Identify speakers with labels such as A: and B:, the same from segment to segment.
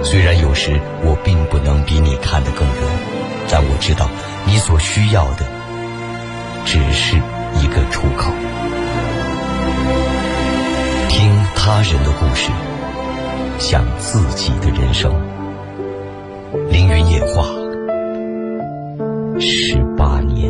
A: 虽然有时我并不能比你看得更远，但我知道你所需要的只是一个出口。听他人的故事，想自己的人生。凌云夜话18年。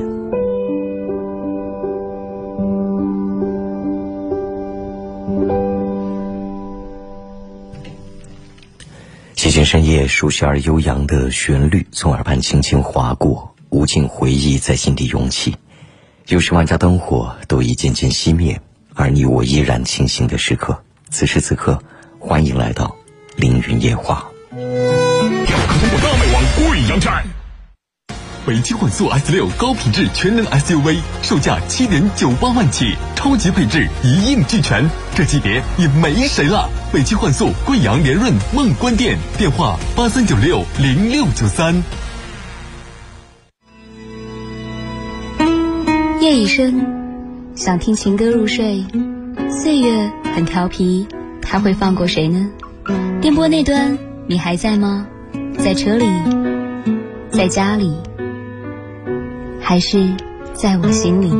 A: 寂静深夜，熟悉而悠扬的旋律从耳畔轻轻划过，无尽回忆在心底涌起。有时万家灯火都已渐渐熄灭，而你我依然清醒的时刻。此时此刻，欢迎来到凌云夜话。
B: 要通过大麦网贵阳站。北汽混速 S6 高品质全能 SUV， 售价7点98万起，超级配置一应俱全，这级别也没谁了。北汽混速贵阳联润梦关店，电话83960693。
C: 夜已深，想听情歌入睡，岁月很调皮，他会放过谁呢？电波那端，你还在吗？在车里，在家里，还是在我心里？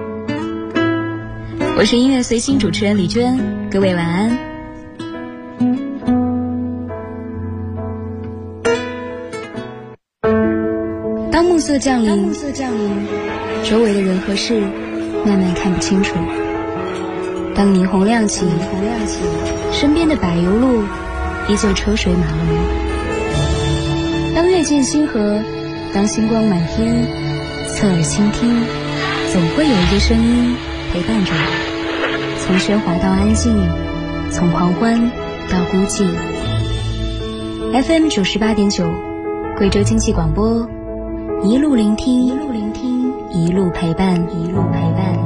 C: 我是音乐随心主持人李娟，各位晚安。当暮色降临，周围的人和事慢慢看不清楚。当霓虹亮起，身边的柏油路依旧车水马龙。当月见星河，当星光满天，侧耳倾听，总会有一个声音陪伴着我，从喧哗到安静，从狂欢到孤寂。 FM 98.9，贵州经济广播，一路聆听，一路陪伴，一路陪伴。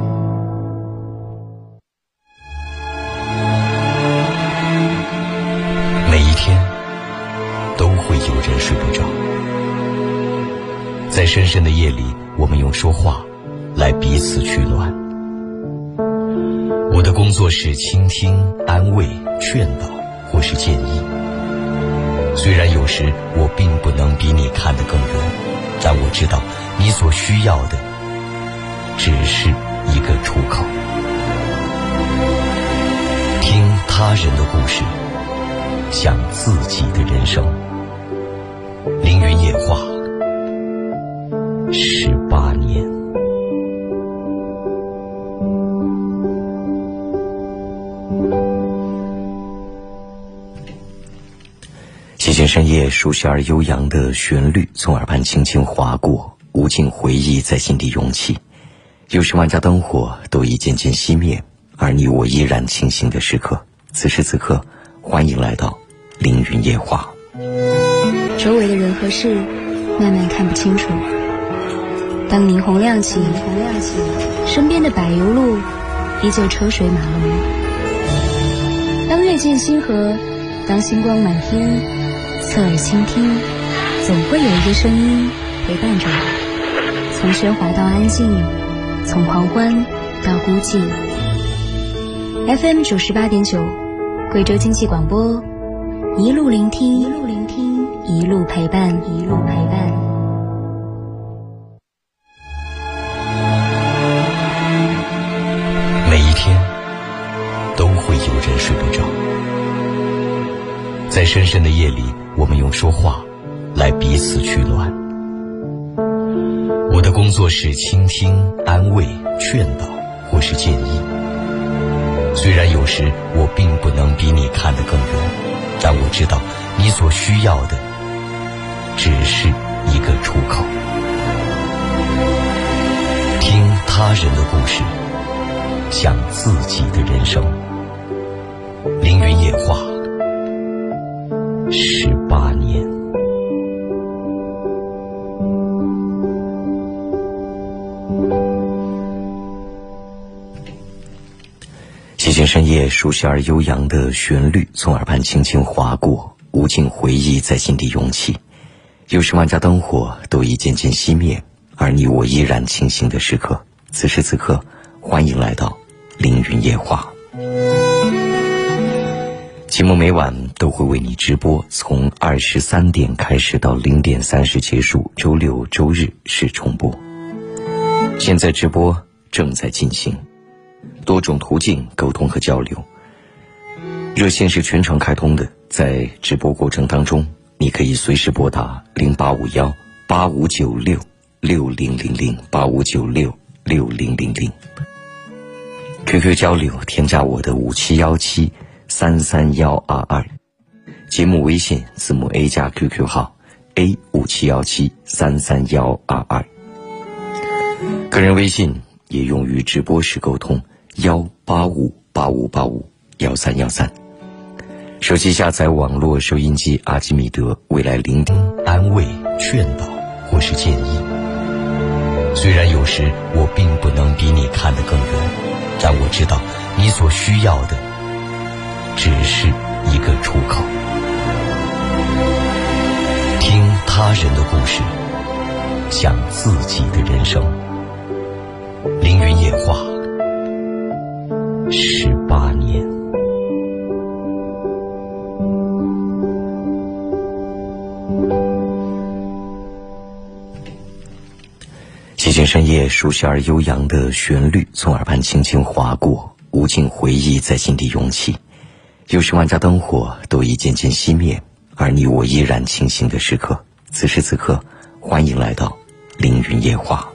A: 每一天都会有人睡不着，在深深的夜里，我们用说话来彼此取暖。我的工作是倾听、安慰、劝导或是建议。虽然有时我并不能比你看得更远，但我知道你所需要的只是一个出口。听他人的故事，想自己的人生。凌云夜话18年。寂静深夜，熟悉而悠扬的旋律从耳畔轻轻划过，无尽回忆在心底涌起。有时万家灯火都已渐渐熄灭，而你我依然清醒的时刻。此时此刻，欢迎来到凌云夜话。
C: 周围的人和事慢慢看不清楚。当霓虹亮起，身边的柏油路依旧车水马龙。当月见星河，当星光满天，侧耳倾听，总会有一个声音陪伴着我，从喧哗到安静，从狂欢到孤寂。 FM 98.9，贵州经济广播，一路聆听，一路陪伴，一路陪伴。
A: 每一天都会有人睡不着，在深深的夜里，我们用说话来彼此取暖。我的工作是倾听、安慰、劝导或是建议。虽然有时我并不能比你看得更远，但我知道你所需要的只是一个出口。听他人的故事，想自己的人生。凌云夜话18年。寂静深夜，熟悉而悠扬的旋律从耳畔轻轻划过，无尽回忆在心底涌起。有时万家灯火都已渐渐熄灭，而你我依然清醒的时刻。此时此刻，欢迎来到凌云夜话。节目每晚都会为你直播，从23点开始到0点30结束，周六周日是重播。现在直播正在进行，多种途径沟通和交流。热线是全程开通的，在直播过程当中，你可以随时拨打08518596600085966000。QQ 交流，添加我的5717331122。节目微信字母 A 加 QQ 号 A5717331122。个人微信也用于直播时沟通18585851313。手机下载网络收音机阿基米德，未来聆听、安慰、劝导或是建议。虽然有时我并不能比你看得更远，但我知道你所需要的只是一个出口。听他人的故事，想自己的人生。凌云夜话18年。寂静深夜，熟悉而悠扬的旋律从耳畔轻轻划过，无尽回忆在心底涌起。有时万家灯火都已渐渐熄灭，而你我依然清醒的时刻。此时此刻，欢迎来到凌云夜话。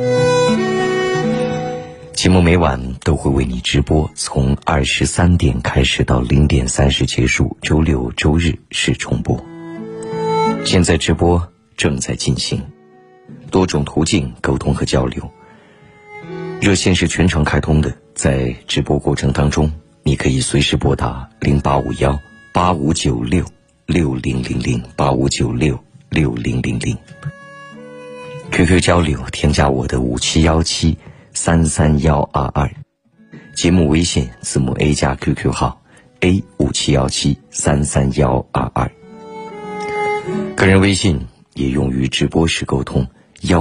A: 节目每晚都会为你直播，从23点开始到0点30结束，周六周日是重播。现在直播正在进行，多种途径沟通和交流。热线是全程开通的，在直播过程当中，你可以随时拨打08518596600085966000。QQ 交流，添加我的5717331122。节目微信字母 A 加 QQ 号 A5717331122。个人微信也用于直播时沟通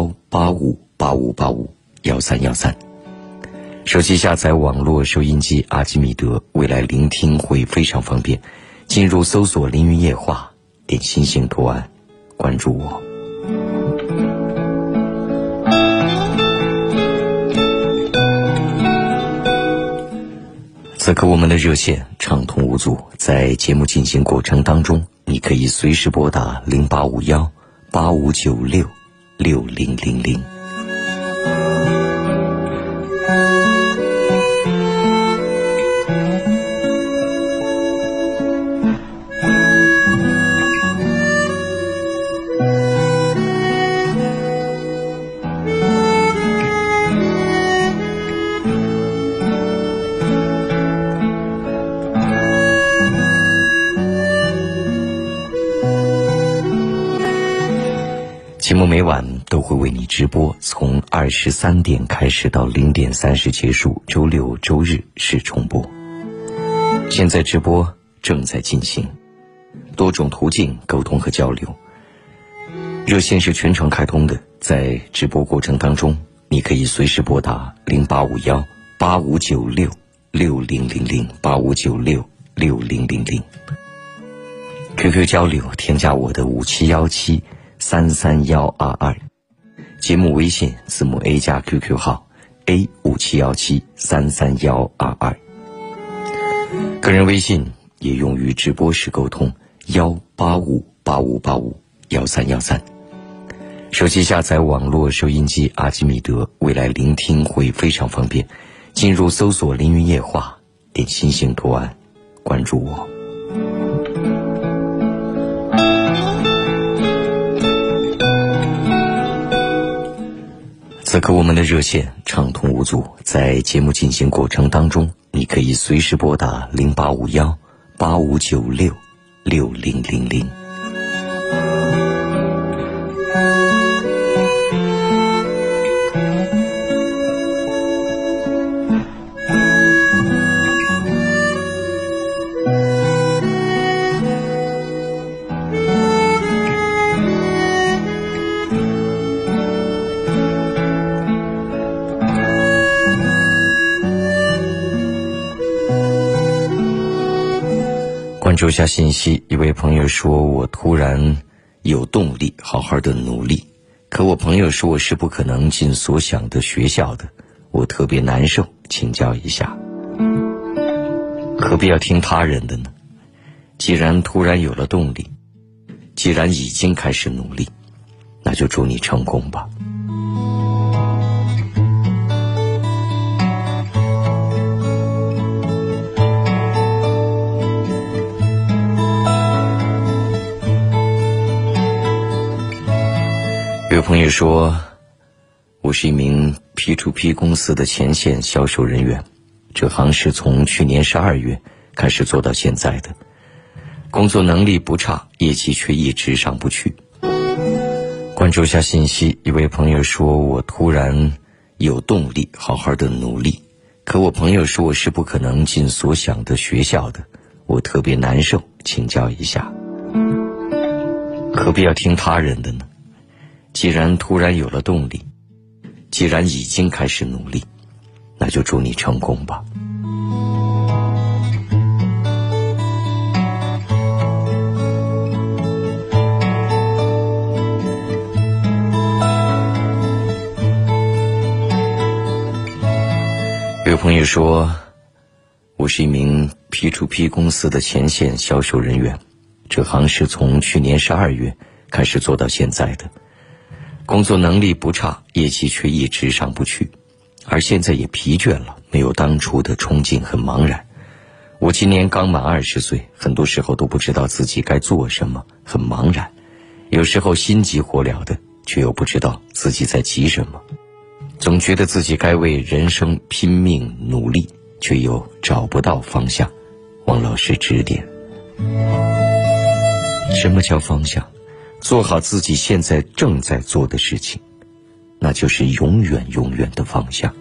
A: 18585851313。手机下载网络收音机阿基米德，未来聆听会非常方便。进入搜索凌云夜话，点星星图案，关注我。此刻我们的热线畅通无阻，在节目进行过程当中，你可以随时拨打085185966000。节目每晚都会为你直播，从23点开始到0点30结束，周六周日是重播。现在直播正在进行，多种途径沟通和交流。热线是全程开通的，在直播过程当中，你可以随时拨打08518596600085966000。QQ 交流，添加我的5717331122。节目微信字母 A 加 QQ 号 A5717331122。个人微信也用于直播时沟通18585851313。手机下载网络收音机阿基米德，未来聆听会非常方便。进入搜索凌云夜话，点星星图案，关注我。此刻我们的热线畅通无阻，在节目进行过程当中，你可以随时拨打085185966000。关注下信息，一位朋友说我突然有动力好好的努力，可我朋友说我是不可能进所想的学校的，我特别难受，请教一下，何必要听他人的呢？既然突然有了动力，既然已经开始努力，那就祝你成功吧。有朋友说我是一名 P2P 公司的前线销售人员，这行是从去年12月开始做到现在的，工作能力不差，业绩却一直上不去。关注下信息，一位朋友说我突然有动力好好的努力，可我朋友说我是不可能进所想的学校的，我特别难受，请教一下，何必要听他人的呢？既然突然有了动力，既然已经开始努力，那就祝你成功吧。有朋友说我是一名 P2P 公司的前线销售人员，这行是从去年12月开始做到现在的，工作能力不差，业绩却一直上不去，而现在也疲倦了，没有当初的冲劲，很茫然。我今年刚满20岁，很多时候都不知道自己该做什么，很茫然。有时候心急火燎的，却又不知道自己在急什么。总觉得自己该为人生拼命努力，却又找不到方向。王老师指点。什么叫方向？做好自己现在正在做的事情，那就是永远永远的方向。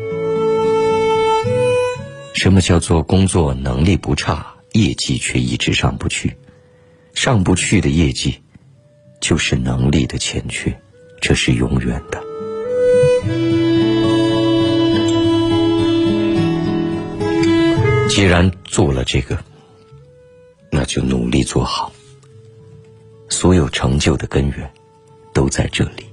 A: 什么叫做工作能力不差，业绩却一直上不去？上不去的业绩就是能力的欠缺，这是永远的。既然做了这个，那就努力做好。所有成就的根源都在这里。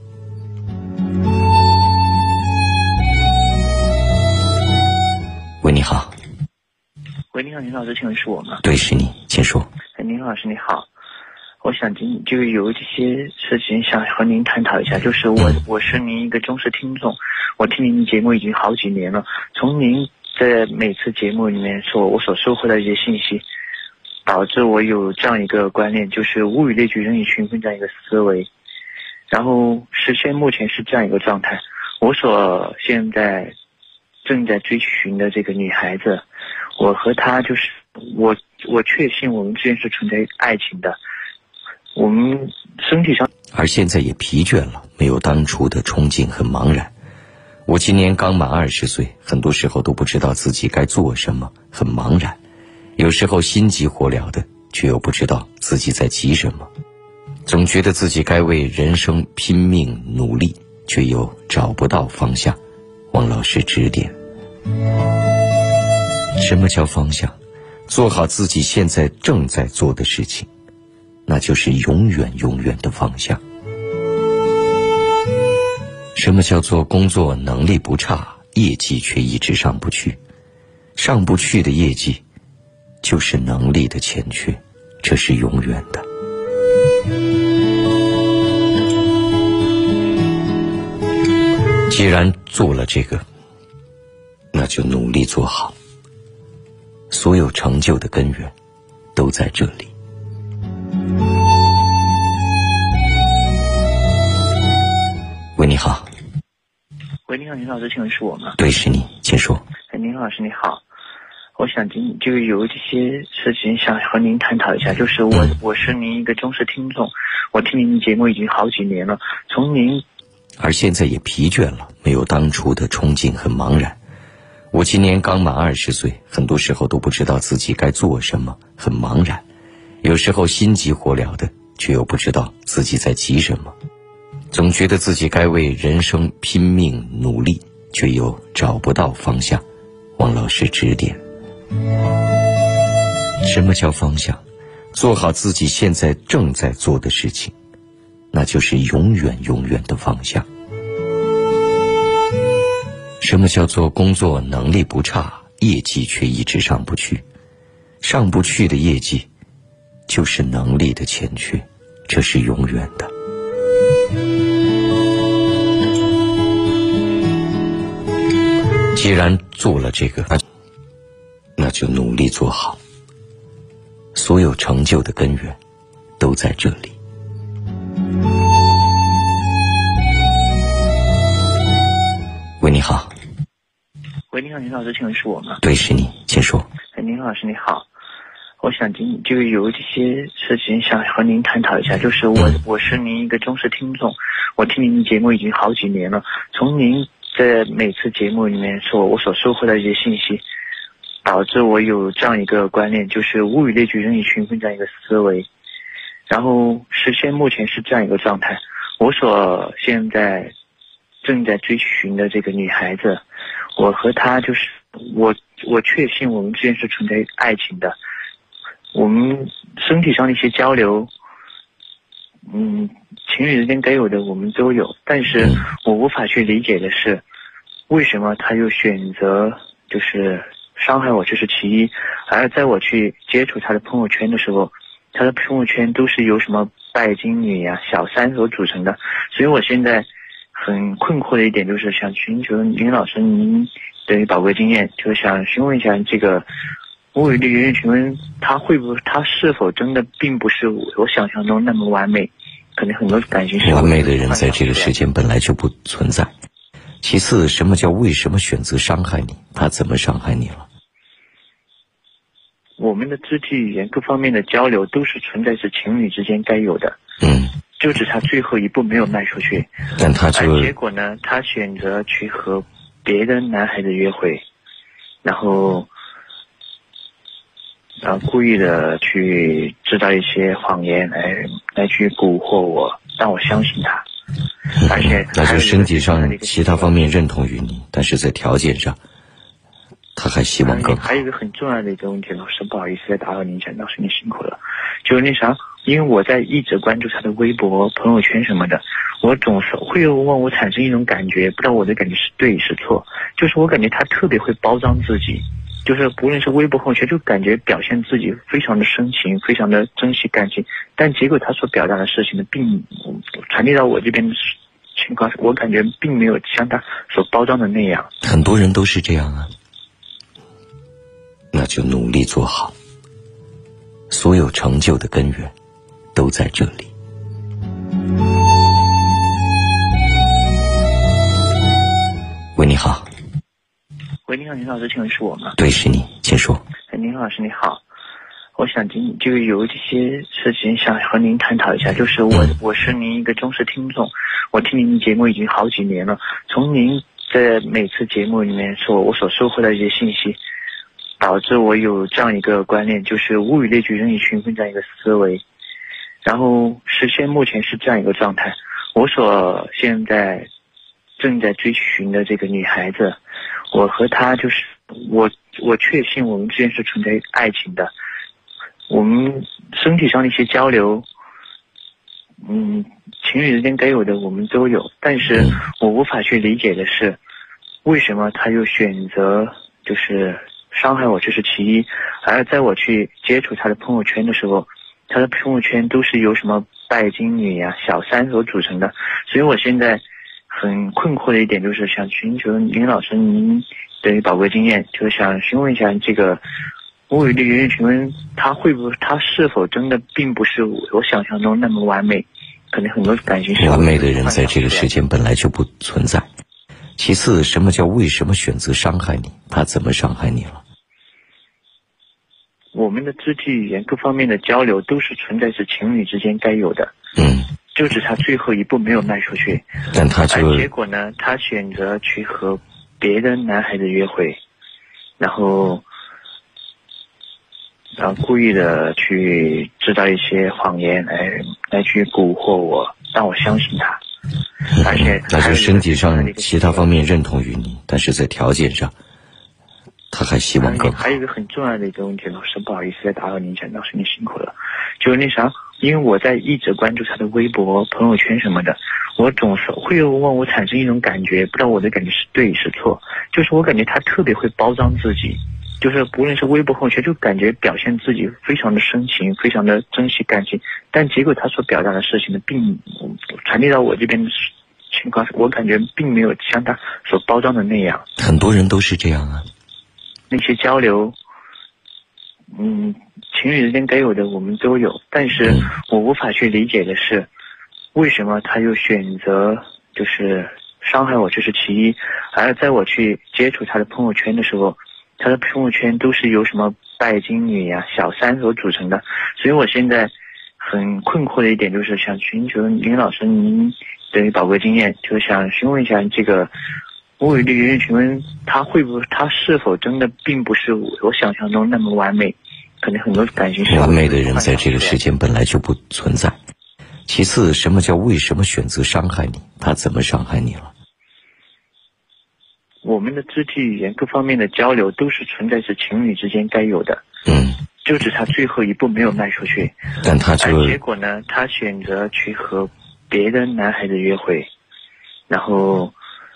A: 喂，你好。
D: 喂，你好，林老师，请问是我吗？
A: 对，是你，请说。
D: 林老师你好，我想就有这些事情想和您探讨一下，就是我是您一个忠实听众，我听您的节目已经好几年了，从您在每次节目里面我所收获的一些信息，导致我有这样一个观念，就是物以类聚，人以群分这样一个思维，然后目前是这样一个状态。我所现在正在追寻的这个女孩子，我和她就是我确信我们之间是存在爱情的，我们身体上，
A: 而现在也疲倦了，没有当初的冲劲，很茫然。我今年刚满20岁，很多时候都不知道自己该做什么，很茫然。有时候心急火燎的，却又不知道自己在急什么。总觉得自己该为人生拼命努力，却又找不到方向。王老师指点。什么叫方向？做好自己现在正在做的事情，那就是永远永远的方向。什么叫做工作能力不差，业绩却一直上不去？上不去的业绩就是能力的欠缺，这是永远的。既然做了这个，那就努力做好。所有成就的根源都在这里。喂，你好。
D: 喂，你好，林老师，请问是我吗？
A: 对，是你，请说。
D: 林老师你好，我想就有这些事情想和您探讨一下，就是我是您一个忠实听众，我听您的节目已经好几年了，从您，
A: 而现在也疲倦了，没有当初的冲劲，很茫然。我今年刚满20岁，很多时候都不知道自己该做什么，很茫然。有时候心急火燎的，却又不知道自己在急什么。总觉得自己该为人生拼命努力，却又找不到方向。王老师指点。什么叫方向？ 做好自己现在正在做的事情，那就是永远永远的方向。什么叫做工作能力不差，业绩却一直上不去？上不去的业绩就是能力的欠缺，这是永远的。既然做了这个，那就努力做好。所有成就的根源都在这里。喂，你好。
D: 喂，你好，林老师，请问是我吗？
A: 对，是你，请说。
D: 林老师你好，我想就有一些事情想和您探讨一下，就是我是您一个忠实听众，我听您的节目已经好几年了，从您在每次节目里面我所收获的一些信息，导致我有这样一个观念，就是物以类聚，人以群分这样一个思维，然后目前是这样一个状态。我所现在正在追寻的这个女孩子，我和她就是我确信我们之间是存在爱情的，我们身体上的一些交流，情侣之间该有的我们都有，但是我无法去理解的是，为什么他又选择就是伤害我，这是其一。而在我去接触他的朋友圈的时候，他的朋友圈都是由什么拜金女呀、小三所组成的，所以我现在很困惑的一点就是想寻求林老师您的宝贵经验，就是想询问一下这个物以类聚，人以群分，他是否真的并不是我想象中那么完美？可能很多感情是
A: 完美的人在这个世间本来就不存在。其次，什么叫为什么选择伤害你？他怎么伤害你了？
D: 我们的肢体语言各方面的交流都是存在是情侣之间该有的，就只差最后一步没有迈出去。
A: 但他
D: 结果呢，他选择去和别的男孩子约会，然后故意的去制造一些谎言来去蛊惑我，让我相信他。而且
A: 那就身体上其他方面认同于你，但是在条件上他还希望更好。
D: 还有一个很重要的一个问题，老师不好意思再打扰您，老师您辛苦了。就是那啥，因为我在一直关注他的微博、朋友圈什么的，我总是会让我产生一种感觉，不知道我的感觉是对是错，就是我感觉他特别会包装自己，就是不论是微博、朋友圈，就感觉表现自己非常的深情，非常的珍惜感情，但结果他所表达的事情呢，并传递到我这边的情况，我感觉并没有像他所包装的那样。
A: 很多人都是这样啊，那就努力做好。所有成就的根源都在这里。喂，你好。
D: 喂，你好，林老师，请问是我吗？
A: 对，是你，请说。
D: 林老师你好，我想就有一些事情想和您探讨一下，就是我是您一个忠实听众，我听您的节目已经好几年了，从您在每次节目里面我所收获的一些信息，导致我有这样一个观念，就是物以类聚，人以群分这样一个思维，然后目前是这样一个状态。我所现在正在追寻的这个女孩子，我和她就是我确信我们之间是存在爱情的，我们身体上的一些交流，情侣之间该有的我们都有，但是我无法去理解的是，为什么他又选择就是伤害我，这是其一。而在我去接触他的朋友圈的时候，他的朋友圈都是由什么拜金女呀、小三所组成的，所以我现在很困惑的一点就是想寻求林老师您的宝贵经验，就是想询问一下这个物以类聚，人以群分，他是否真的并不是我想象中那么完美？可能很多感情是
A: 完美的人在这个世间本来就不存在。其次，什么叫为什么选择伤害你？他怎么伤害你了？
D: 我们的肢体语言各方面的交流都是存在是情侣之间该有的，就只差最后一步没有迈出去。
A: 但
D: 结果呢，他选择去和别的男孩子约会，然后故意的去制造一些谎言来去蛊惑我，让我相信他。而且
A: 那就身体上其他方面认同于你，但是在条件上他还希望更好。
D: 还有一个很重要的一个问题，老师不好意思再打扰您一下，老师您辛苦了。就是那啥，因为我在一直关注他的微博、朋友圈什么的，我总是会让我产生一种感觉，不知道我的感觉是对是错，就是我感觉他特别会包装自己，就是不论是微博朋友圈，就感觉表现自己非常的深情，非常的珍惜感情，但结果他所表达的事情呢，并传递到我这边的情况，我感觉并没有像他所包装的那样。
A: 很多人都是这样啊。
D: 那些交流，情侣之间该有的我们都有，但是我无法去理解的是，为什么他又选择就是伤害我，这是其一。而在我去接触他的朋友圈的时候，他的朋友圈都是由什么拜金女呀、小三所组成的，所以我现在很困惑的一点就是想寻求林老师您的宝贵经验，就想询问一下这个物以类聚，询问他是否真的并不是我想象中那么完美，可能很多感情是
A: 完美的人在这个世间本来就不存在。其次，什么叫为什么选择伤害你？他怎么伤害你了？
D: 我们的肢体语言各方面的交流都是存在是情侣之间该有的，就只他最后一步没有迈出去，
A: 但他就
D: 结果呢，他选择去和别的男孩子约会，然后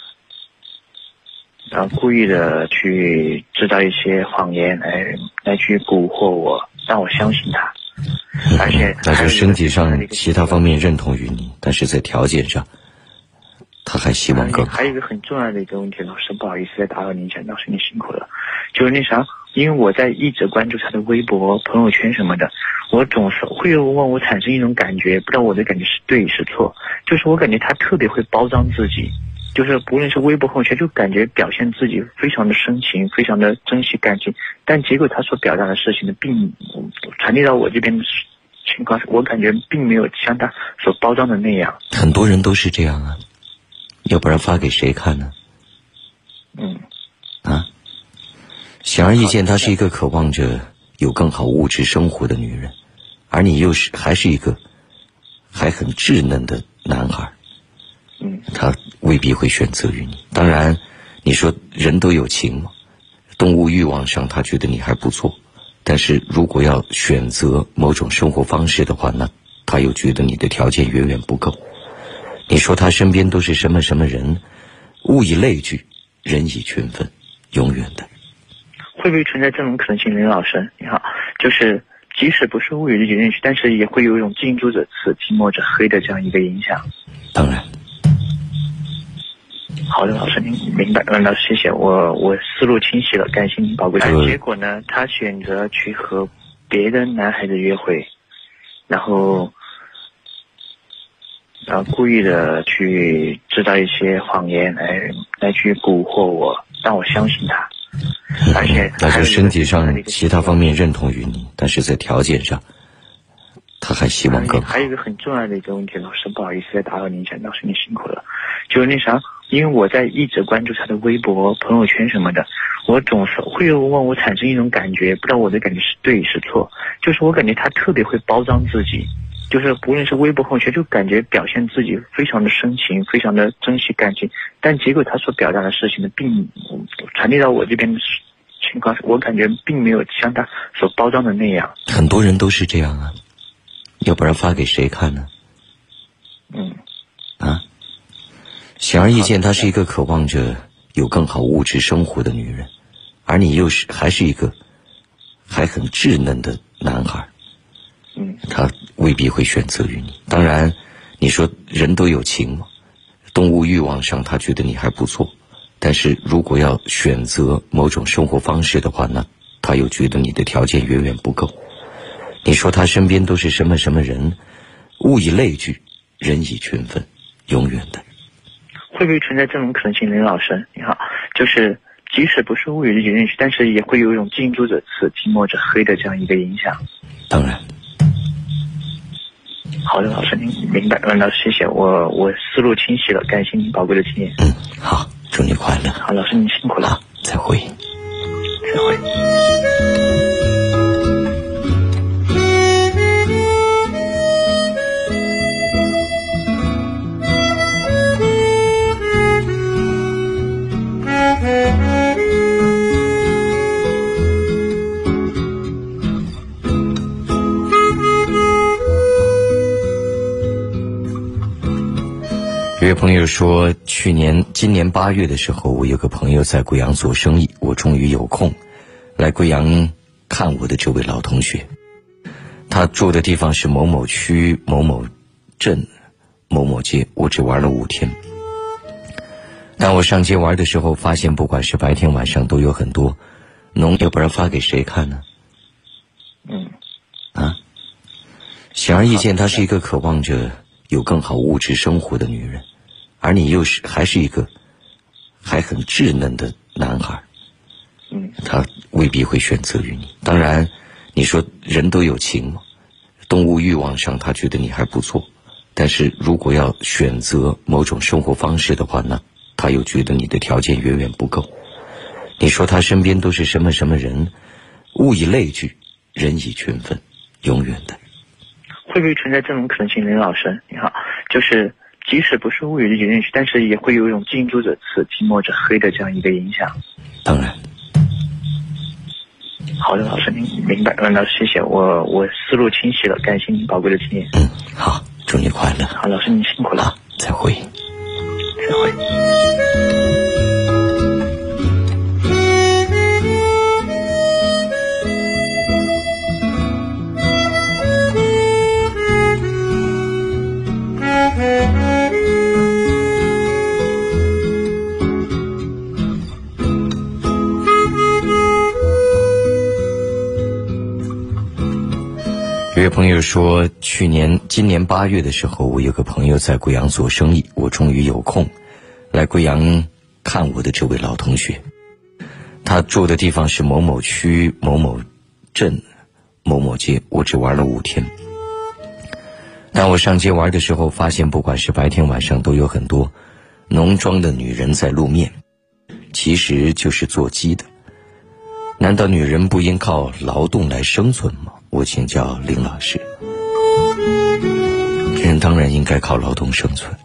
D: 故意的去制造一些谎言来去蛊惑我，让我相信他。而且
A: 那就身体上其他方面认同于你，但是在条件上他还希望更好。
D: 还有一个很重要的一个问题，老师不好意思再打扰您一下，老师您辛苦了。就是那啥，因为我在一直关注他的微博、朋友圈什么的，我总是会让我产生一种感觉，不知道我的感觉是对是错，就是我感觉他特别会包装自己，就是不论是微博朋友圈，就感觉表现自己非常的深情，非常的珍惜感情，但结果他所表达的事情呢，并传递到我这边的情况，我感觉并没有像他所包装的那样。
A: 很多人都是这样啊，要不然发给谁看呢？显而易见，她是一个渴望着有更好物质生活的女人，而你还是一个还很稚嫩的男孩。他未必会选择于你。当然你说人都有情嘛，动物欲望上他觉得你还不错，但是如果要选择某种生活方式的话，那他又觉得你的条件远远不够。你说他身边都是什么什么人，物以类聚，人以群分，永远的。
D: 会不会存在这种可能性？林老师你好，就是即使不是物以类聚，但是也会有一种近朱者赤，近墨者黑的这样一个影响。
A: 当然。
D: 好的，老师您明白。老师谢谢，我思路清晰了，感谢您宝贵。结果呢，他选择去和别的男孩子约会，然后故意的去制造一些谎言来去蛊惑我，让我相信他。而且
A: 那就身体上其他方面认同于你，但是在条件上他还希望更好。
D: 还有一个很重要的一个问题，老师不好意思再打扰您一下，老师您辛苦了。就是那啥，因为我在一直关注他的微博、朋友圈什么的，我总是会让我产生一种感觉，不知道我的感觉是对是错，就是我感觉他特别会包装自己，就是不论是微博朋友圈，就感觉表现自己非常的深情，非常的珍惜感情，但结果他所表达的事情呢，并传递到我这边的情况，我感觉并没有像他所包装的那样。
A: 很多人都是这样啊，要不然发给谁看呢？显而易见，她是一个渴望着有更好物质生活的女人，而你还是一个还很稚嫩的男孩。他未必会选择于你。当然你说人都有情嘛，动物欲望上他觉得你还不错，但是如果要选择某种生活方式的话，那他又觉得你的条件远远不够。你说他身边都是什么什么人，物以类聚，人以群分，永远的。
D: 会不会存在这种可能性？林老师你好，就是即使不是物以类聚，但是也会有一种近朱者赤，近墨者黑的这样一个影响。
A: 当然。
D: 好的，老师您明白。老师谢谢，我思路清晰了，感谢您宝贵的经验。
A: 好，祝你快乐。
D: 好，老师您辛苦了。
A: 好，再会。
D: 再会。
A: 有位朋友说，今年8月的时候，我有个朋友在贵阳做生意，我终于有空来贵阳看我的这位老同学。他住的地方是某某区某某镇某某街，我只玩了5天。当我上街玩的时候，发现不管是白天晚上都有很多要不然发给谁看呢？显而易见，她是一个渴望着有更好物质生活的女人，而你还是一个还很稚嫩的男孩，她未必会选择于你。当然你说人都有情嘛，动物欲望上她觉得你还不错，但是如果要选择某种生活方式的话呢，她又觉得你的条件远远不够。你说她身边都是什么什么人，物以类聚，人以群分，永远的。
D: 会不会存在这种可能性？林老师你好，就是即使不是物以类聚，但是也会有一种近朱者赤，近墨者黑的这样一个影响。
A: 当然。
D: 好的，老师您明白了，老师谢谢，我思路清晰了，感谢您宝贵的经验。
A: 好，祝你快乐。
D: 好，老师您辛苦了。
A: 好，再会。
D: 再会。
A: 有位朋友说，今年8月的时候，我有个朋友在贵阳做生意，我终于有空来贵阳看我的这位老同学。他住的地方是某某区某某镇某某街，我只玩了5天。当我上街玩的时候，发现不管是白天晚上都有很多浓妆的女人在露面，其实就是做鸡的。难道女人不应靠劳动来生存吗？我请教林老师。人当然应该靠劳动生存。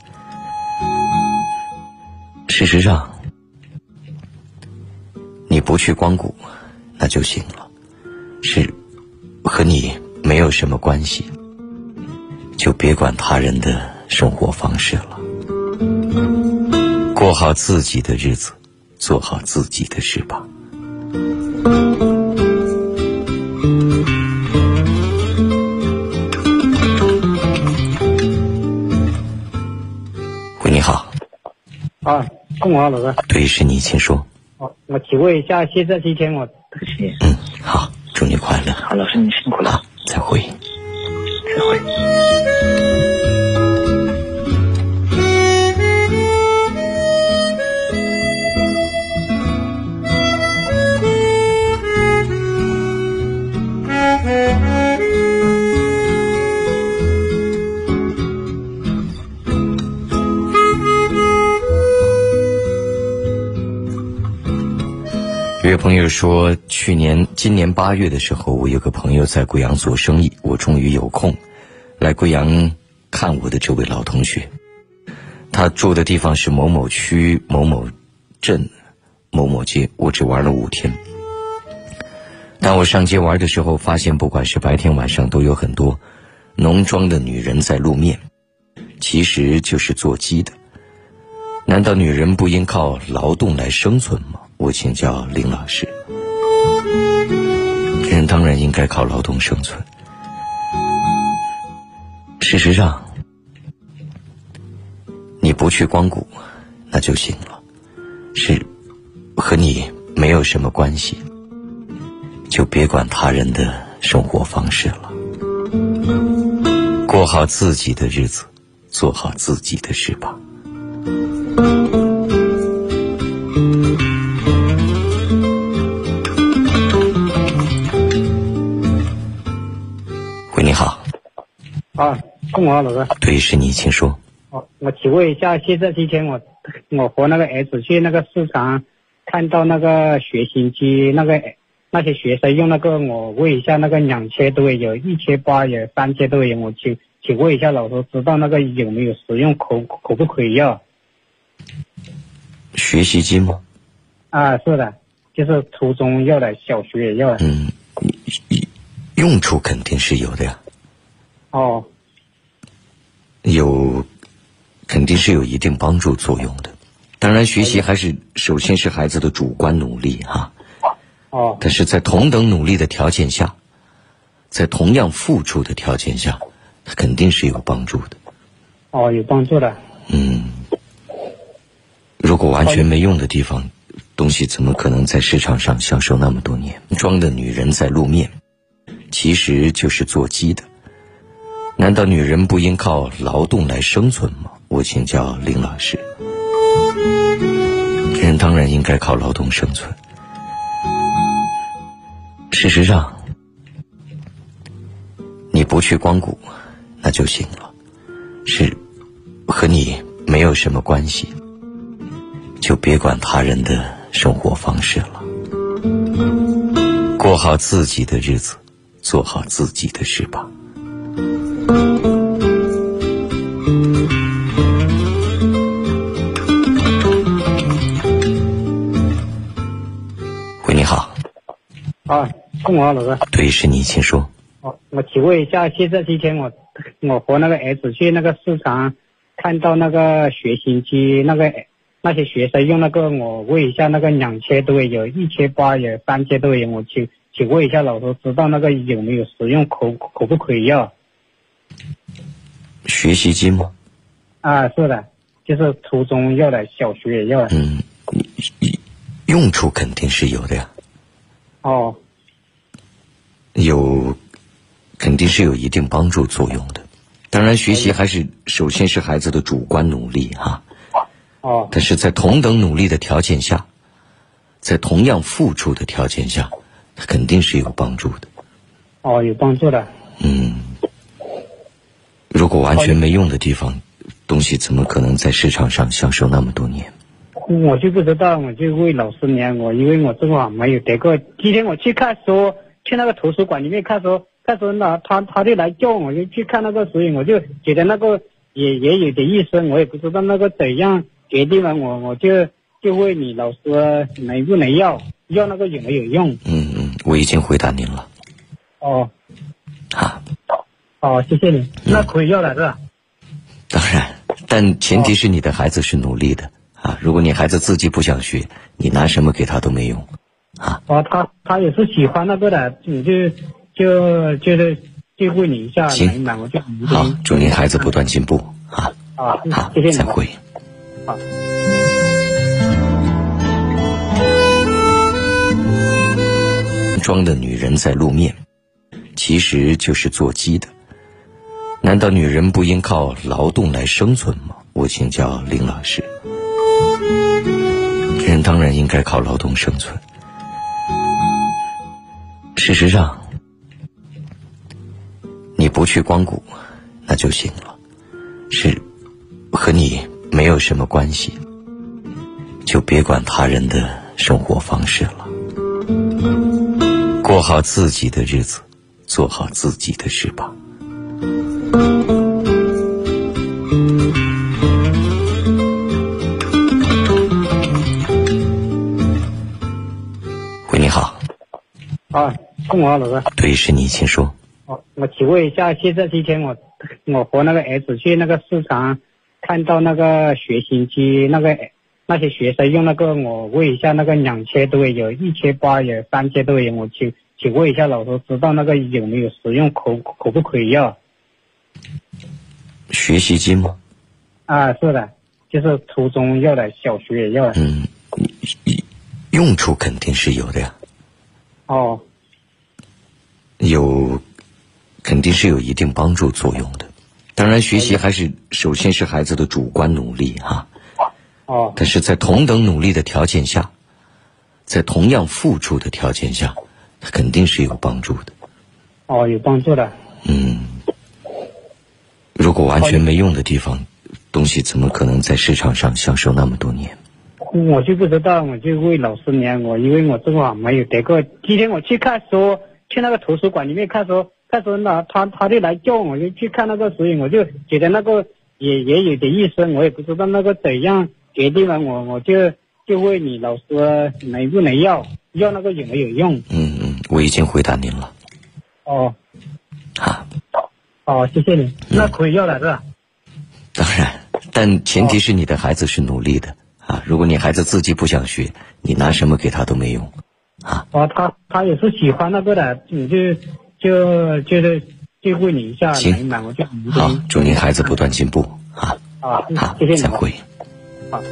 A: 事实上，你不去光顾那就行了，是和你没有什么关系，就别管他人的生活方式了。过好自己的日子，做好自己的事吧。喂，你好。
E: 中午好，老师。
A: 对，是你，请说。
E: 我请问一下，现在今天我
A: 好，祝你快乐。
D: 好，老师您辛苦了。
A: 好，再会。
D: 再会。
A: 有位朋友说，今年8月的时候，我有个朋友在贵阳做生意，我终于有空来贵阳看我的这位老同学。他住的地方是某某区某某镇某某街，我只玩了5天。当我上街玩的时候，发现不管是白天晚上都有很多浓妆的女人在露面，其实就是做鸡的。难道女人不应靠劳动来生存吗？我请教林老师。人当然应该靠劳动生存。事实上，你不去光顾那就行了，是和你没有什么关系，就别管他人的生活方式了。过好自己的日子，做好自己的事吧。喂，你好。
E: 中午好，老师。
A: 对，是你，请说。
E: 我请问一下，现在今天我和那个儿子去那个市场，看到那个学习机，那些学生用那个，我问一下，那个2000多有1800有3000多元，我请问一下老师，知道那个有没有使用，可不可以要？
A: 学习机吗？
E: 是的，就是初中要的，小学也要的。
A: 用处肯定是有的呀。
E: 有，
A: 肯肯定是有一定帮助作用的。当然学习还是首先是孩子的主观努力哈。但是在同等努力的条件下，在同样付出的条件下，它肯定是有帮助的。
E: 有帮助的。
A: 如果完全没用的地方，东西怎么可能在市场上销售那么多年？装的女人在露面，其实就是做鸡的。难道女人不应靠劳动来生存吗？我请教林老师。人当然应该靠劳动生存。事实上，你不去光顾那就行了，是和你没有什么关系，就别管他人的生活方式了。过好自己的日子，做好自己的事吧。喂，你好。
E: 是我老师。
A: 对，是你，请说。
E: 我请问一下，现在今天我和那个儿子去那个市场，看到那个学习机，那些学生用那个，我问一下，那个2000多有1800有3000多元，我请问一下老师，知道那个有没有使用，可不可以要？
A: 学习机吗？
E: 是的，就是初中要的，小学也要的。
A: 用处肯定是有的呀。肯定是有一定帮助作用的。当然学习还是首先是孩子的主观努力哈。但是在同等努力的条件下，在同样付出的条件下，它肯定是有帮助的。
E: 有帮助的。
A: 如果完全没用的地方，东西怎么可能在市场上销售那么多年？
E: 我就不知道，我就问老师娘，因为我正好没有得过。今天我去看书，去那个图书馆里面看书那他就来叫我就去看那个书，我就觉得那个也有点意思，我也不知道那个怎样决定了，我就问你老师能不能要那个有没有用？
A: 我已经回答您了。
E: 谢谢你。那可以要了是吧？
A: 当然，但前提是你的孩子是努力的如果你孩子自己不想学，你拿什么给他都没用
E: 他也是喜欢那个的，你就问你一下，
A: 行，好，祝您孩子不断进步好，
E: 谢谢你，
A: 再会。
E: 好。
A: 装的女人在露面，其实就是做鸡的。难道女人不应靠劳动来生存吗？我请教林老师。人当然应该靠劳动生存。事实上，你不去光顾那就行了，是和你没有什么关系，就别管他人的生活方式了。过好自己的日子，做好自己的事吧。喂，你好。
E: 是我老师。
A: 对，是你，请说。
E: 我请问一下，现在今天我和那个儿子去那个市场，看到那个学习机，那些学生用那个，我问一下，那个2000多有1800有3000多元，我请问一下老师，知道那个有没有使用，可不可以要？
A: 学习机吗？
E: 是的，就是初中要的，小学也要的。
A: 用处肯定是有的呀。肯定是有一定帮助作用的。当然学习还是首先是孩子的主观努力但是在同等努力的条件下，在同样付出的条件下，它肯定是有帮助的。
E: 有帮助的。
A: 如果完全没用的地方，东西怎么可能在市场上销售那么多年？
E: 我就不知道，我就问老师娘，因为我正好没有得过。今天我去看书，去那个图书馆里面看书那他就来叫我就去看那个书，我就觉得那个也有点意思，我也不知道那个怎样决定了，我就问你老师能不能要那个有没有用？
A: 我已经回答您了。
E: 谢谢你。那可以要了是吧？
A: 当然， 但前提是你的孩子是努力的啊。如果你孩子自己不想学，你拿什么给他都没用啊。
E: 他也是喜欢那个的，就问你一下，
A: 行，
E: 我就
A: 好，祝您孩子不断进步啊。
E: 好，
A: 谢谢
E: 你，
A: 再会。
E: 好。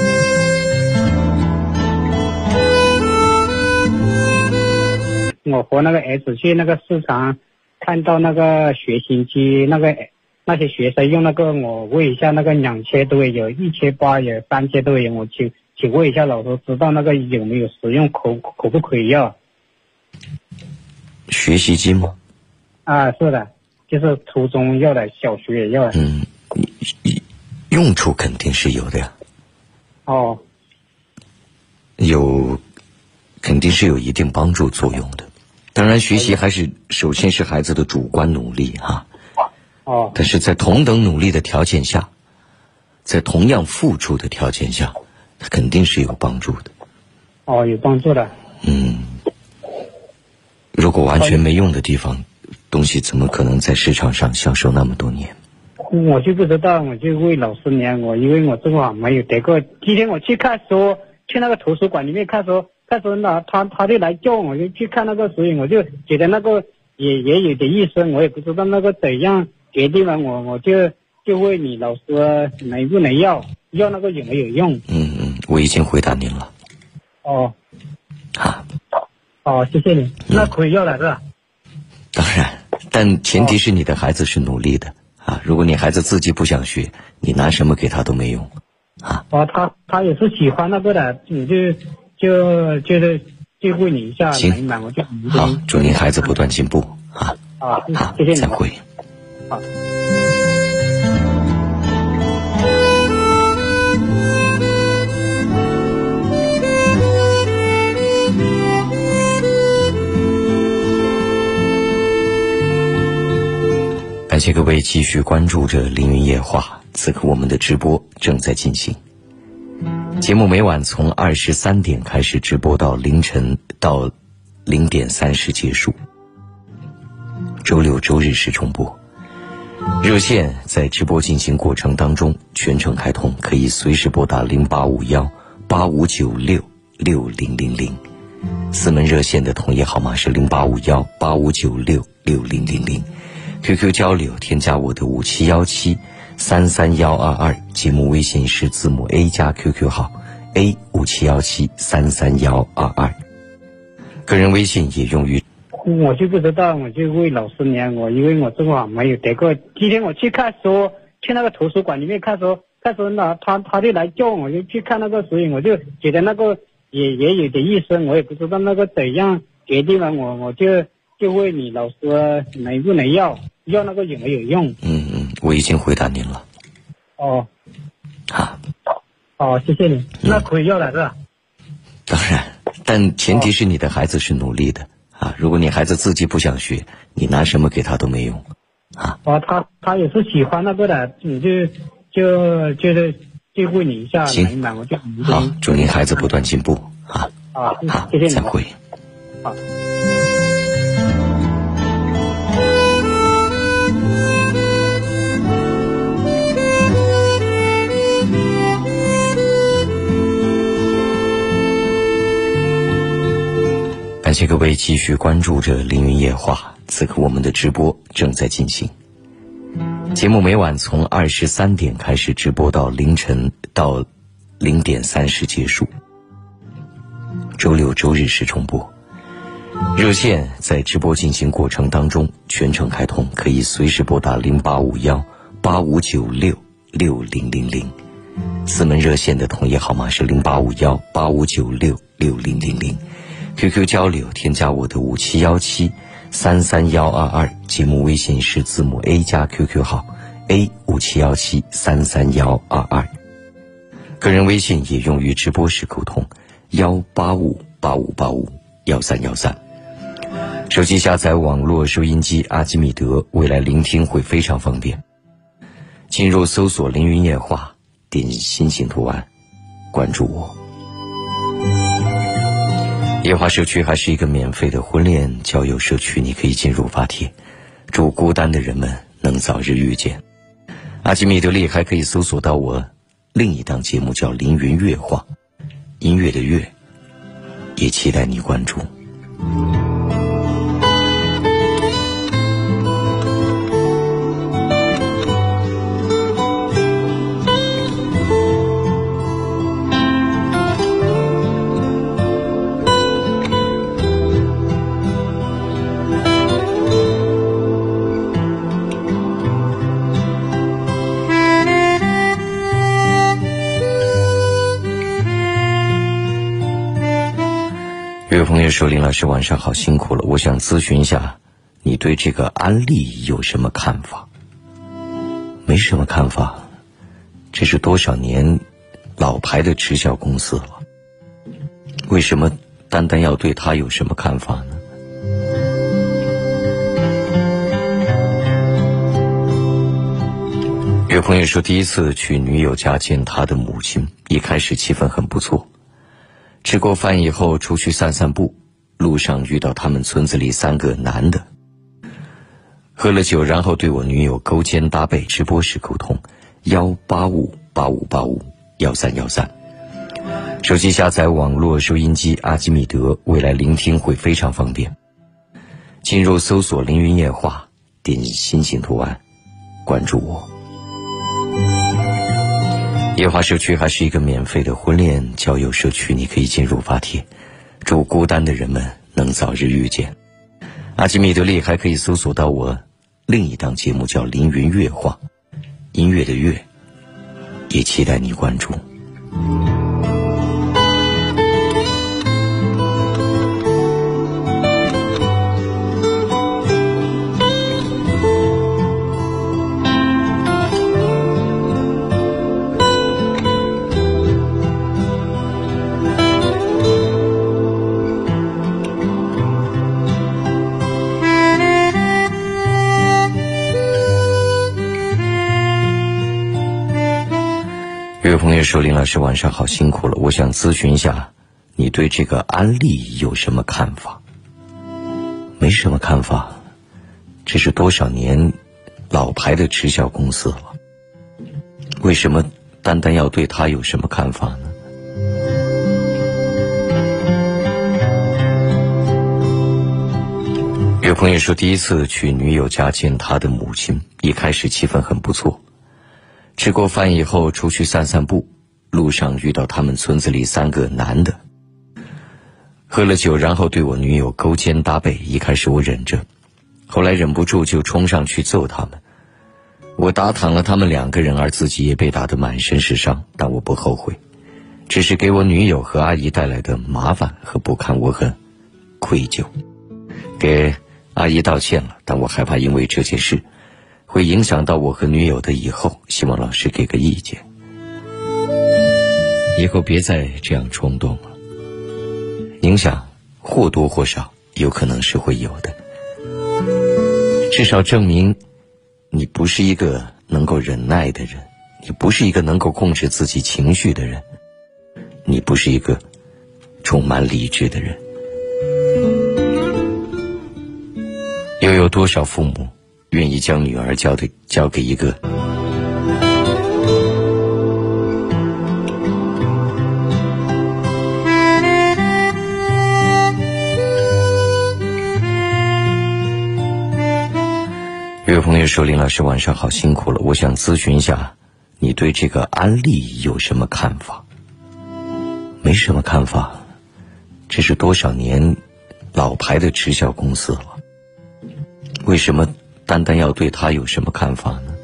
E: 我和那个儿子去那个市场，看到那个学习机，那些学生用那个，我问一下，那个2千多有1800有3千多有，我请问一下老师，知道那个有没有使用，可不可以要？
A: 学习机吗？
E: 啊，是的，就是初中要的，小学也要的。
A: 用处肯定是有的呀。
E: 哦。
A: 肯定是有一定帮助作用的。当然，学习还是首先是孩子的主观努力哈。
E: 哦。
A: 但是在同等努力的条件下，在同样付出的条件下，它肯定是有帮助的。
E: 哦，有帮助的。
A: 如果完全没用的地方，东西怎么可能在市场上销售那么多年？
E: 我就不知道，我就问老师娘，因为我正好没有得过。今天我去看书，去那个图书馆里面看书呢，他就来叫我就去看那个书，我就觉得那个也有点意思，我也不知道那个怎样决定了，我就问你老师能不能要那个有没有用？
A: 我已经回答您了。
E: 哦。
A: 啊。
E: 哦，谢谢你。那可以要了是吧？
A: 当然，但前提是你的孩子是努力的啊。如果你孩子自己不想学，你拿什么给他都没用啊。
E: 他也是喜欢那个的，就问你一下，
A: 行，
E: 我就
A: 好，祝您孩子不断进步啊。
E: 好，谢谢你，
A: 再会。
E: 好。
A: 感谢各位继续关注着凌云夜话，此刻我们的直播正在进行。节目每晚从23点开始直播到凌晨到0点30结束，周六周日是重播。热线在直播进行过程当中全程开通，可以随时拨打085185966000。4门热线的统一号码是085185966000。QQ 交流添加我的5717331122，节目微信是字母 A 加 QQ 号 A5717331122，个人微信也用于。
E: 我就不知道，我就问老师娘，因为我正好没有得过。今天我去看书，去那个图书馆里面看书呢，他就来叫我就去看那个书，我就觉得那个也有点意思，我也不知道那个怎样决定了，我就问你老师能不能要那个有没有用？
A: 我已经回答您了。
E: 哦。
A: 好。
E: 哦，谢谢你。那可以要了是吧？
A: 当然，但前提是你的孩子是努力的啊。如果你孩子自己不想学，你拿什么给他都没用啊。
E: 他也是喜欢那个的，就问你一下，
A: 行，
E: 我就
A: 好，祝您孩子不断进步啊。
E: 好，谢谢你，
A: 再会。
E: 好。
A: 感谢各位继续关注着凌云夜话，此刻我们的直播正在进行。节目每晚从23点开始直播到凌晨到0点30结束，周六周日是重播。热线在直播进行过程当中全程开通，可以随时拨打085185966000。4门热线的统一号码是085185966000。QQ 交流添加我的5717331122，节目微信是字母 A 加 QQ 号 A5717331122，个人微信也用于直播时沟通18585851313。手机下载网络收音机阿基米德，未来聆听会非常方便。进入搜索凌云夜话，点心形图案，关注我。夜话社区还是一个免费的婚恋交友社区，你可以进入发帖，祝孤单的人们能早日遇见。 阿基米德利还可以搜索到我另一档节目叫凌云乐话，音乐的乐，也期待你关注。有位朋友说，林老师晚上好，辛苦了，我想咨询一下你对这个安利有什么看法？没什么看法，这是多少年老牌的直销公司了，为什么单单要对他有什么看法呢？有朋友说，第一次去女友家见她的母亲，一开始气氛很不错，吃过饭以后出去散散步，路上遇到他们村子里3个男的，喝了酒，然后对我女友勾肩搭背，直播时沟通18585851313，手机下载网络收音机阿基米德，未来聆听会非常方便。进入搜索凌云夜话，点心形图案，关注我。夜话社区还是一个免费的婚恋交友社区，你可以进入发帖，祝孤单的人们能早日遇见。阿基米德利还可以搜索到我另一档节目叫凌云乐话，音乐的乐，也期待你关注。有位朋友说，林老师晚上好，辛苦了，我想咨询一下你对这个安利有什么看法？没什么看法，这是多少年老牌的直销公司了，为什么单单要对他有什么看法呢？有朋友说，第一次去女友家见她的母亲，一开始气氛很不错，吃过饭以后出去散散步，路上遇到他们村子里3个男的，喝了酒，然后对我女友勾肩搭背，一开始我忍着，后来忍不住就冲上去揍他们，我打躺了他们2个人，而自己也被打得满身是伤，但我不后悔，只是给我女友和阿姨带来的麻烦和不堪，我很愧疚，给阿姨道歉了，但我害怕因为这件事会影响到我和女友的以后，希望老师给个意见。以后别再这样冲动了，影响或多或少有可能是会有的，至少证明你不是一个能够忍耐的人，你不是一个能够控制自己情绪的人，你不是一个充满理智的人。又有多少父母愿意将女儿交给一个有位朋友说，林老师晚上好，辛苦了，我想咨询一下你对这个安利有什么看法？没什么看法，这是多少年老牌的直销公司了，为什么单单要对他有什么看法呢？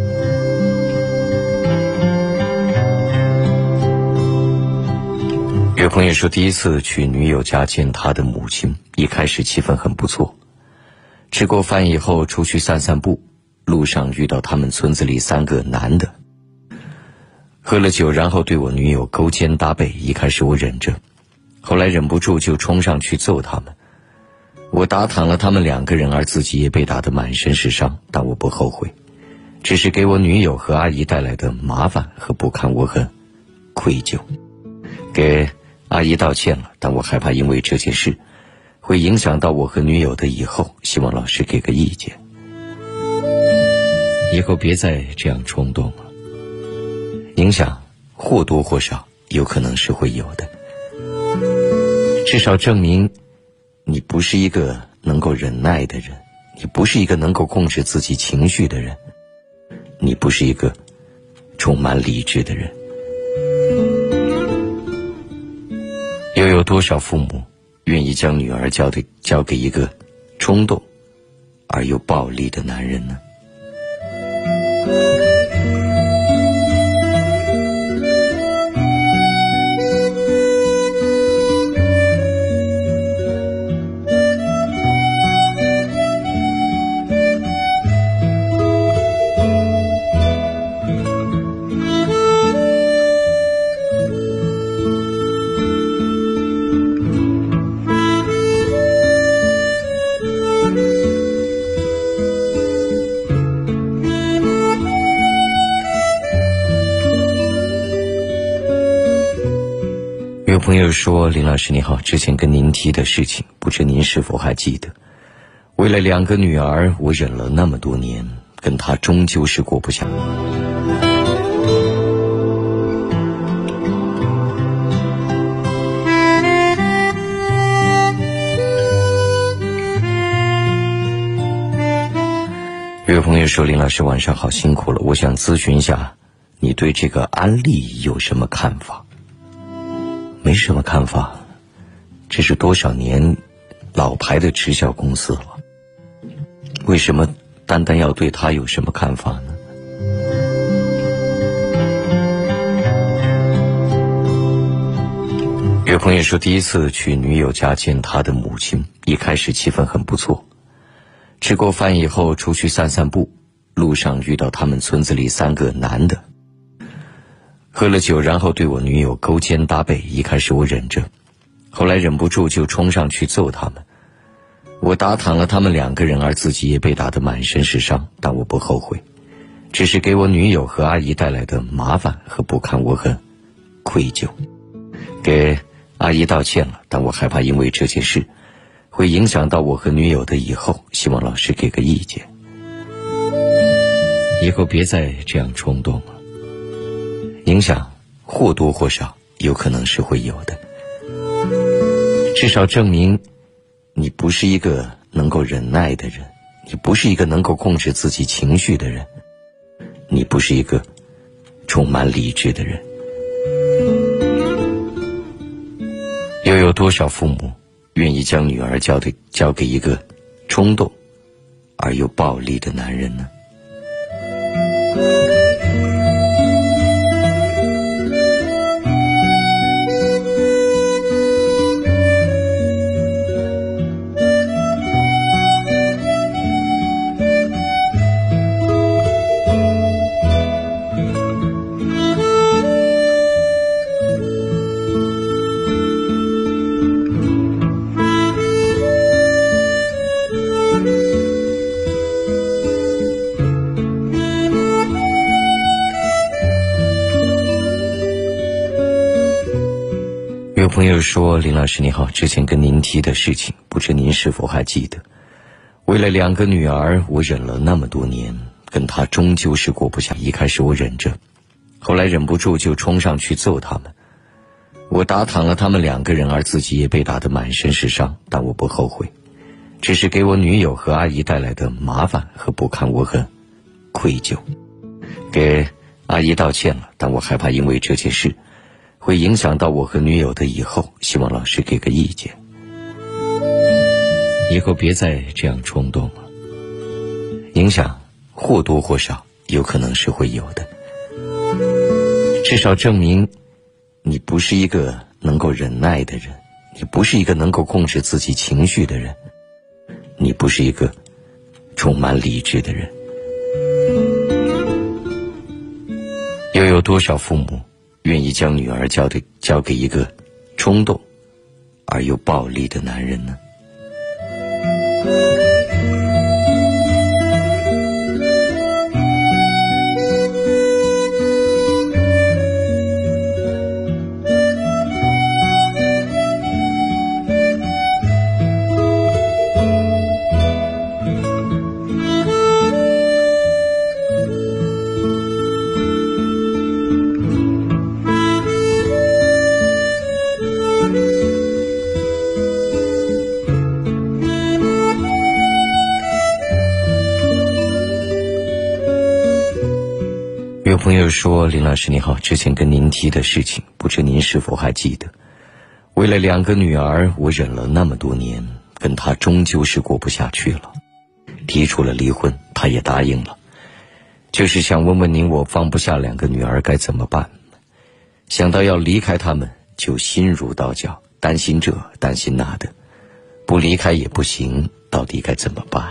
A: 有朋友说，第一次去女友家见她的母亲，一开始气氛很不错，吃过饭以后出去散散步，路上遇到他们村子里3个男的，喝了酒，然后对我女友勾肩搭背，一开始我忍着，后来忍不住就冲上去揍他们，我打躺了他们2个人，而自己也被打得满身是伤，但我不后悔，只是给我女友和阿姨带来的麻烦和不堪，我很愧疚，给阿姨道歉了，但我害怕因为这件事会影响到我和女友的以后，希望老师给个意见。 以后别再这样冲动了，影响或多或少有可能是会有的，至少证明你不是一个能够忍耐的人，你不是一个能够控制自己情绪的人，你不是一个充满理智的人。又有多少父母愿意将女儿交给一个冲动而又暴力的男人呢？有朋友说，林老师你好，之前跟您提的事情，不知您是否还记得？为了2个女儿，我忍了那么多年，跟她终究是过不下。有朋友说，林老师晚上好，辛苦了，我想咨询一下，你对这个安利有什么看法？没什么看法，这是多少年老牌的直销公司了，为什么单单要对他有什么看法呢？有朋友说，第一次去女友家见她的母亲，一开始气氛很不错，吃过饭以后出去散散步，路上遇到他们村子里3个男的喝了酒，然后对我女友勾肩搭背，一开始我忍着，后来忍不住就冲上去揍他们。我打躺了他们2个人，而自己也被打得满身是伤，但我不后悔，只是给我女友和阿姨带来的麻烦和不堪，我很愧疚。给阿姨道歉了，但我害怕因为这件事会影响到我和女友的以后，希望老师给个意见。以后别再这样冲动了，影响或多或少有可能是会有的，至少证明你不是一个能够忍耐的人，你不是一个能够控制自己情绪的人，你不是一个充满理智的人。又有多少父母愿意将女儿交给一个冲动而又暴力的男人呢？有朋友说，林老师你好，之前跟您提的事情，不知您是否还记得？为了2个女儿，我忍了那么多年，跟她终究是过不下。一开始我忍着，后来忍不住就冲上去揍他们。我打躺了他们2个人，而自己也被打得满身是伤，但我不后悔，只是给我女友和阿姨带来的麻烦和不堪，我很愧疚。给阿姨道歉了，但我害怕因为这件事会影响到我和女友的以后，希望老师给个意见。以后别再这样冲动了，影响或多或少有可能是会有的，至少证明你不是一个能够忍耐的人，你不是一个能够控制自己情绪的人，你不是一个充满理智的人。又有多少父母愿意将女儿交给一个冲动而又暴力的男人呢？ 有朋友说，林老师你好，之前跟您提的事情，不知您是否还记得？为了2个女儿，我忍了那么多年，跟她终究是过不下去了，提出了离婚，她也答应了。就是想问问您，我放不下2个女儿该怎么办？想到要离开她们，就心如刀绞，担心这担心那的，不离开也不行，到底该怎么办？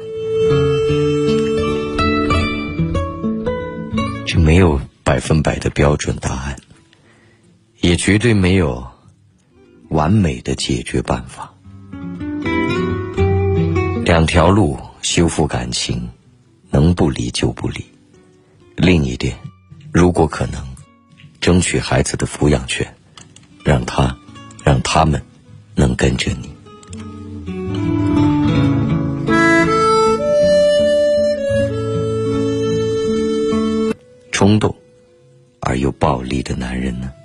A: 这没有100%的标准答案，也绝对没有完美的解决办法。2条路修复感情，能不离就不离。另一点，如果可能，争取孩子的抚养权，让他们能跟着你。冲动而又暴力的男人呢？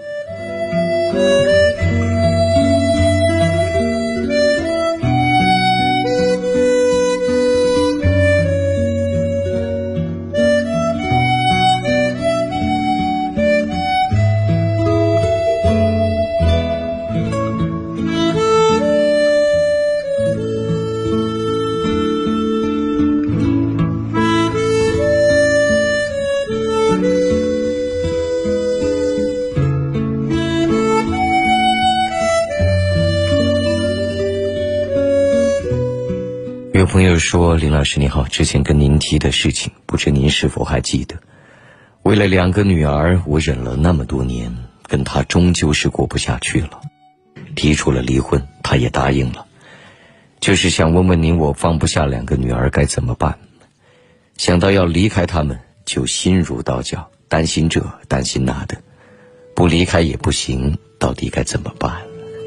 A: 有朋友说，林老师你好，之前跟您提的事情，不知您是否还记得？为了2个女儿，我忍了那么多年，跟她终究是过不下去了，提出了离婚，她也答应了。就是想问问您，我放不下2个女儿该怎么办？想到要离开她们，就心如刀绞，担心这担心那的，不离开也不行，到底该怎么办？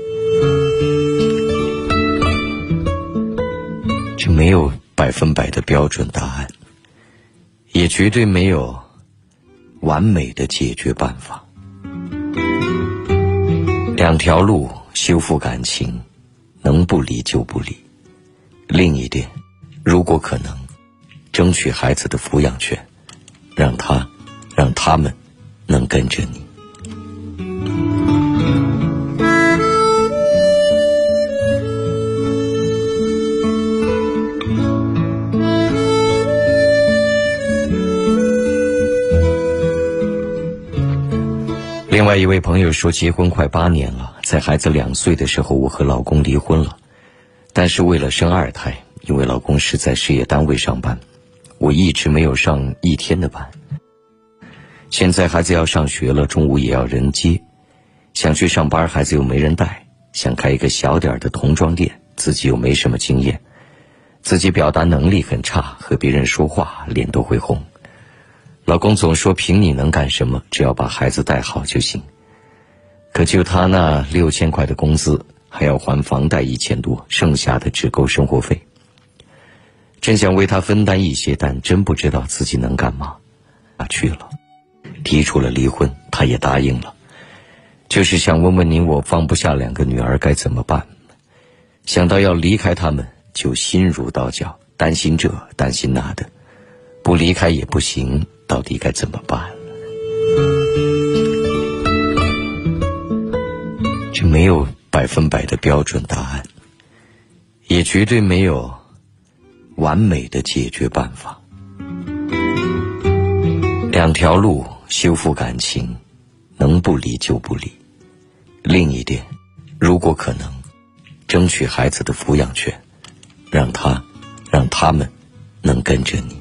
A: 这没有100%的标准答案，也绝对没有完美的解决办法。2条路修复感情，能不离就不离。另一点，如果可能，争取孩子的抚养权，让他们能跟着你。另外一位朋友说，结婚快8年了，在孩子2岁的时候，我和老公离婚了，但是为了生2胎，因为老公是在事业单位上班，我一直没有上1天的班。现在孩子要上学了，中午也要人接，想去上班，孩子又没人带，想开一个小点的童装店，自己又没什么经验，自己表达能力很差，和别人说话脸都会红。老公总说凭你能干什么，只要把孩子带好就行。可就他那6000块的工资，还要还房贷1000多，剩下的只够生活费。真想为他分担一些，但真不知道自己能干嘛。去了，提出了离婚，他也答应了。就是想问问您，我放不下2个女儿该怎么办？想到要离开他们，就心如刀绞，担心这担心那的，不离开也不行，到底该怎么办？这没有100%的标准答案，也绝对没有完美的解决办法。2条路修复感情，能不离就不离。另一点，如果可能，争取孩子的抚养权，让他们能跟着你。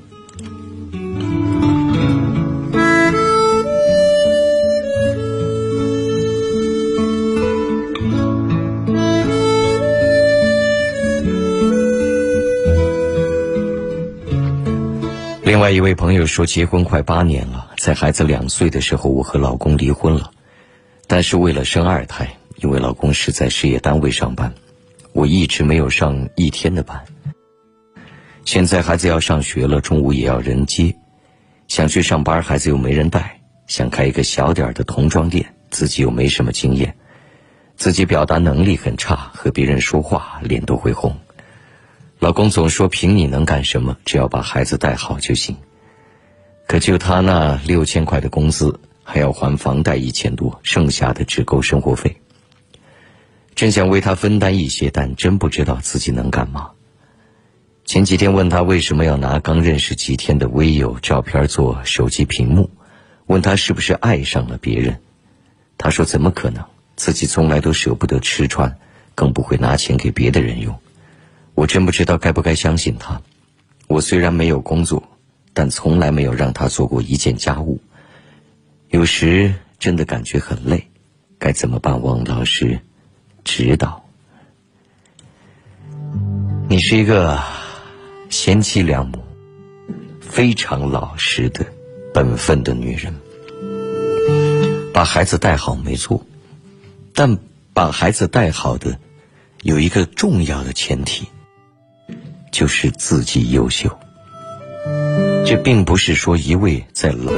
A: 另外一位朋友说，结婚快8年了，在孩子2岁的时候，我和老公离婚了，但是为了生2胎，因为老公是在事业单位上班，我一直没有上1天的班。现在孩子要上学了，中午也要人接，想去上班，孩子又没人带，想开一个小点的童装店，自己又没什么经验，自己表达能力很差，和别人说话脸都会红。老公总说凭你能干什么，只要把孩子带好就行。 可就他那6000块的工资，还要还房贷1000多，剩下的只够生活费。真想为他分担一些，但真不知道自己能干嘛。前几天问他为什么要拿刚认识几天的微友照片做手机屏幕，问他是不是爱上了别人。他说怎么可能，自己从来都舍不得吃穿，更不会拿钱给别的人用。我真不知道该不该相信他。我虽然没有工作，但从来没有让他做过一件家务。有时真的感觉很累，该怎么办？王老师指导。你是一个贤妻良母，非常老实的本分的女人。把孩子带好没错，但把孩子带好的有一个重要的前提，就是自己优秀。这并不是说一味在老。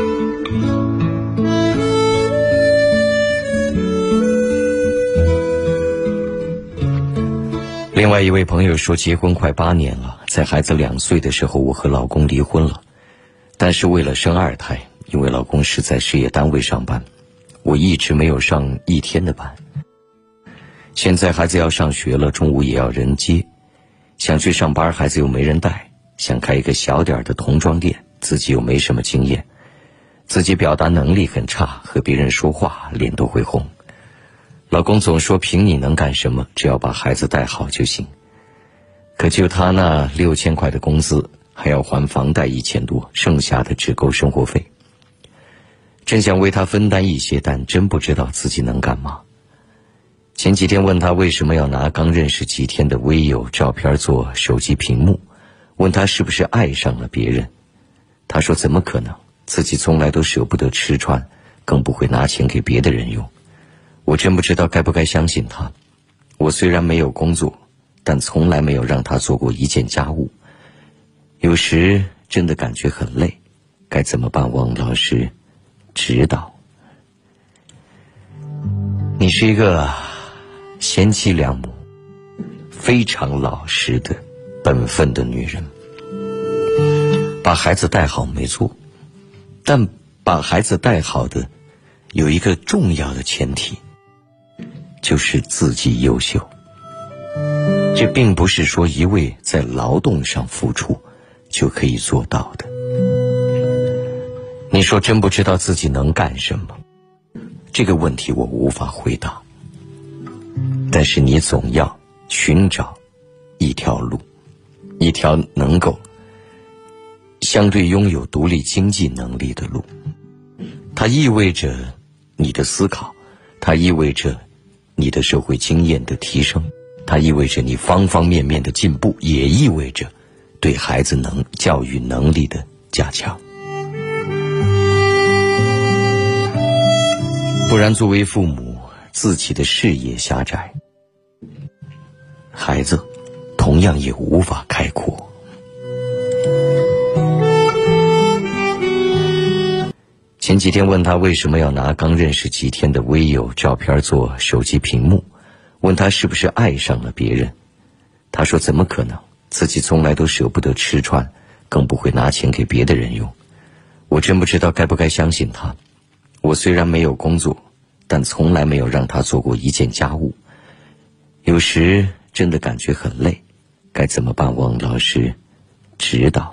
A: 另外一位朋友说，结婚快8年了，在孩子2岁的时候，我和老公离婚了，但是为了生2胎，因为老公是在事业单位上班，我一直没有上1天的班。现在孩子要上学了，中午也要人接，想去上班，孩子又没人带，想开一个小点的童装店，自己又没什么经验，自己表达能力很差，和别人说话脸都会红。老公总说凭你能干什么，只要把孩子带好就行。可就他那6000块的工资，还要还房贷1000多，剩下的只够生活费。真想为他分担一些，但真不知道自己能干嘛。前几天问他为什么要拿刚认识几天的微友照片做手机屏幕，问他是不是爱上了别人。他说怎么可能，自己从来都舍不得吃穿，更不会拿钱给别的人用。我真不知道该不该相信他。我虽然没有工作，但从来没有让他做过一件家务。有时真的感觉很累，该怎么办？王老师指导。你是一个贤妻良母，非常老实的本分的女人。把孩子带好没错，但把孩子带好的有一个重要的前提，就是自己优秀。这并不是说一味在劳动上付出就可以做到的。你说真不知道自己能干什么，这个问题我无法回答。但是你总要寻找一条路，一条能够相对拥有独立经济能力的路。它意味着你的思考，它意味着你的社会经验的提升，它意味着你方方面面的进步，也意味着对孩子教育能力的加强。不然作为父母，自己的视野狭窄，孩子同样也无法开阔。前几天问他为什么要拿刚认识几天的微友照片做手机屏幕，问他是不是爱上了别人。他说怎么可能，自己从来都舍不得吃穿，更不会拿钱给别的人用。我真不知道该不该相信他。我虽然没有工作，但从来没有让他做过一件家务。有时真的感觉很累，该怎么办？王老师指导。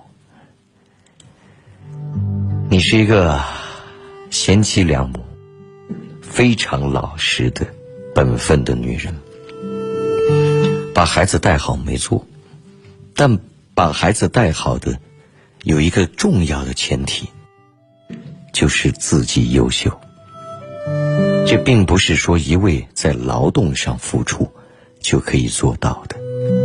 A: 你是一个贤妻良母，非常老实的本分的女人。把孩子带好没错，但把孩子带好的有一个重要的前提，就是自己优秀。这并不是说一味在劳动上付出就可以做到的。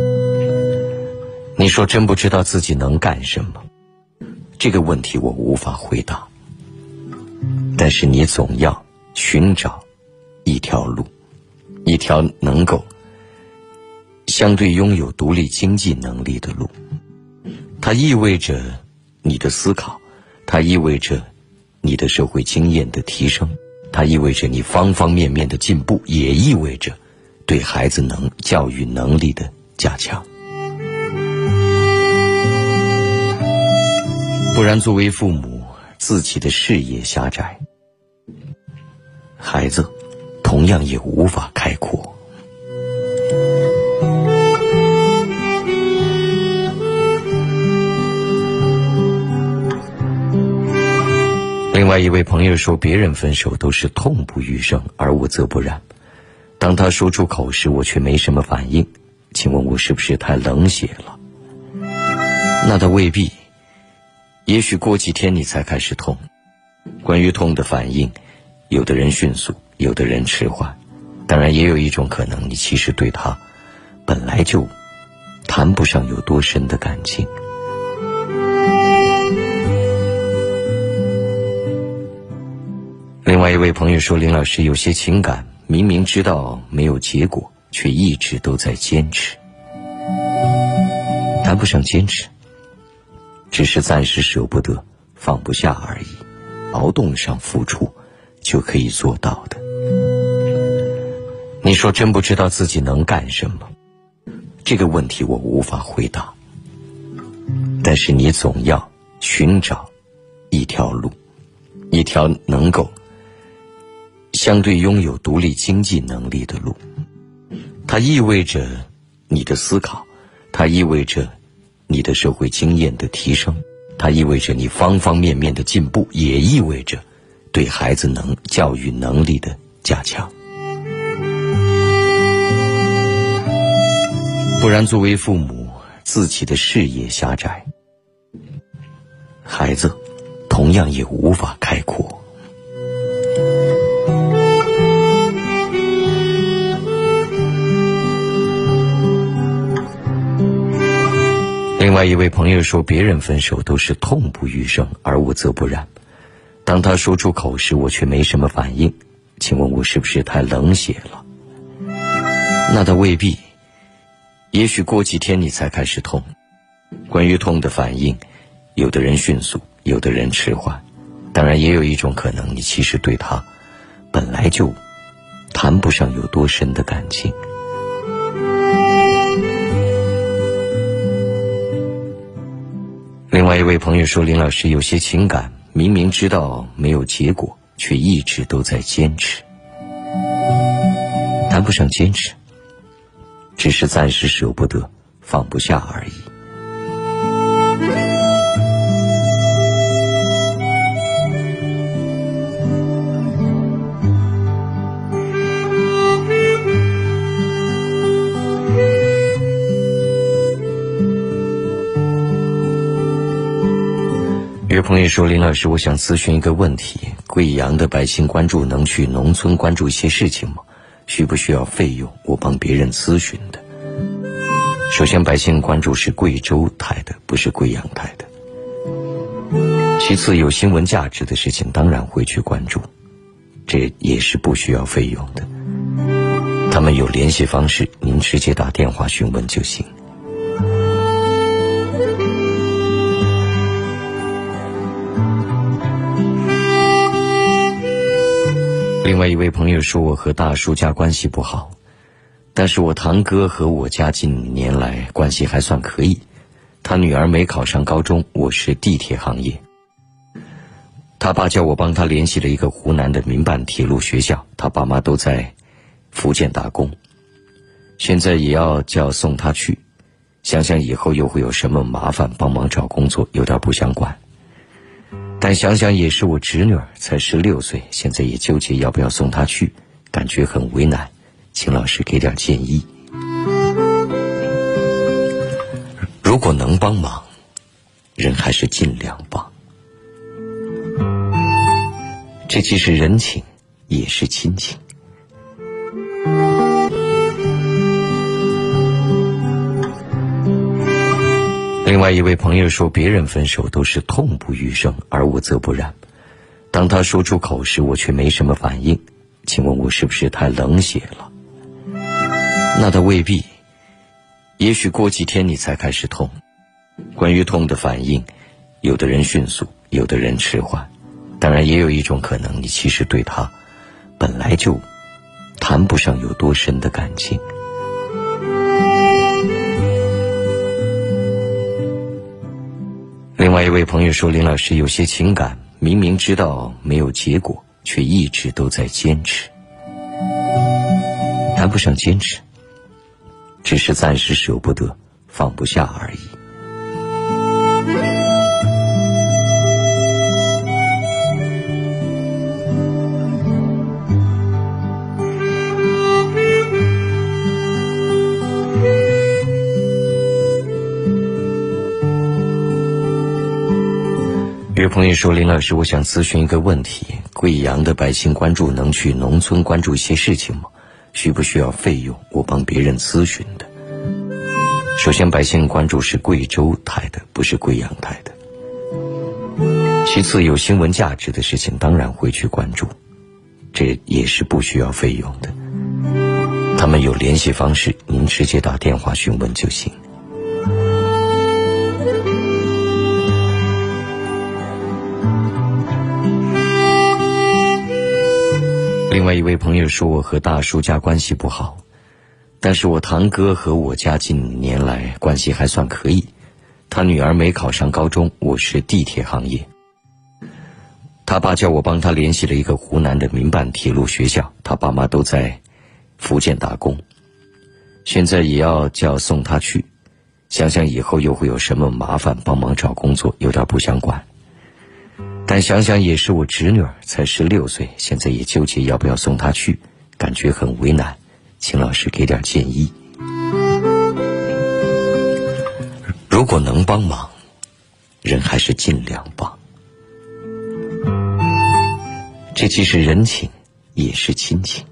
A: 你说真不知道自己能干什么，这个问题我无法回答。但是你总要寻找一条路，一条能够相对拥有独立经济能力的路。它意味着你的思考，它意味着你的社会经验的提升，它意味着你方方面面的进步，也意味着对孩子教育能力的加强。不然作为父母， 自己的视野狭窄，孩子同样也无法开阔。另外一位朋友说，别人分手都是痛不欲生，而我则不然。当他说出口时，我却没什么反应，请问我是不是太冷血了？那倒未必，也许过几天你才开始痛。关于痛的反应，有的人迅速，有的人迟缓，当然也有一种可能，你其实对他本来就谈不上有多深的感情。另外一位朋友说，林老师，有些情感明明知道没有结果，却一直都在坚持。谈不上坚持，只是暂时舍不得，放不下而已。劳动上付出就可以做到的。你说真不知道自己能干什么？这个问题我无法回答，但是你总要寻找一条路，一条能够相对拥有独立经济能力的路。它意味着你的思考，它意味着你的社会经验的提升，它意味着你方方面面的进步，也意味着对孩子教育能力的加强。不然作为父母，自己的视野狭窄，孩子同样也无法开阔。另外一位朋友说，别人分手都是痛不欲生，而我则不然。当他说出口时，我却没什么反应，请问我是不是太冷血了？那倒未必，也许过几天你才开始痛。关于痛的反应，有的人迅速，有的人迟缓，当然也有一种可能，你其实对他本来就谈不上有多深的感情。另外一位朋友说，林老师，有些情感明明知道没有结果，却一直都在坚持。谈不上坚持，只是暂时舍不得，放不下而已。有朋友说，林老师，我想咨询一个问题，贵阳的百姓关注能去农村关注一些事情吗？需不需要费用？我帮别人咨询的。首先，百姓关注是贵州台的，不是贵阳台的。其次，有新闻价值的事情当然会去关注，这也是不需要费用的。他们有联系方式，您直接打电话询问就行。另外一位朋友说，我和大叔家关系不好，但是我堂哥和我家近年来关系还算可以。他女儿没考上高中，我是地铁行业，他爸叫我帮他联系了一个湖南的民办铁路学校，他爸妈都在福建打工，现在也要叫送他去，想想以后又会有什么麻烦，帮忙找工作有点不想管。但想想也是我侄女儿，才16岁，现在也纠结要不要送她去，感觉很为难，请老师给点建议。如果能帮忙，人还是尽量帮，这既是人情，也是亲情。另外一位朋友说，别人分手都是痛不欲生，而我则不然。当他说出口时，我却没什么反应，请问我是不是太冷血了？那倒未必，也许过几天你才开始痛。关于痛的反应，有的人迅速，有的人迟缓，当然也有一种可能，你其实对他本来就谈不上有多深的感情。另外一位朋友说，林老师，有些情感明明知道没有结果，却一直都在坚持。谈不上坚持，只是暂时舍不得，放不下而已。有朋友说，林老师，我想咨询一个问题，贵阳的百姓关注能去农村关注一些事情吗？需不需要费用？我帮别人咨询的。首先，百姓关注是贵州台的，不是贵阳台的。其次，有新闻价值的事情当然会去关注，这也是不需要费用的。他们有联系方式，您直接打电话询问就行。另外一位朋友说，我和大叔家关系不好，但是我堂哥和我家近年来关系还算可以。他女儿没考上高中，我是地铁行业。他爸叫我帮他联系了一个湖南的民办铁路学校，他爸妈都在福建打工，现在也要叫送他去，想想以后又会有什么麻烦，帮忙找工作有点不想管。但想想也是我侄女儿，才16岁，现在也纠结要不要送她去，感觉很为难，请老师给点建议。如果能帮忙，人还是尽量帮，这既是人情，也是亲情。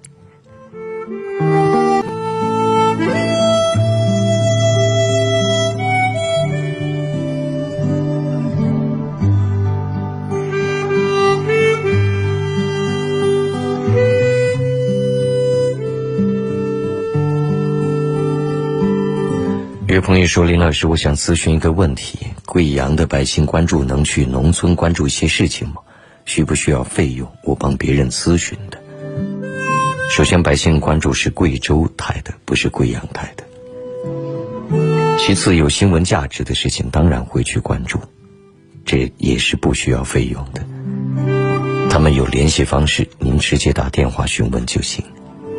A: 有朋友说，林老师，我想咨询一个问题，贵阳的百姓关注能去农村关注一些事情吗？需不需要费用？我帮别人咨询的。首先，百姓关注是贵州台的，不是贵阳台的。其次，有新闻价值的事情当然会去关注，这也是不需要费用的。他们有联系方式，您直接打电话询问就行。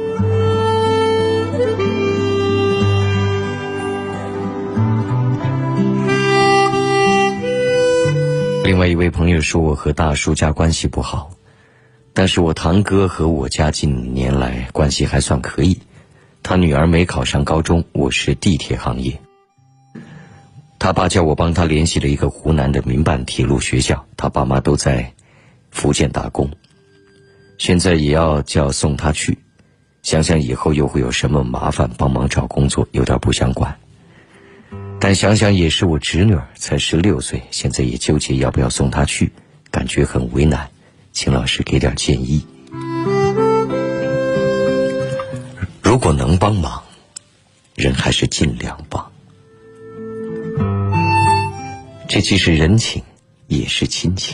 A: 另外一位朋友说，我和大叔家关系不好，但是我堂哥和我家近年来关系还算可以。他女儿没考上高中，我是地铁行业。他爸叫我帮他联系了一个湖南的民办铁路学校，他爸妈都在福建打工，现在也要叫送他去，想想以后又会有什么麻烦，帮忙找工作有点不想管。但想想也是我侄女儿，才16岁，现在也纠结要不要送她去，感觉很为难，请老师给点建议。如果能帮忙，人还是尽量帮，这既是人情，也是亲情。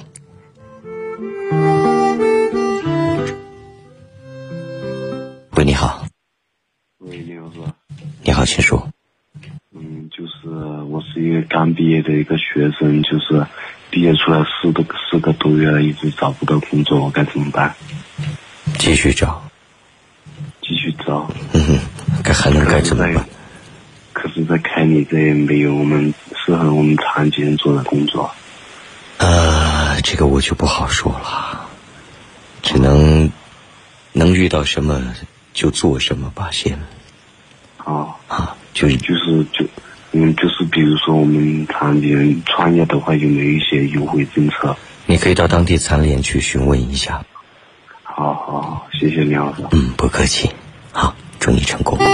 A: 喂，你好。
F: 喂，你好，是吧？
A: 你好，请说。
F: 就是我是一个刚毕业的一个学生，就是毕业出来4个多月了，一直找不到工作，我该怎么办？
A: 继续找。该怎么办？
F: 可是在开你这也没有我们适合我们残疾人做的工作。
A: 这个我就不好说了，只能遇到什么就做什么吧，先。
F: 就是比如说我们残疾人创业的话，有没有一些优惠政策？
A: 你可以到当地残联去询问一下。
F: 好，谢谢梁老师。
A: 不客气。好，祝你成功。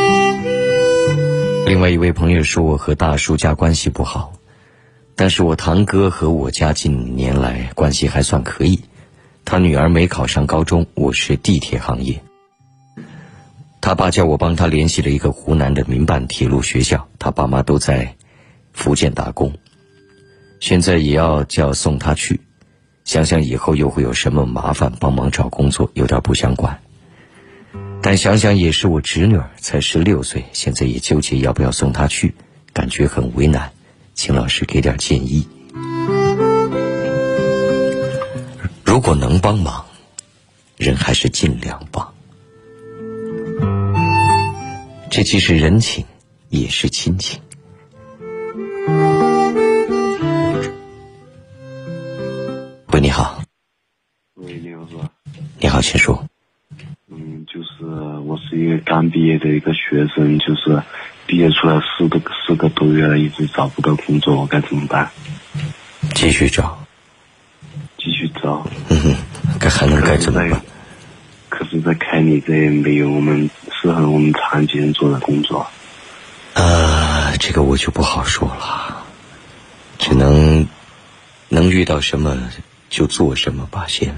A: 另外一位朋友说，我和大叔家关系不好，但是我堂哥和我家近年来关系还算可以。他女儿没考上高中，我是地铁行业。他爸叫我帮他联系了一个湖南的民办铁路学校，他爸妈都在福建打工，现在也要叫送他去，想想以后又会有什么麻烦，帮忙找工作有点不想管。但想想也是我侄女儿，才16岁，现在也纠结要不要送她去，感觉很为难，请老师给点建议。 果能帮忙，人还是尽量帮。这既是人情，也是亲情。喂，你好。
F: 喂，你好，是吧？
A: 你好，请说。
F: 就是我是一个刚毕业的一个学生，就是毕业出来四个多月了，一直找不到工作，我该怎么办？
A: 继续找。
F: 继续找。
A: 该怎么办？
F: 可是，在开你这没有适合我们残疾人做的工作。
A: 这个我就不好说了，只能遇到什么就做什么吧，先。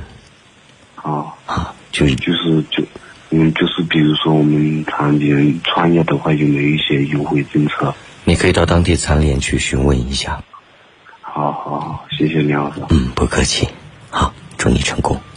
F: 就是比如说我们残疾人创业的话，有没有一些优惠政策？
A: 你可以到当地残联去询问一下。
F: 好，谢谢梁老师。
A: 不客气。好，祝你成功。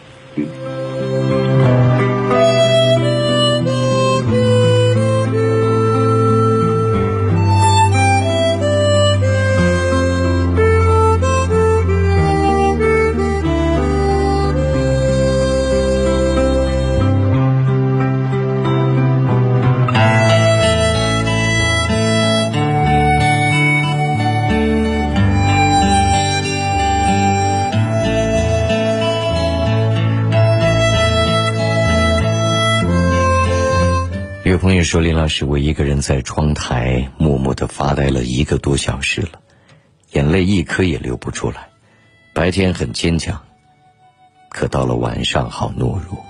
A: 有朋友说，林老师，我一个人在窗台默默地发呆了1个多小时了，眼泪一颗也流不出来。白天很坚强，可到了晚上好懦弱。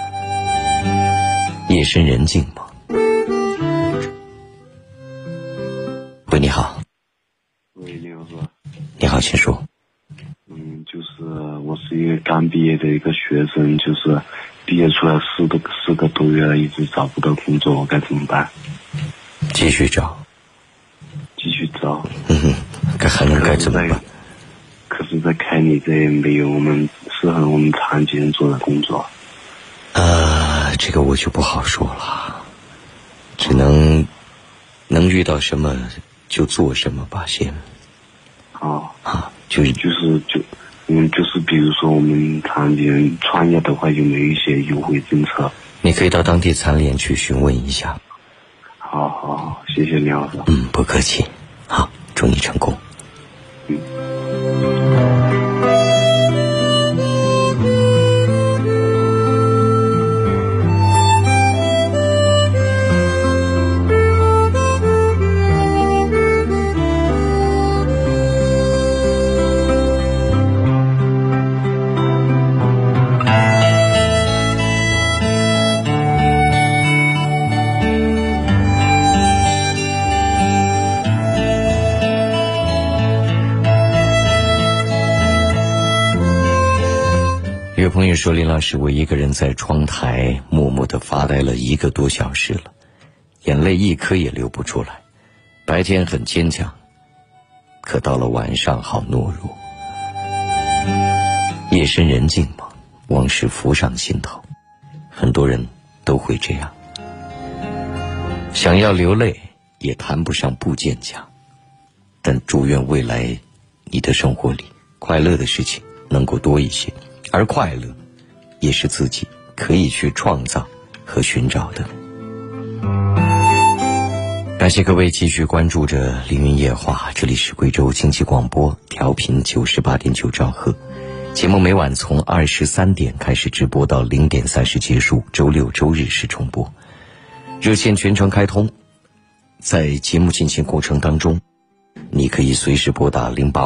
A: 夜深人静吗？喂，你好。
F: 喂，你好，是吧？
A: 你好，请说。
F: 就是我是一个刚毕业的一个学生，就是毕业出来四个多月了，一直找不到工作，我该怎么办？
A: 继续找。
F: 继续找。
A: 该怎么办？
F: 可是，在开你这没有适合我们残疾人做的工作。
A: 这个我就不好说了，只能遇到什么就做什么吧，先。
F: 就是比如说我们残疾人创业的话，有没有一些优惠政策？
A: 你可以到当地残联去询问一下。
F: 好，谢谢梁老师。
A: 不客气。好，祝你成功。有朋友说，林老师，我一个人在窗台默默地发呆了1个多小时了，眼泪一颗也流不出来。白天很坚强，可到了晚上好懦弱。夜深人静嘛，往事浮上心头，很多人都会这样。想要流泪，也谈不上不坚强，但祝愿未来你的生活里快乐的事情能够多一些。而快乐也是自己可以去创造和寻找的。感谢各位继续关注着凌云夜话，这里是贵州经济广播，调频98.9兆赫。节目每晚从23点开始直播到0点30结束，周六周日是重播。热线全程开通，在节目进行过程当中，你可以随时拨打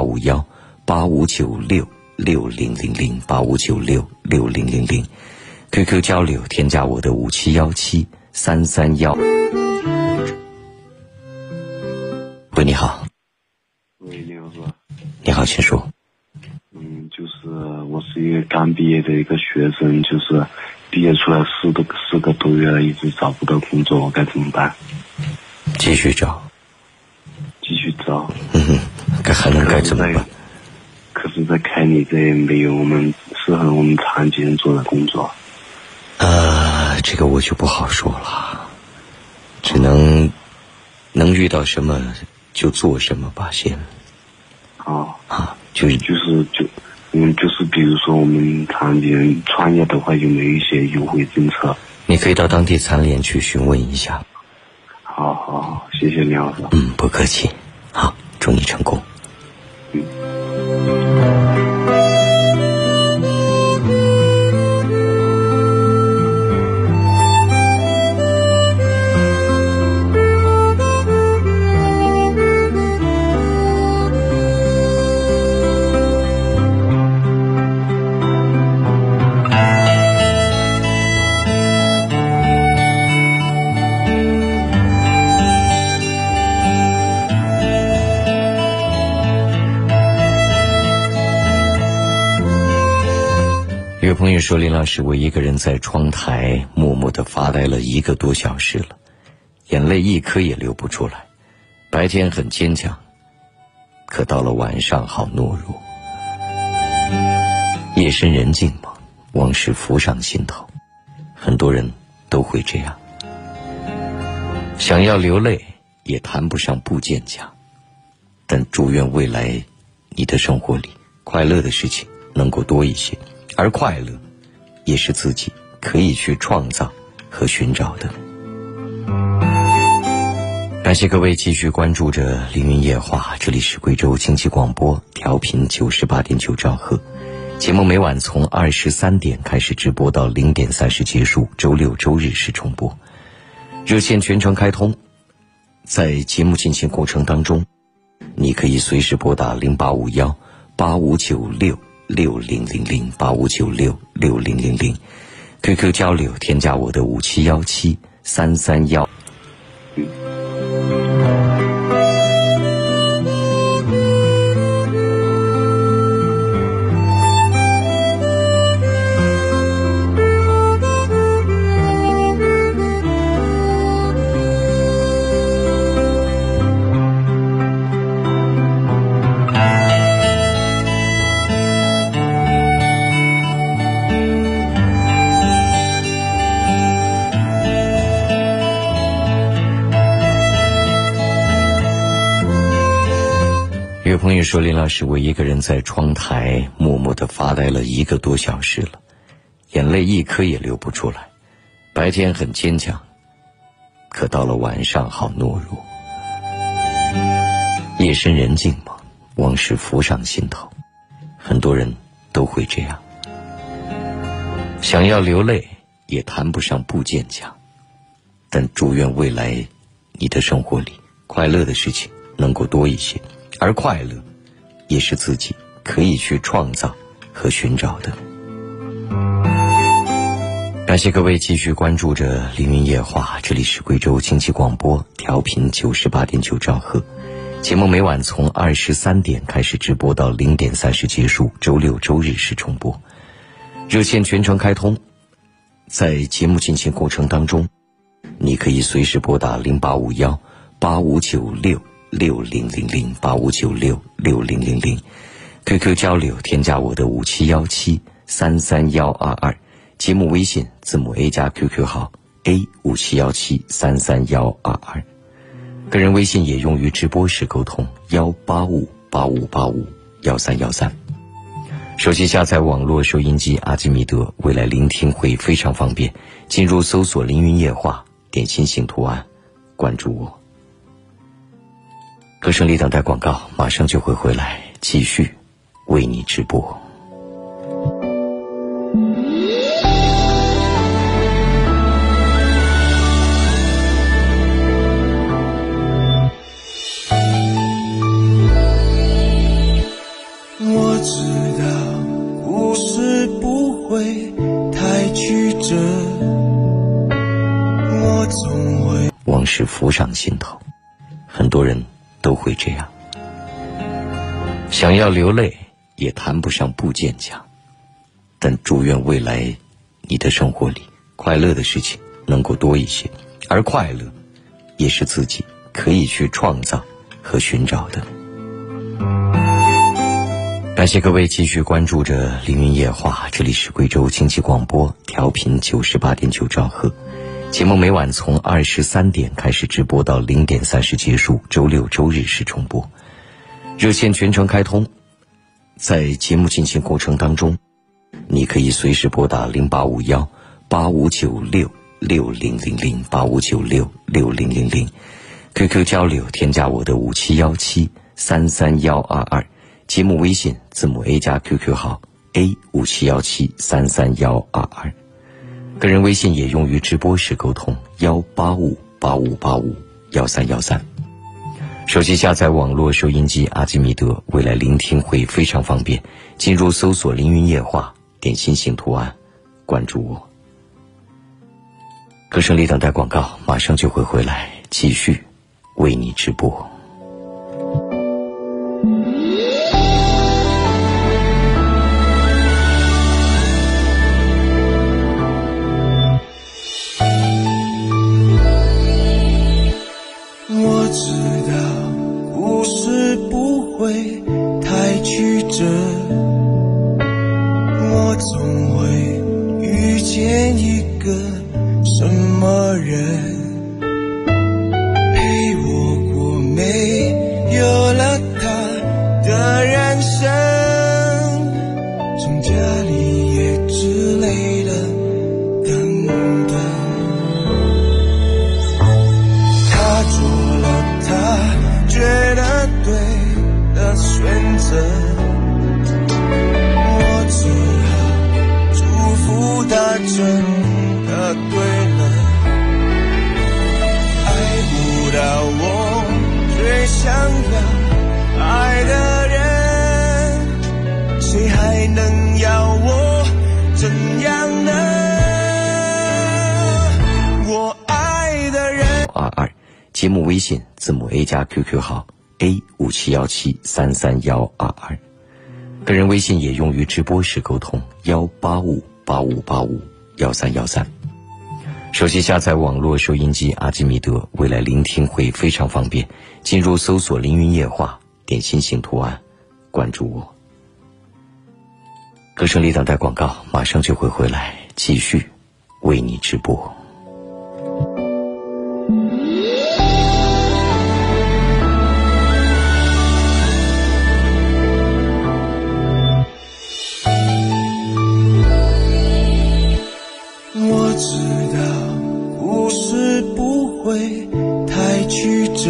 A: 08518596600085966000 QQ 交流，添加我的57173311。喂，你好。
F: 喂，你好，是吧？
A: 你好，请说。
F: 就是我是一个刚毕业的一个学生，就是毕业出来四个多月了，一直找不到工作，我该怎么办？
A: 继续找。
F: 继续找。
A: 该怎么办？
F: 可是，在开你这没有适合我们残疾人做的工作。
A: 这个我就不好说了，只能遇到什么就做什么吧，先。
F: 就是比如说我们残疾人创业的话，有没有一些优惠政策？
A: 你可以到当地残联去询问一下。
F: 好，谢谢梁老师。
A: 不客气。好，祝你成功。有朋友说，林老师，我一个人在窗台默默地发呆了1个多小时了，眼泪一颗也流不出来。白天很坚强，可到了晚上好懦弱。夜深人静嘛，往事浮上心头，很多人都会这样。想要流泪，也谈不上不坚强，但祝愿未来你的生活里快乐的事情能够多一些。而快乐也是自己可以去创造和寻找的。感谢各位继续关注着凌云夜话，这里是贵州经济广播，调频98.9兆赫。节目每晚从23点开始直播到0点30结束，周六周日是重播。热线全程开通，在节目进行过程当中，你可以随时拨打0851 85966000 8596 6000 QQ 交流，添加我的5717 331。有朋友说，林老师，我一个人在窗台默默地发呆了1个多小时了，眼泪一颗也流不出来。白天很坚强，可到了晚上好懦弱。夜深人静嘛，往事浮上心头，很多人都会这样。想要流泪，也谈不上不坚强，但祝愿未来你的生活里快乐的事情能够多一些。而快乐也是自己可以去创造和寻找的。感谢各位继续关注着凌云夜话，这里是贵州经济广播，调频98.9兆赫。节目每晚从23点开始直播到0点30结束，周六周日是重播。热线全程开通，在节目进行过程当中，你可以随时拨打0851 85966000 8596 6000 QQ 交流，添加我的5717 33122，节目微信字母 A 加 QQ 号 A5717 33122，个人微信也用于直播时沟通185 8585 1313。手机下载网络收音机阿基米德，未来聆听会非常方便。进入搜索凌云夜话，点心形图案，关注我。歌声里等待广告，马上就会回来继续为你直播。
G: 我知道故事不会太曲折，我总会
A: 往事浮上心头，很多人都会这样。想要流泪，也谈不上不坚强，但祝愿未来你的生活里快乐的事情能够多一些。而快乐也是自己可以去创造和寻找的。感谢各位继续关注着凌云夜话，这里是贵州经济广播，调频98.9兆赫。节目每晚从23点开始直播到0点30结束，周六周日是重播。热线全程开通， 在节目进行过程当中，你可以随时拨打0851-8596-6000 QQ 交流，添加我的5717-33122，节目微信字母 A 加 QQ 号 A5717-33122，个人微信也用于直播时沟通18585851313。手机下载网络收音机阿基米德，未来聆听会非常方便。进入搜索凌云夜话，点心形图案，关注我。歌声里等待广告，马上就会回来继续为你直播。
G: 我知道故事不会太曲折，我总会遇见一个什么人，陪我过没有了他的人生，从家里也之类的等等。他做了他觉得对的选择，我只好祝福他真的对了。爱不到我最想要爱的人，谁还能要我怎样呢？我爱的人
A: 22节目微信字母 A 加 QQ 号 A5717-33122，个人微信也用于直播时沟通18585851313。手机下载网络收音机阿基米德，未来聆听会非常方便。进入搜索凌云夜话，点心形图案，关注我。歌声里等待广告，马上就会回来继续为你直播。
G: 我知道故事不会太曲折，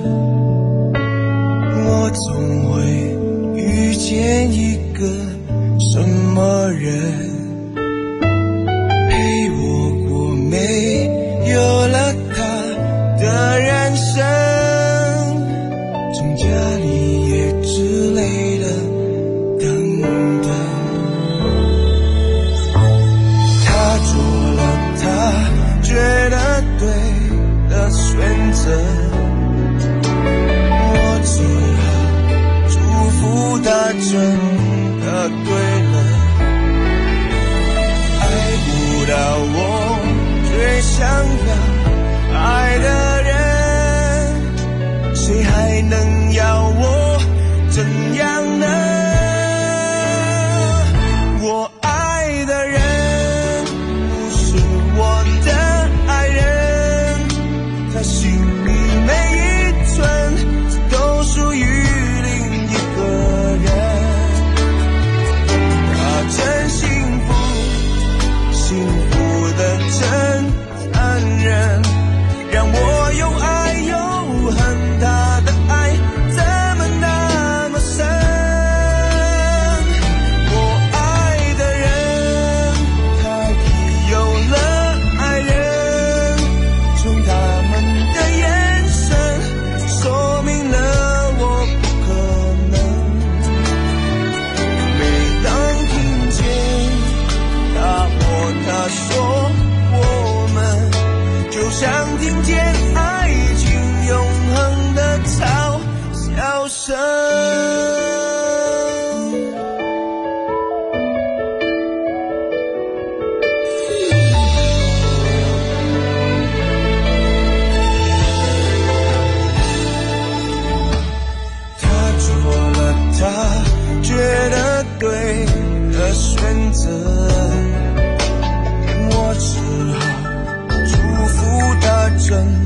G: 我总会遇见一个什么人，陪我过没有了他的人生，从家里也之类的等等。他做了他觉得对的选择，我只好祝福他真的对了。爱不到我最想要爱的人，谁还能要我怎样呢？我爱的人心里每一寸都属于另一个人，他真幸福，幸福的真残忍，让我又爱又恨，他的爱怎么那么深？我爱的人，他已有了爱人，从他说明了我不可能。每当听见他或她说我们，就像听见爱情永恒的嘲笑声。他觉得对的选择，我只好祝福他真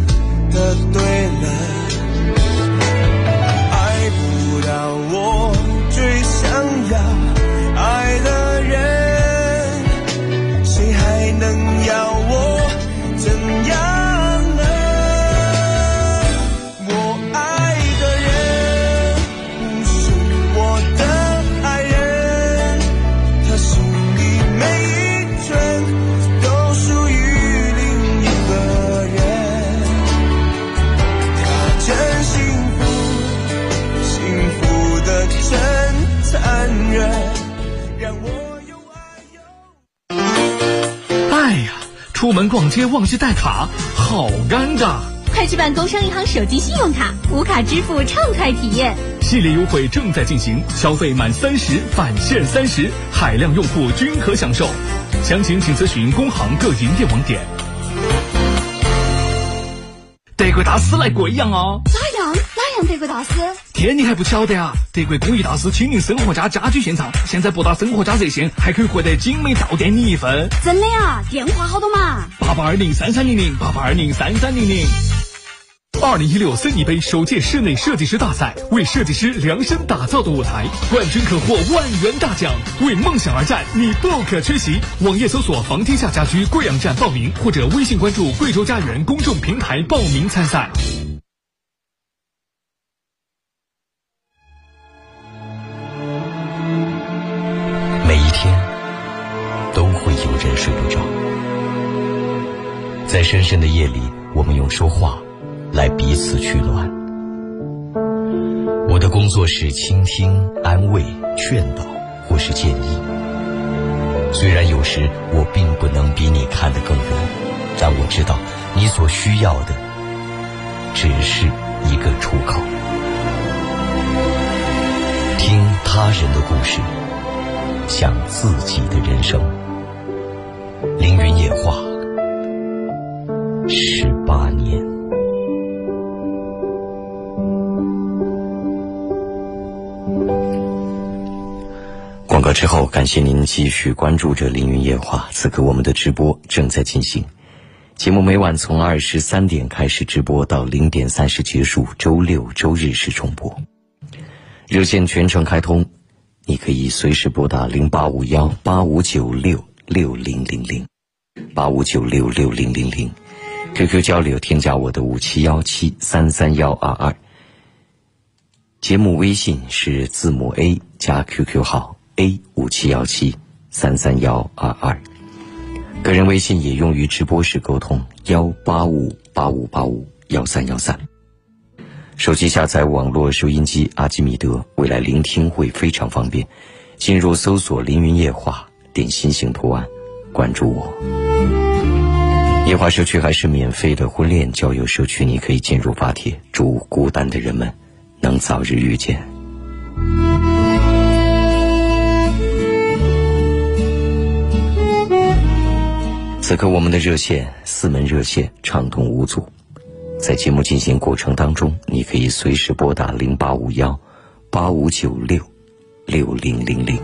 B: 哎呀，出门逛街忘记带卡，好尴尬。
H: 快去办工商银行手机信用卡，无卡支付畅快体验。
B: 系列优惠正在进行，消费满30返现30，海量用户均可享受。详情请咨询工行各营业网点。德国大师来贵阳哦！
H: 哪样德国大师？
B: 天，你还不晓得啊？德国工艺大师亲临生活家家居现场，现在拨打生活家热线还可以获得精美到店礼一份。
H: 真的呀？电话好多嘛
B: ？88203300，88203300。2016森尼杯首届室内设计师大赛，为设计师量身打造的舞台，冠军可获10000元大奖。为梦想而战，你不可缺席。网页搜索房天下家居贵阳站报名，或者微信关注贵州家园公众平台报名参赛。
A: 每一天都会有人睡不着，在深深的夜里，我们用说话来彼此取暖。我的工作是倾听、安慰、劝导或是建议。虽然有时我并不能比你看得更远，但我知道你所需要的只是一个出口。听他人的故事，想自己的人生。凌云夜话18年。广告之后，感谢您继续关注着凌云夜话。此刻我们的直播正在进行，节目每晚从23点开始直播到0点30结束，周六周日是重播。热线全程开通，你可以随时拨打085185966000，85966000。QQ 交流添加我的5717331122。节目微信是字母 A 加 QQ 号 A5717331122。个人微信也用于直播时沟通18585851313。手机下载网络收音机阿基米德，未来聆听会非常方便。进入搜索凌云夜话，点心形图案，关注我。夜话社区还是免费的婚恋交友社区，你可以进入发帖，祝孤单的人们能早日遇见。此刻我们的热线4门热线畅通无阻，在节目进行过程当中，你可以随时拨打085185966000。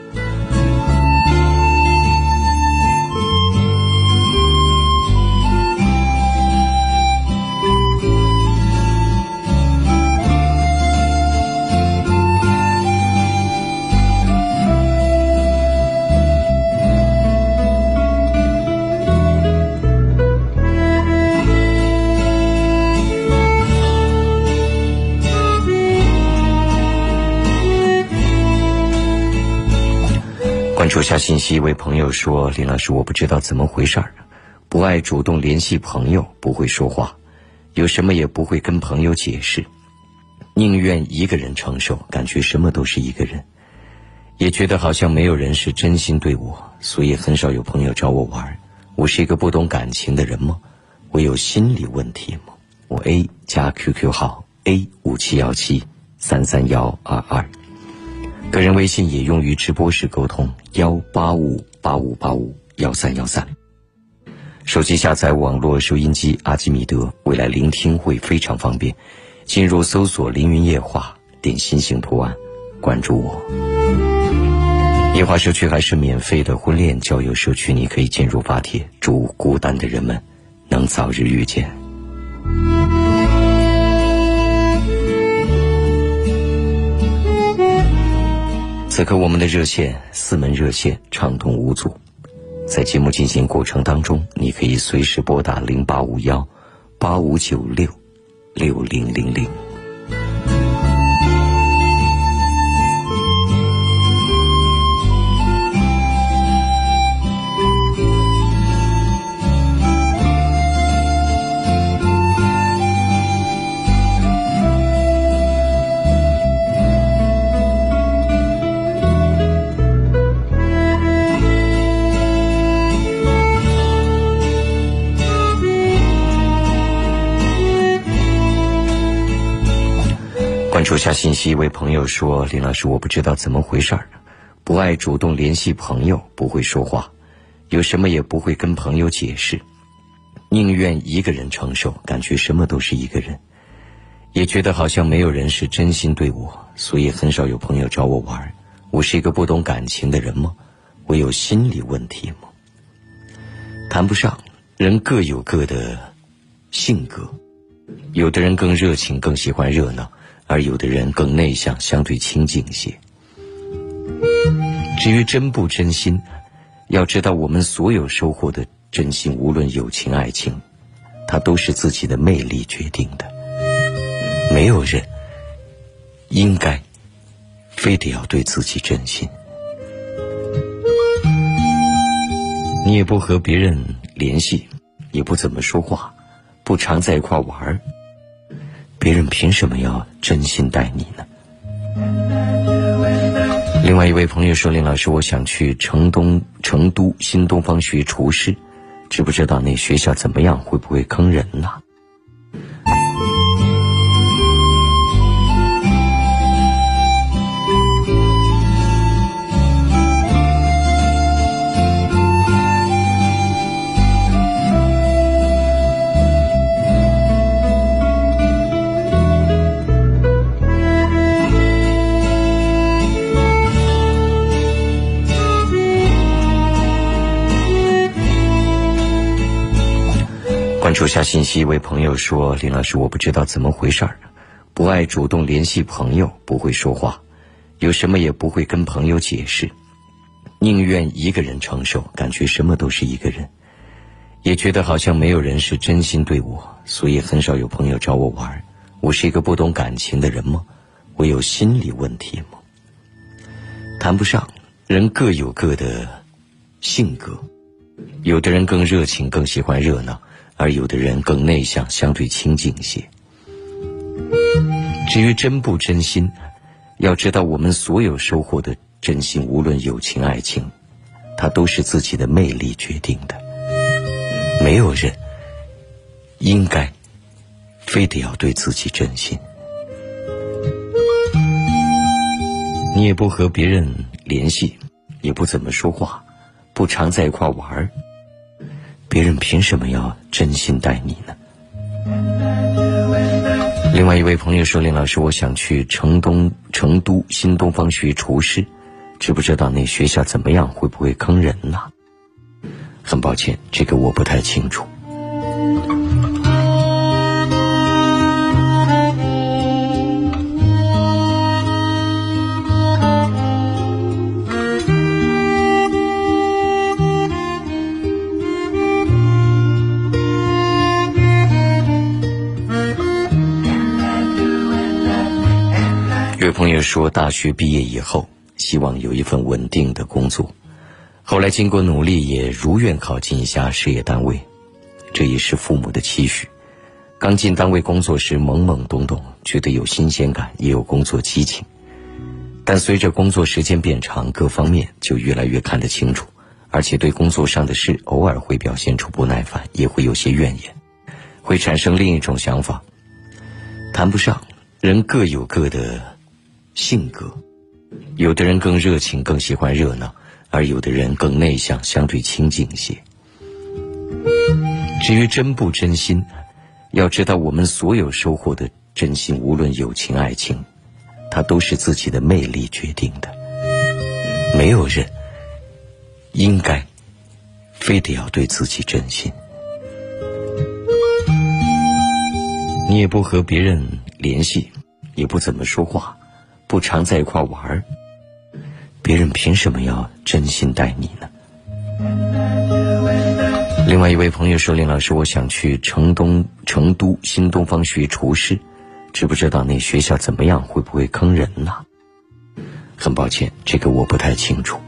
A: 关注下信息，一位朋友说，林老师，我不知道怎么回事儿，不爱主动联系朋友，不会说话，有什么也不会跟朋友解释，宁愿一个人承受，感觉什么都是一个人，也觉得好像没有人是真心对我，所以很少有朋友找我玩。我是一个不懂感情的人吗？我有心理问题吗？我 A 加 QQ 号 A5717331122。个人微信也用于直播时沟通18585851313。手机下载网络收音机阿基米德，未来聆听会非常方便。进入搜索凌云夜话，点心形图案，关注我。夜话社区还是免费的婚恋交友社区，你可以进入发帖，祝孤单的人们能早日遇见。此刻我们的热线4门热线畅通无阻，在节目进行过程当中，你可以随时拨打085185966000。 关注下信息，一位朋友说：林老师，我不知道怎么回事儿，不爱主动联系朋友，不会说话，有什么也不会跟朋友解释，宁愿一个人承受，感觉什么都是一个人，也觉得好像没有人是真心对我，所以很少有朋友找我玩。我是一个不懂感情的人吗？我有心理问题吗？谈不上，人各有各的性格，有的人更热情，更喜欢热闹，而有的人更内向，相对清静些。至于真不真心，要知道我们所有收获的真心，无论友情爱情，它都是自己的魅力决定的。没有人应该非得要对自己真心。你也不和别人联系，也不怎么说话，不常在一块玩，别人凭什么要真心待你呢？另外一位朋友说，林老师，我想去成都新东方学厨师，知不知道那学校怎么样，会不会坑人呢？关注下信息，一位朋友说，林老师，我不知道怎么回事儿，不爱主动联系朋友，不会说话，有什么也不会跟朋友解释，宁愿一个人承受，感觉什么都是一个人，也觉得好像没有人是真心对我，所以很少有朋友找我玩。我是一个不懂感情的人吗？我有心理问题吗？谈不上，人各有各的性格，有的人更热情，更喜欢热闹，而有的人更内向，相对清静些。至于真不真心，要知道我们所有收获的真心，无论友情爱情，它都是自己的魅力决定的。没有人应该非得要对自己真心。你也不和别人联系，也不怎么说话，不常在一块玩，别人凭什么要真心待你呢？另外一位朋友说，林老师，我想去成都新东方学厨师，知不知道那学校怎么样，会不会坑人呢？很抱歉，这个我不太清楚。有位朋友说，大学毕业以后希望有一份稳定的工作，后来经过努力也如愿考进一家事业单位，这也是父母的期许。刚进单位工作时懵懵懂懂，觉得有新鲜感，也有工作激情，但随着工作时间变长，各方面就越来越看得清楚，而且对工作上的事偶尔会表现出不耐烦，也会有些怨言，会产生另一种想法。谈不上，人各有各的性格，有的人更热情，更喜欢热闹，而有的人更内向，相对清静些。至于真不真心，要知道我们所有收获的真心，无论友情爱情，它都是自己的魅力决定的。没有人应该非得要对自己真心。你也不和别人联系，也不怎么说话，不常在一块玩，别人凭什么要真心待你呢？另外一位朋友说，林老师，我想去成都新东方学厨师，知不知道那学校怎么样，会不会坑人呢？很抱歉，这个我不太清楚。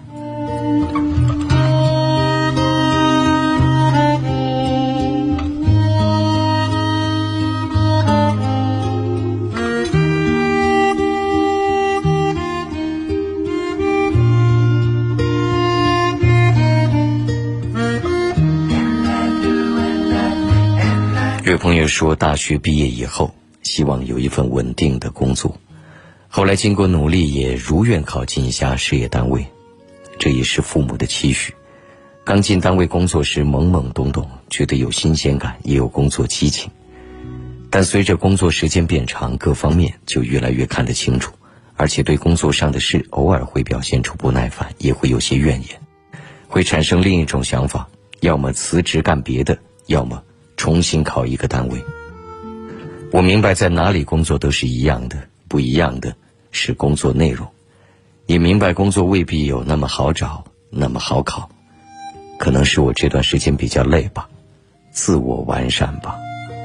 A: 有朋友说，大学毕业以后希望有一份稳定的工作， 后来经过努力，也如愿考进一家事业单位，这也是父母的期许。刚进单位工作时懵懵懂懂，觉得有新鲜感，也有工作激情。但随着工作时间变长，各方面就越来越看得清楚，而且对工作上的事偶尔会表现出不耐烦，也会有些怨言，会产生另一种想法，要么辞职干别的，要么重新考一个单位。我明白在哪里工作都是一样的，不一样的是工作内容，也明白工作未必有那么好找，那么好考。可能是我这段时间比较累吧，自我完善吧。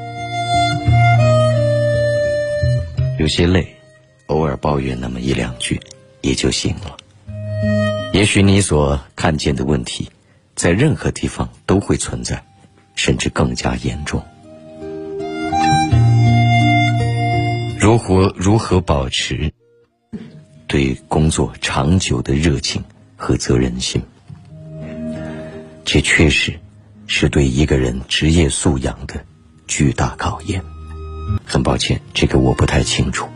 A: 有些累，偶尔抱怨那么一两句也就行了。也许你所看见的问题，在任何地方都会存在，甚至更加严重。如何保持对工作长久的热情和责任心？这确实是对一个人职业素养的巨大考验。很抱歉，这个我不太清楚。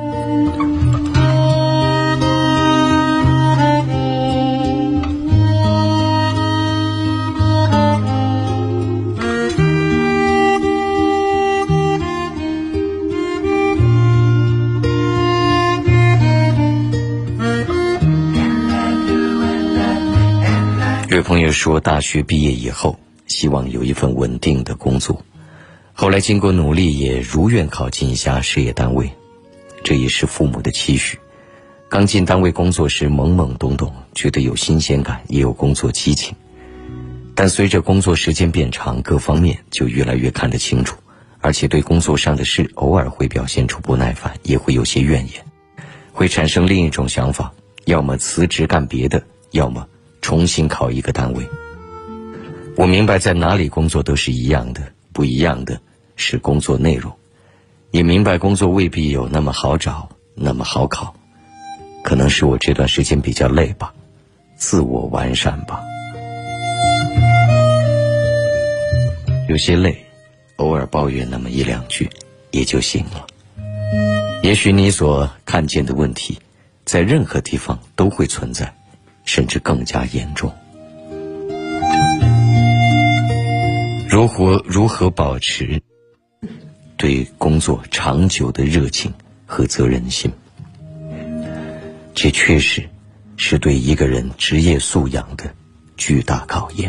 A: 有朋友说，大学毕业以后希望有一份稳定的工作，后来经过努力，也如愿考进一家事业单位，这也是父母的期许。刚进单位工作时懵懵懂懂，觉得有新鲜感，也有工作激情。但随着工作时间变长，各方面就越来越看得清楚，而且对工作上的事偶尔会表现出不耐烦，也会有些怨言，会产生另一种想法，要么辞职干别的，要么重新考一个单位。我明白在哪里工作都是一样的，不一样的是工作内容，也明白工作未必有那么好找，那么好考。可能是我这段时间比较累吧，自我完善吧。有些累，偶尔抱怨那么一两句也就行了。也许你所看见的问题，在任何地方都会存在，甚至更加严重。如何保持对工作长久的热情和责任心？这确实是对一个人职业素养的巨大考验。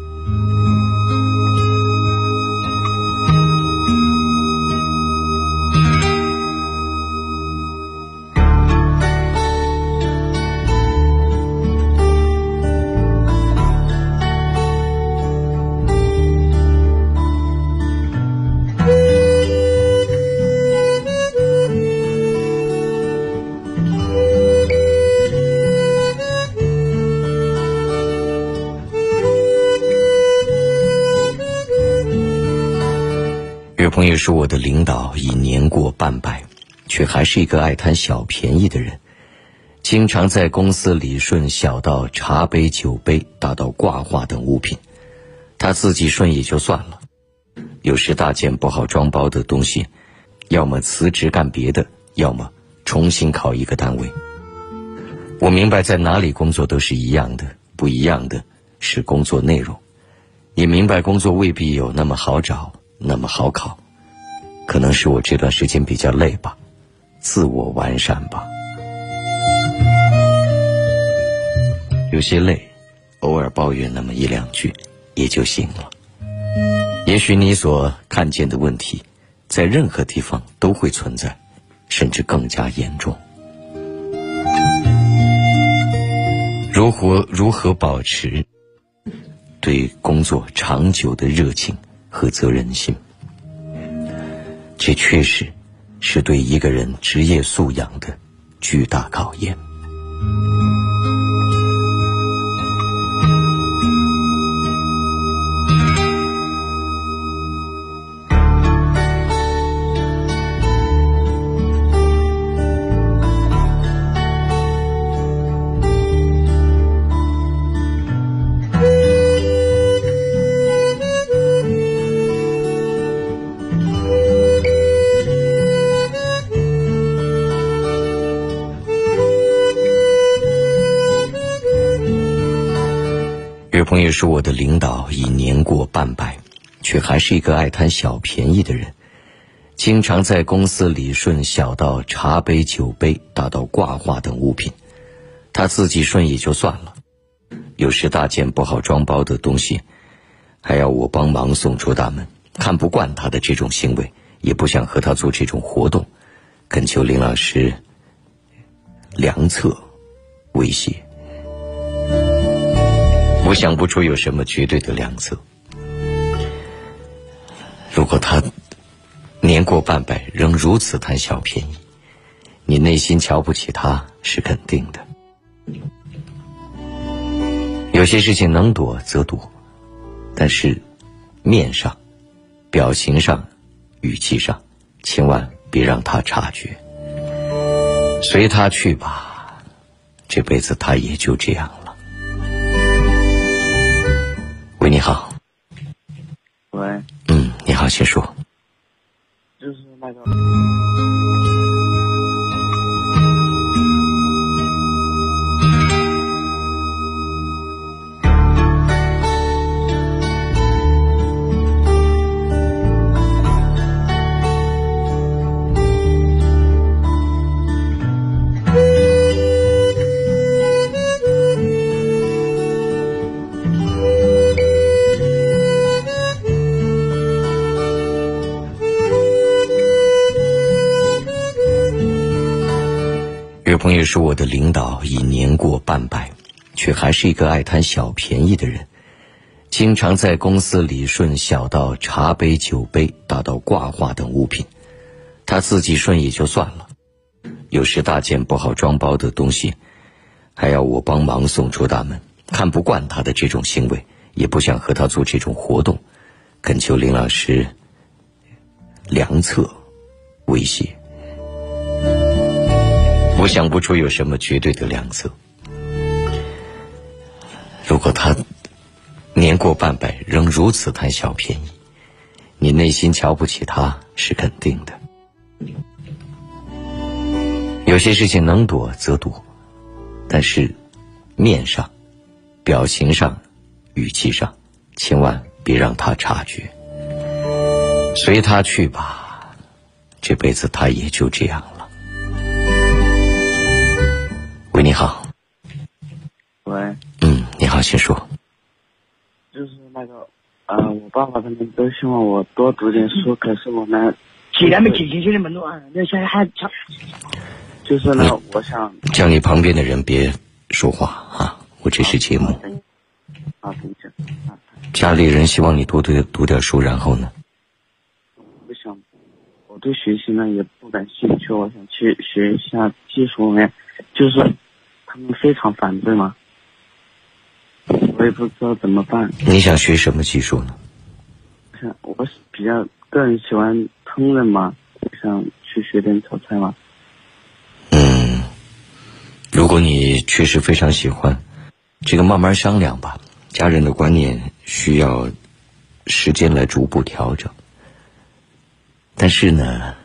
A: 有朋友说，我的领导已年过半百，却还是一个爱贪小便宜的人，经常在公司理顺小到茶杯、酒杯，大到挂画等物品，他自己顺也就算了，有时大件不好装包的东西，要么辞职干别的，要么重新考一个单位。我明白在哪里工作都是一样的，不一样的是工作内容，也明白工作未必有那么好找，那么好考。可能是我这段时间比较累吧，自我完善吧。有些累，偶尔抱怨那么一两句也就行了。也许你所看见的问题，在任何地方都会存在，甚至更加严重。如何保持对工作长久的热情和责任心？这确实是对一个人职业素养的巨大考验。 友说我的领导已年过半百，却还是一个爱贪小便宜的人，经常在公司理顺小到茶杯酒杯，大到挂画等物品，他自己顺也就算了，有时大件不好装包的东西还要我帮忙送出大门，看不惯他的这种行为，也不想和他做这种活动，恳求林老师良策威胁。我想不出有什么绝对的良策。如果他年过半百仍如此贪小便宜，你内心瞧不起他是肯定的。有些事情能躲则躲，但是面上、表情上、语气上，千万别让他察觉。随他去吧，这辈子他也就这样了。喂，你好。
F: 喂。
A: 你好，请说。
F: 就是那个。
A: 有朋友说我的领导已年过半百，却还是一个爱贪小便宜的人，经常在公司理顺小到茶杯酒杯，大到挂画等物品，他自己顺也就算了，有时大件不好装包的东西还要我帮忙送出大门，看不惯他的这种行为，也不想和他做这种活动，恳求林老师良策威胁。我想不出有什么绝对的良策。如果他年过半百仍如此贪小便宜，你内心瞧不起他是肯定的。有些事情能躲则躲，但是面上、表情上、语气上，千万别让他察觉。随他去吧，这辈子他也就这样了。喂，你好。
F: 喂。
A: 你好，请说。
F: 就是那个，我爸爸他们都希望我多读点书，可是我呢，
D: 既然没进去的门路啊，那现在还吵。
F: 就是呢，我想
A: 叫你旁边的人别说话啊，我这是节目。
F: 等一下。
A: 家里人希望你多读点书，然后呢？
F: 我对学习呢也不感兴趣，我想去学一下技术面，就是他们非常反对嘛，我也不知道怎么办。
A: 你想学什么技术呢？
F: 我比较个人喜欢烹饪嘛，想去学点炒菜嘛。
A: 如果你确实非常喜欢，这个慢慢商量吧，家人的观念需要时间来逐步调整。但是呢，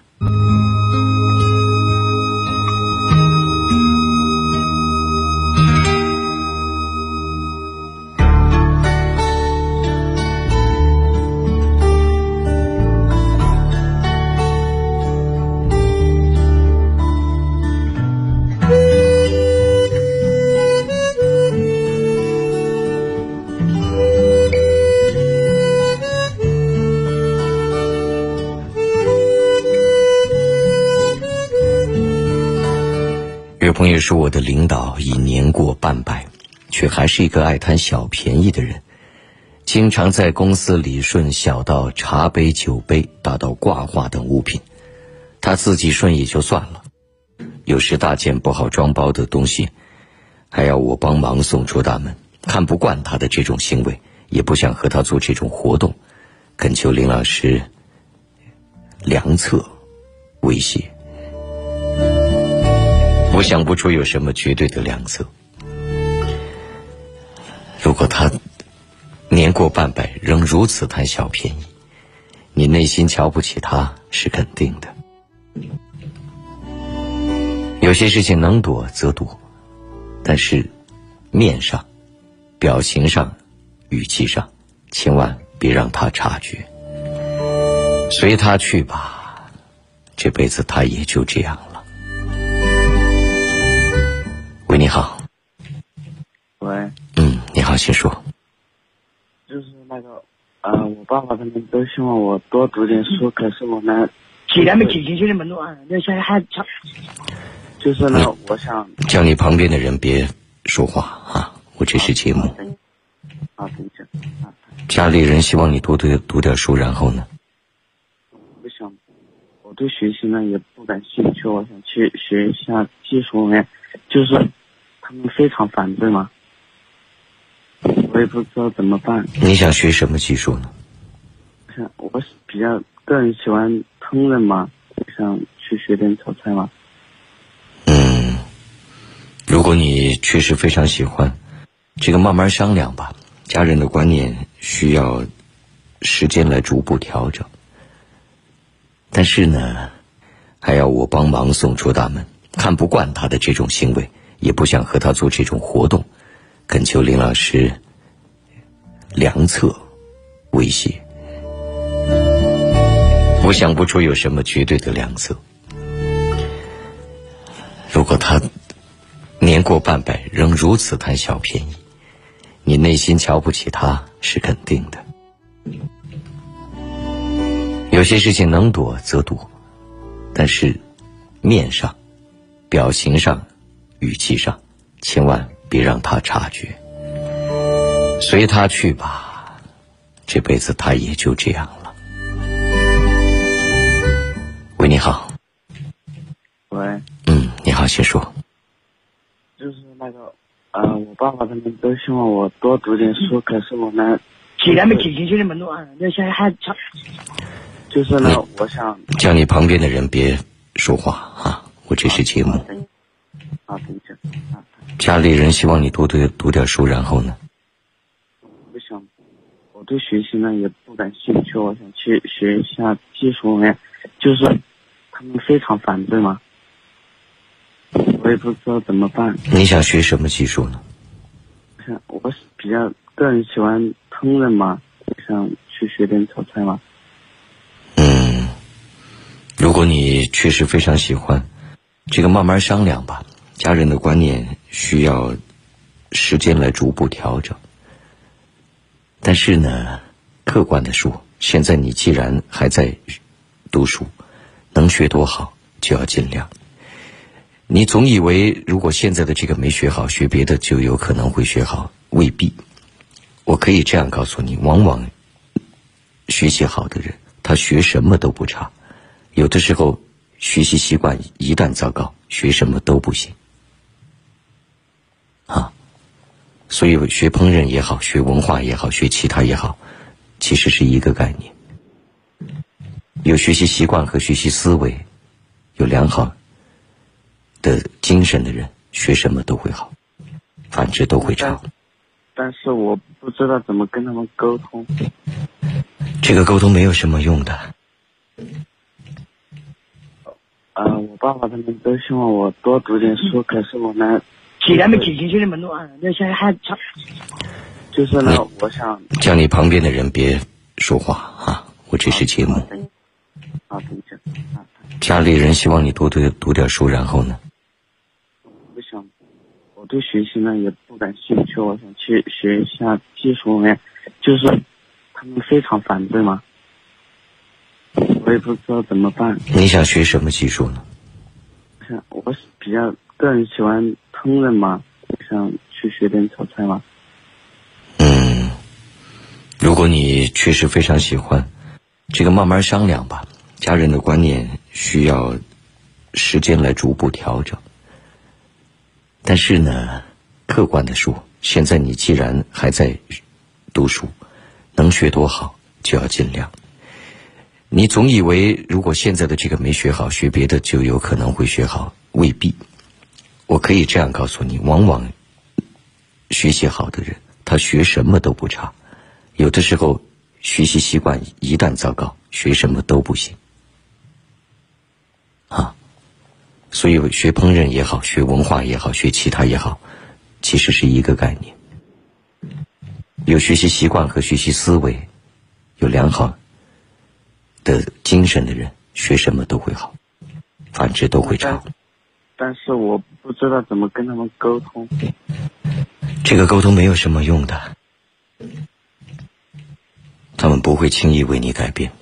A: 有朋友说我的领导已年过半百，却还是一个爱贪小便宜的人，经常在公司理顺小到茶杯酒杯，大到挂画等物品，他自己顺也就算了，有时大件不好装包的东西还要我帮忙送出大门，看不惯他的这种行为，也不想和他做这种活动，恳求林老师良策威胁。我想不出有什么绝对的良策。如果他年过半百仍如此贪小便宜，你内心瞧不起他是肯定的。有些事情能躲则躲，但是面上、表情上、 语气上，千万别让他察觉。随他去吧，这辈子他也就这样了。喂，你好。
F: 喂。
A: 你好，请说。
F: 就是那个，我爸爸他们都希望我多读点书，可是我呢，
D: 既然没进去的门路啊，那现在还长。
F: 就是呢，我想
A: 叫你旁边的人别说话啊，我这是节目。
F: 等一下。
A: 家里人希望你多读点书，然后呢？
F: 我对学习呢也不感兴趣，我想去学一下技术面，就是他们非常反对嘛，我也不知道怎么办。
A: 你想学什么技术呢？
F: 我比较个人喜欢烹饪嘛，想去学点炒菜嘛。
A: 如果你确实非常喜欢，这个慢慢商量吧。家人的观念需要时间来逐步调整，但是呢，还要我帮忙送出大门。看不惯他的这种行为，也不想和他做这种活动，恳求林老师良策威胁。我想不出有什么绝对的良策。如果他年过半百仍如此贪小便宜，你内心瞧不起他是肯定的。有些事情能躲则躲，但是面上、表情上、语气上，千万别让他察觉。随他去吧，这辈子他也就这样了。喂，你好。
F: 喂。
A: 你好，请说。
F: 就是那个，我爸爸他们都希望我多读点书，可是我呢，
D: 既然没进去的门路啊，那现在还长。
F: 就是呢，我想
A: 叫你旁边的人别说话啊，我这是节目。
F: 等一下。
A: 家里人希望你多读点书，然后呢？
F: 我对学习呢也不感兴趣，我想去学一下技术面，就是他们非常反对嘛，我也不知道怎么办。
A: 你想学什么技术呢？
F: 我比较个人喜欢烹饪嘛，想去学点炒菜嘛。
A: 如果你确实非常喜欢，这个慢慢商量吧。家人的观念需要时间来逐步调整，但是呢，客观的说，现在你既然还在读书，能学多好就要尽量。你总以为如果现在的这个没学好，学别的就有可能会学好，未必。我可以这样告诉你，往往学习好的人，他学什么都不差。有的时候学习习惯一旦糟糕，学什么都不行啊。所以学烹饪也好，学文化也好，学其他也好，其实是一个概念。有学习习惯和学习思维，有良好的精神的人，学什么都会好，反之都会差。
F: 但是我不知道怎么跟他们沟通。
A: 这个沟通没有什么用的。
F: 我爸爸他们都希望我多读点书，可是我呢，
D: 既然没进去的门路啊，那现在还长。
F: 就是呢，我想
A: 叫你旁边的人别说话啊，我这是节目。
F: 等一下。
A: 家里人希望你多读点书，然后呢？
F: 我对学习呢也不感兴趣，我想去学一下技术面，就是他们非常反对嘛，我也不知道怎么办。
A: 你想学什么技术呢？
F: 我比较个人喜欢烹饪嘛，想去学点炒菜嘛。
A: 如果你确实非常喜欢，这个慢慢商量吧。家人的观念需要时间来逐步调整，但是呢，客观的说，现在你既然还在读书，能学多好就要尽量。你总以为如果现在的这个没学好，学别的就有可能会学好，未必。我可以这样告诉你，往往学习好的人，他学什么都不差。有的时候学习习惯一旦糟糕，学什么都不行啊。所以学烹饪也好，学文化也好，学其他也好，其实是一个概念。 有学习习惯和学习思维，有良好的精神的人，学什么都会好，反之都会差。
F: 但是我不知道怎么跟他们沟通。
A: 这个沟通没有什么用的，他们不会轻易为你改变。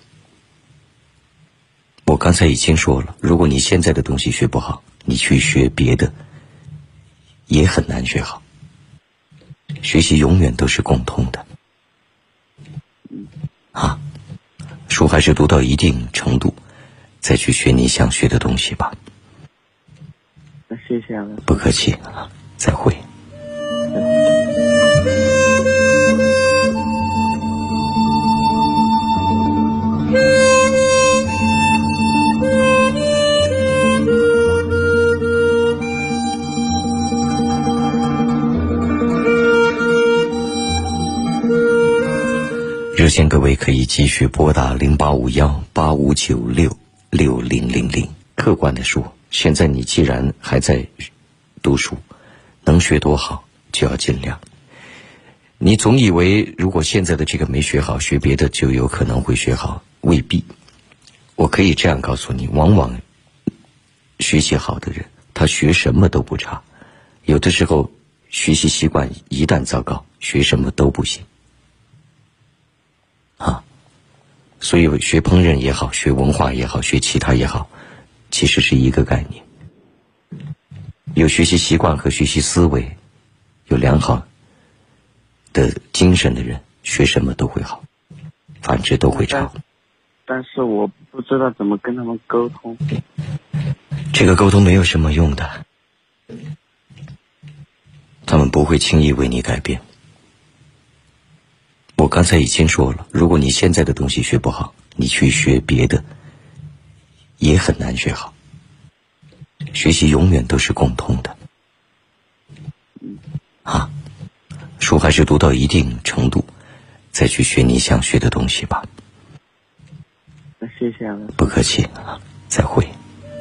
A: 我刚才已经说了，如果你现在的东西学不好，你去学别的也很难学好。学习永远都是共通的啊，书还是读到一定程度再去学你想学的东西吧。
F: 那谢谢了。
A: 不客气啊，再会。热线各位可以继续拨打085185966000。客观的说，现在你既然还在读书，能学多好就要尽量。你总以为如果现在的这个没学好，学别的就有可能会学好，未必。我可以这样告诉你，往往学习好的人，他学什么都不差。有的时候学习习惯一旦糟糕，学什么都不行啊。所以学烹饪也好，学文化也好，学其他也好，其实是一个概念。有学习习惯和学习思维，有良好的精神的人，学什么都会好，反之都会差。
F: 但是我不知道怎么跟他们沟通。
A: 这个沟通没有什么用的，他们不会轻易为你改变。我刚才已经说了，如果你现在的东西学不好，你去学别的也很难学好。学习永远都是共通的啊，书还是读到一定程度再去学你想学的东西吧。
F: 那谢谢了。
A: 不客气啊，再会。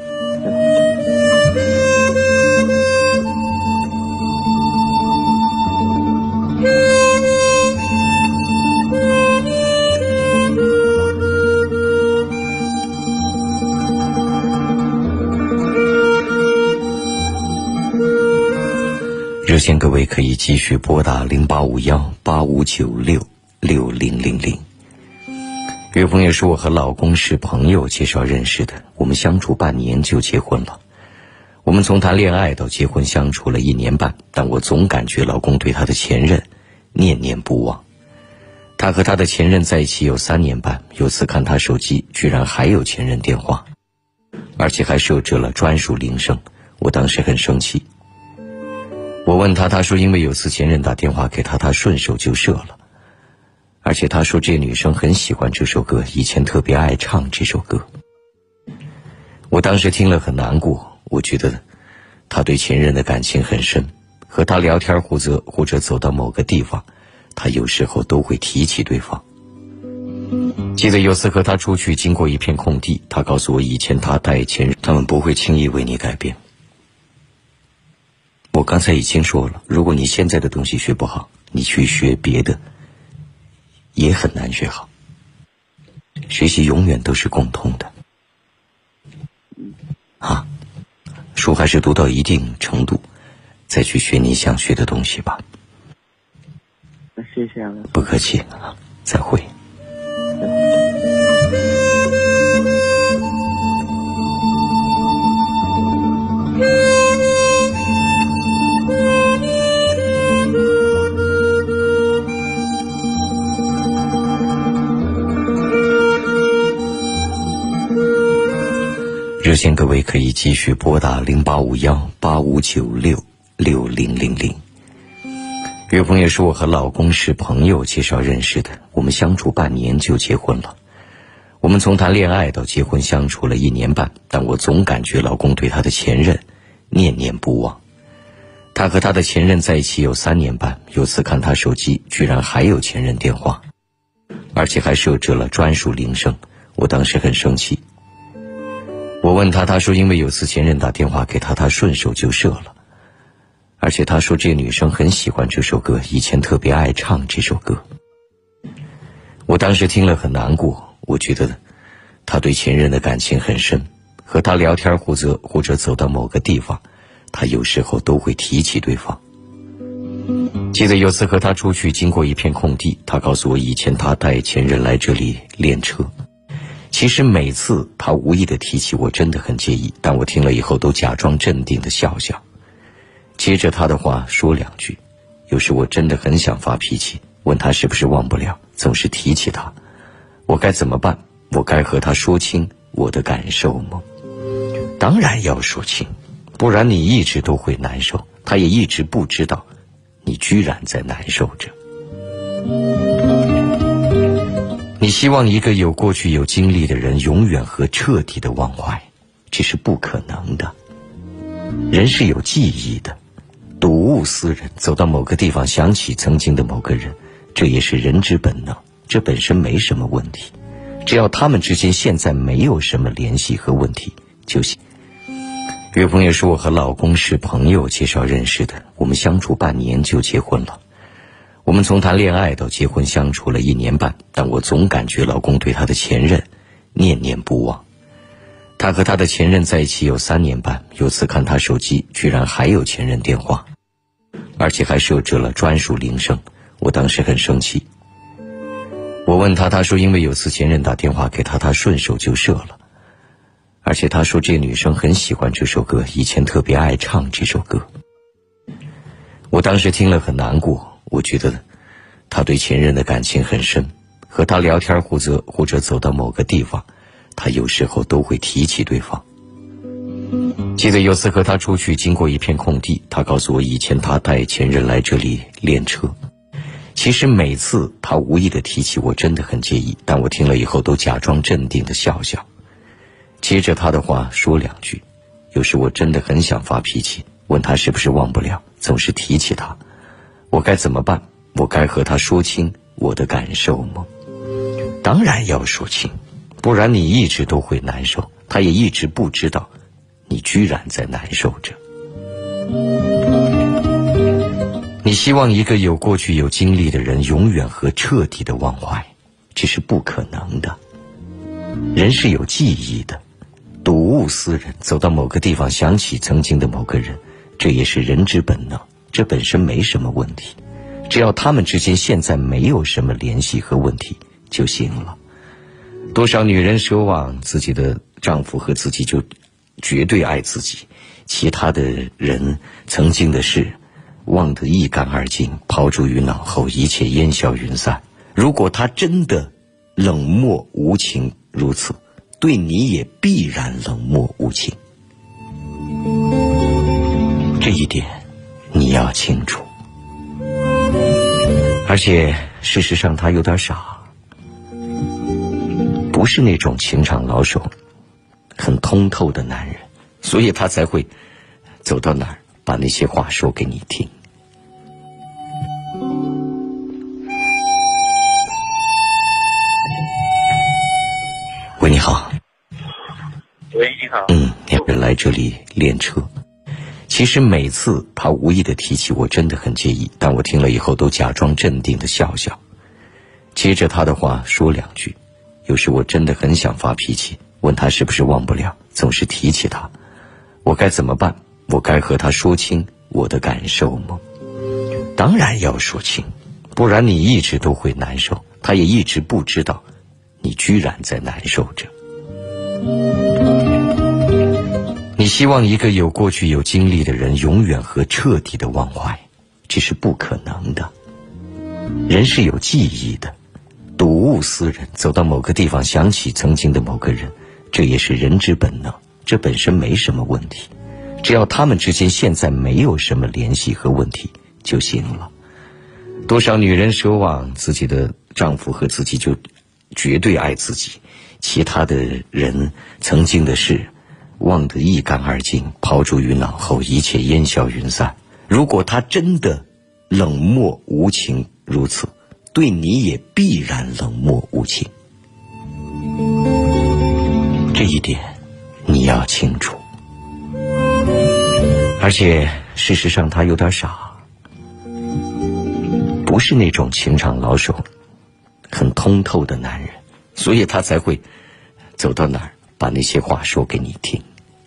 A: 热线各位可以继续拨打085185966000。有朋友说，我和老公是朋友介绍认识的，我们相处半年就结婚了。我们从谈恋爱到结婚相处了1年半，但我总感觉老公对他的前任念念不忘。他和他的前任在一起有3年半，有次看他手机居然还有前任电话，而且还设置了专属铃声，我当时很生气。我问他，他说因为有次前任打电话给他，他顺手就射了。而且他说这女生很喜欢这首歌，以前特别爱唱这首歌。我当时听了很难过，我觉得他对前任的感情很深，和他聊天或者走到某个地方，他有时候都会提起对方。记得有次和他出去，经过一片空地，他告诉我以前他带前任，他们不会轻易为你改变。我刚才已经说了，如果你现在的东西学不好，你去学别的也很难学好。学习永远都是共通的啊，书还是读到一定程度再去学你想学的东西吧。
F: 那谢谢了。
A: 不客气啊，再会。热线各位可以继续拨打085185966000。有朋友说，我和老公是朋友介绍认识的，我们相处半年就结婚了。我们从谈恋爱到结婚相处了1年半，但我总感觉老公对他的前任念念不忘。他和他的前任在一起有3年半，有次看他手机居然还有前任电话，而且还设置了专属铃声，我当时很生气。我问他，他说因为有次前任打电话给他，他顺手就射了。 而且他说这女生很喜欢这首歌，以前特别爱唱这首歌。我当时听了很难过，我觉得他对前任的感情很深，和他聊天或者走到某个地方，他有时候都会提起对方。记得有次和他出去，经过一片空地，他告诉我以前他带前任来这里练车。其实每次他无意的提起，我真的很介意，但我听了以后都假装镇定的笑笑，接着他的话说两句。有时我真的很想发脾气，问他是不是忘不了，总是提起他，我该怎么办？我该和他说清我的感受吗？当然要说清，不然你一直都会难受，他也一直不知道你居然在难受着。你希望一个有过去有经历的人永远和彻底的忘怀，这是不可能的。人是有记忆的，睹物思人，走到某个地方想起曾经的某个人，这也是人之本能，这本身没什么问题，只要他们之间现在没有什么联系和问题就行。有朋友说我和老公是朋友介绍认识的，我们相处半年就结婚了。我们从谈恋爱到结婚相处了1年半，但我总感觉老公对他的前任念念不忘。他和他的前任在一起有3年半，有次看他手机居然还有前任电话，而且还设置了专属铃声，我当时很生气。我问他，他说因为有次前任打电话给他，他顺手就设了。而且他说这女生很喜欢这首歌，以前特别爱唱这首歌。我当时听了很难过，我觉得他对前任的感情很深，和他聊天或者走到某个地方，他有时候都会提起对方。记得有次和他出去，经过一片空地，他告诉我以前他带前任来这里练车。其实每次他无意的提起，我真的很介意，但我听了以后都假装镇定的笑笑，接着他的话说两句。有时我真的很想发脾气，问他是不是忘不了，总是提起他，我该怎么办？我该和他说清我的感受吗？当然要说清，不然你一直都会难受，他也一直不知道你居然在难受着。你希望一个有过去有经历的人永远和彻底的忘怀，这是不可能的。人是有记忆的，睹物思人，走到某个地方想起曾经的某个人，这也是人之本能，这本身没什么问题，只要他们之间现在没有什么联系和问题就行了。多少女人奢望自己的丈夫和自己就绝对爱自己，其他的人曾经的事忘得一干二净，抛诸于脑后，一切烟消云散。如果他真的冷漠无情如此，对你也必然冷漠无情，这一点你要清楚。而且事实上他有点傻，不是那种情场老手很通透的男人，所以他才会走到哪儿把那些话说给你听。喂，你好。
D: 喂，你好。
A: 你来这里练车。其实每次他无意的提起，我真的很介意，但我听了以后都假装镇定的笑笑，接着他的话说两句。有时我真的很想发脾气，问他是不是忘不了，总是提起他，我该怎么办？我该和他说清我的感受吗？当然要说清，不然你一直都会难受，他也一直不知道你居然在难受着。你希望一个有过去有经历的人永远和彻底的忘怀，这是不可能的。人是有记忆的，睹物思人，走到某个地方想起曾经的某个人，这也是人之本能，这本身没什么问题，只要他们之间现在没有什么联系和问题就行了。多少女人奢望自己的丈夫和自己就绝对爱自己，其他的人曾经的事忘得一干二净，抛诸于脑后，一切烟消云散。如果他真的冷漠无情如此，对你也必然冷漠无情，这一点你要清楚。而且事实上他有点傻，不是那种情场老手、很通透的男人，所以他才会走到哪儿把那些话说给你听。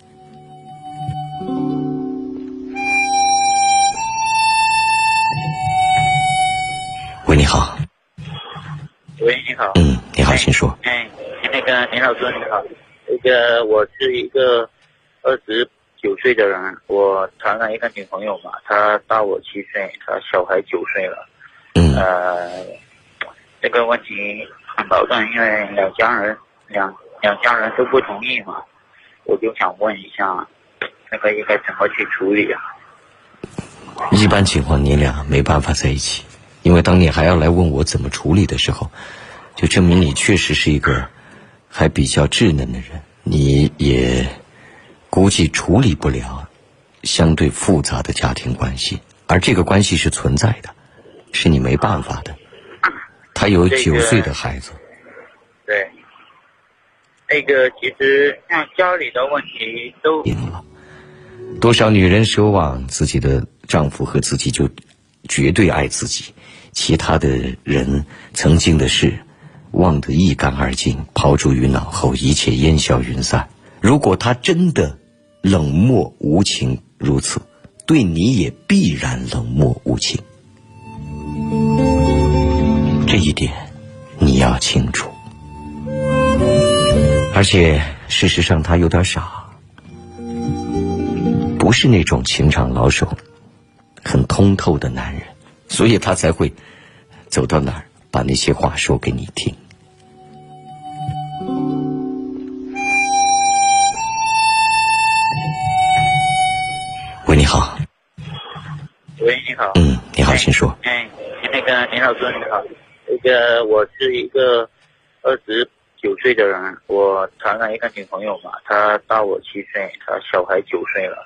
A: 喂，你好。
I: 喂，你好。
A: 你好，请说。
I: 那个林老师你好，我是一个29岁的人，我谈了一个女朋友嘛，她大我7岁，她小孩9岁了。这个问题很矛盾，因为两家人都不同意嘛，我就想问一下，应该怎么去处理啊？
A: 一般情况你俩没办法在一起，因为当你还要来问我怎么处理的时候，就证明你确实是一个还比较稚嫩的人，你也估计处理不了相对复杂的家庭关系，而这个关系是存在的，是你没办法的。他有9岁的孩子。
I: 对，其实像家里的问题都
A: 赢了。多少女人奢望自己的丈夫和自己就绝对爱自己，其他的人曾经的事忘得一干二净，抛诸于脑后，一切烟消云散。如果他真的冷漠无情如此，对你也必然冷漠无情，这一点你要清楚。而且事实上他有点傻，不是那种情场老手、很通透的男人，所以他才会走到哪儿把那些话说给你听。喂，你好。
I: 喂，你好。
A: 你好，请说。
I: 林老师你好，我是一个29岁的人，我谈了一个女朋友嘛，她大我7岁，她小孩9岁了。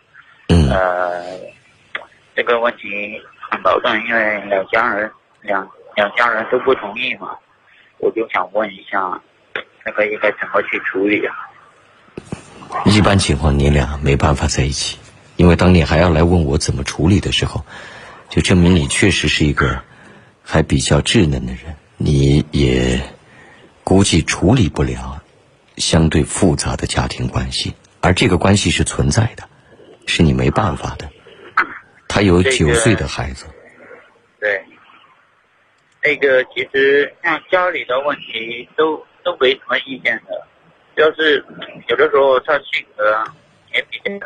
I: 这个问题很矛盾，因为两家人都不同意嘛，我就想问一下，应该怎么去处理啊？
A: 一般情况你俩没办法在一起，因为当你还要来问我怎么处理的时候，就证明你确实是一个还比较稚嫩的人，你也估计处理不了相对复杂的家庭关系，而这个关系是存在的，是你没办法的。他有9岁的孩子。
I: 对，其实像家里的问题都没什么意见的，就是有的时候他性格也比较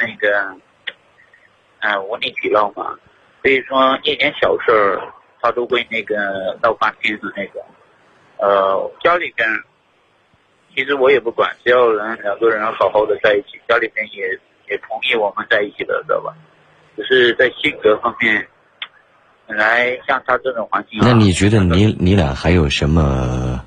I: 无理取闹嘛，所以说一点小事儿他都会闹半天的那种。家里边其实我也不管，只要两个人好好的在一起，家里边也同意我们在一起的，知道吧？只是在性格方面，本来像他这种环境，
A: 那你觉得你俩还有什么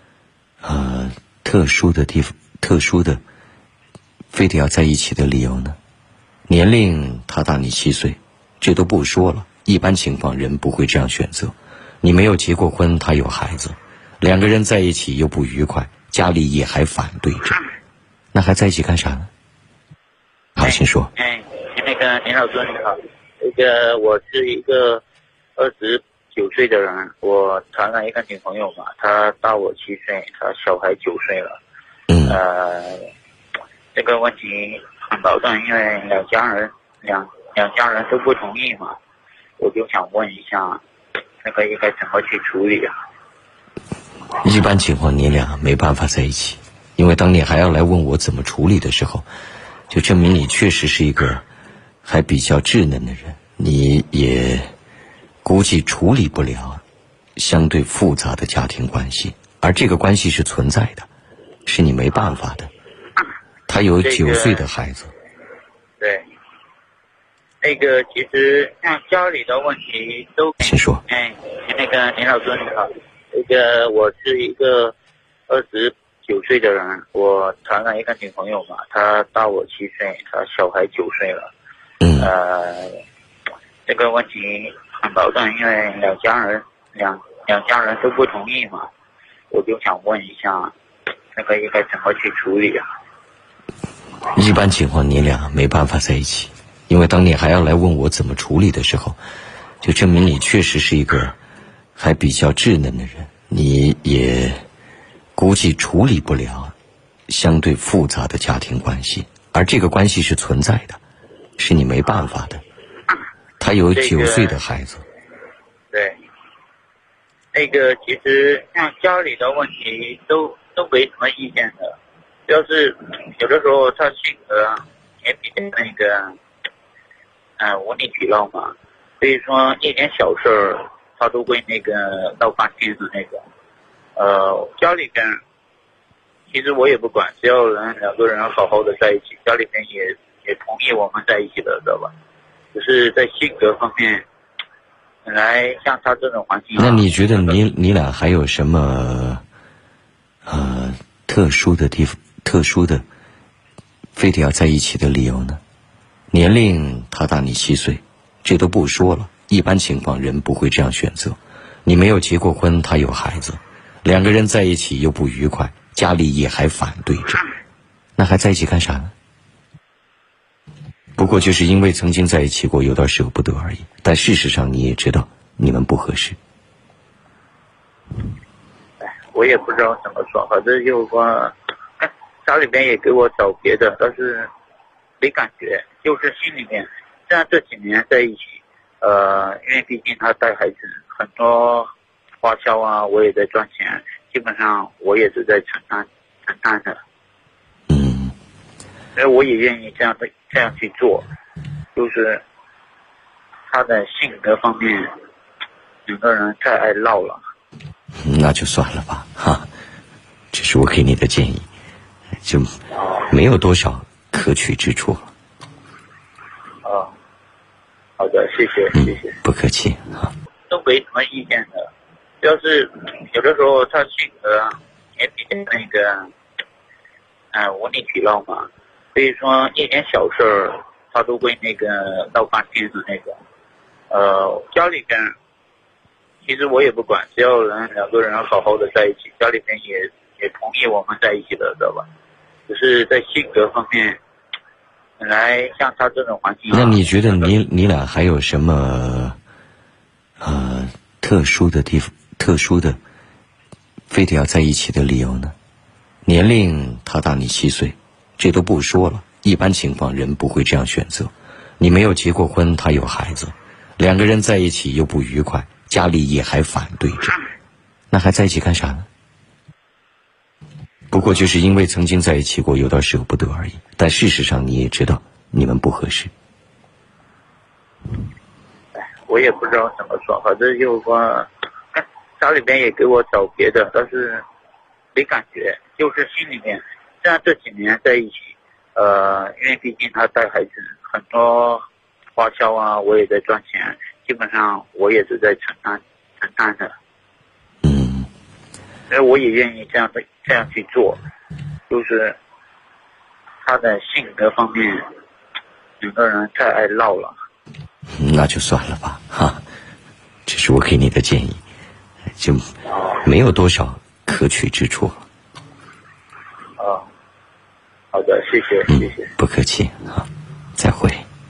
A: 特殊的地方，特殊的非得要在一起的理由呢？年龄他大你7岁，这都不说了，一般情况人不会这样选择。你没有结过婚，他有孩子，两个人在一起又不愉快，家里也还反对着，那还在一起干啥呢？好，请说。
I: 林老师你好，我是一个29岁的人，我谈了一个女朋友嘛，她大我7岁，她小孩9岁了。这个问题很矛盾，因为两家人都不同意嘛，我就想问一下，应该怎么去处理啊？
A: 一般情况你俩没办法在一起，因为当你还要来问我怎么处理的时候，就证明你确实是一个还比较稚嫩的人，你也估计处理不了相对复杂的家庭关系，而这个关系是存在的，是你没办法的。他有9岁的孩子。
I: 对，其实像家里的问题都，
A: 请说。
I: 林老师你好，我是一个29岁的人，我谈了一个女朋友嘛，她大我7岁，她小孩9岁了。这个问题很矛盾，因为两家人都不同意嘛，我就想问一下，应该怎么去处理啊？
A: 一般情况你俩没办法在一起， 因为当你还要来问我怎么处理的时候，就证明你确实是一个还比较稚嫩的人，你也估计处理不了相对复杂的家庭关系，而这个关系是存在的，是你没办法的。他有9岁的孩子。
I: 对，那个其实像家里的问题都没什么意见的，主要是有的时候他性格也比较那个无理取闹嘛，所以说一点小事儿他都会那个闹翻天的那种。家里边其实我也不管，只要两个人好好的在一起，家里边也同意我们在一起的，知道吧？只是在性格方面，本来像他这种环境，
A: 那你觉得你俩还有什么特殊的地方，特殊的非得要在一起的理由呢？年龄他大你7岁，这都不说了，一般情况人不会这样选择。你没有结过婚，他有孩子，两个人在一起又不愉快，家里也还反对着，那还在一起干啥呢？不过就是因为曾经在一起过，有点舍不得而已，但事实上你也知道你们不合适。
I: 我也不知道怎么说，反正就是说家里边也给我找别的，但是没感觉，就是心里面虽然这几年在一起，因为毕竟他带孩子，很多花销啊我也在赚钱，基本上我也是在承担的。所以我也愿意这样去做，就是他的性格方面，两个人太爱闹了。
A: 那就算了吧，哈，这是我给你的建议，就没有多少可取之处了。
I: 好的，谢谢，谢谢。
A: 不客气啊。
I: 都没什么意见的，主要是有的时候他性格也比较那个无理取闹嘛。所以说一点小事儿他都会那个闹翻天的那种。家里边其实我也不管，只要两个人好好的在一起，家里边也同意我们在一起的，知道吧？只是在性格方面，本来像他这种环境，
A: 那你觉得你俩还有什么特殊的地方，特殊的非得要在一起的理由呢？年龄他大你7岁，这都不说了，一般情况人不会这样选择。你没有结过婚，他有孩子，两个人在一起又不愉快，家里也还反对着，那还在一起干啥呢？不过就是因为曾经在一起过，有点舍不得而已，但事实上你也知道你们不合适。
I: 我也不知道怎么说，反正就是说家里边也给我找别的，但是没感觉，就是心里面虽然这几年在一起，因为毕竟他带孩子，很多花销啊我也在赚钱，基本上我也是在承担的。所以我也愿意这样去做，就是他的性格方面，两个人太爱闹了。
A: 那就算了吧，哈，这是我给你的建议，就没有多少可取之处了。
I: 好的，谢谢，谢谢。
A: 不客气啊，再会。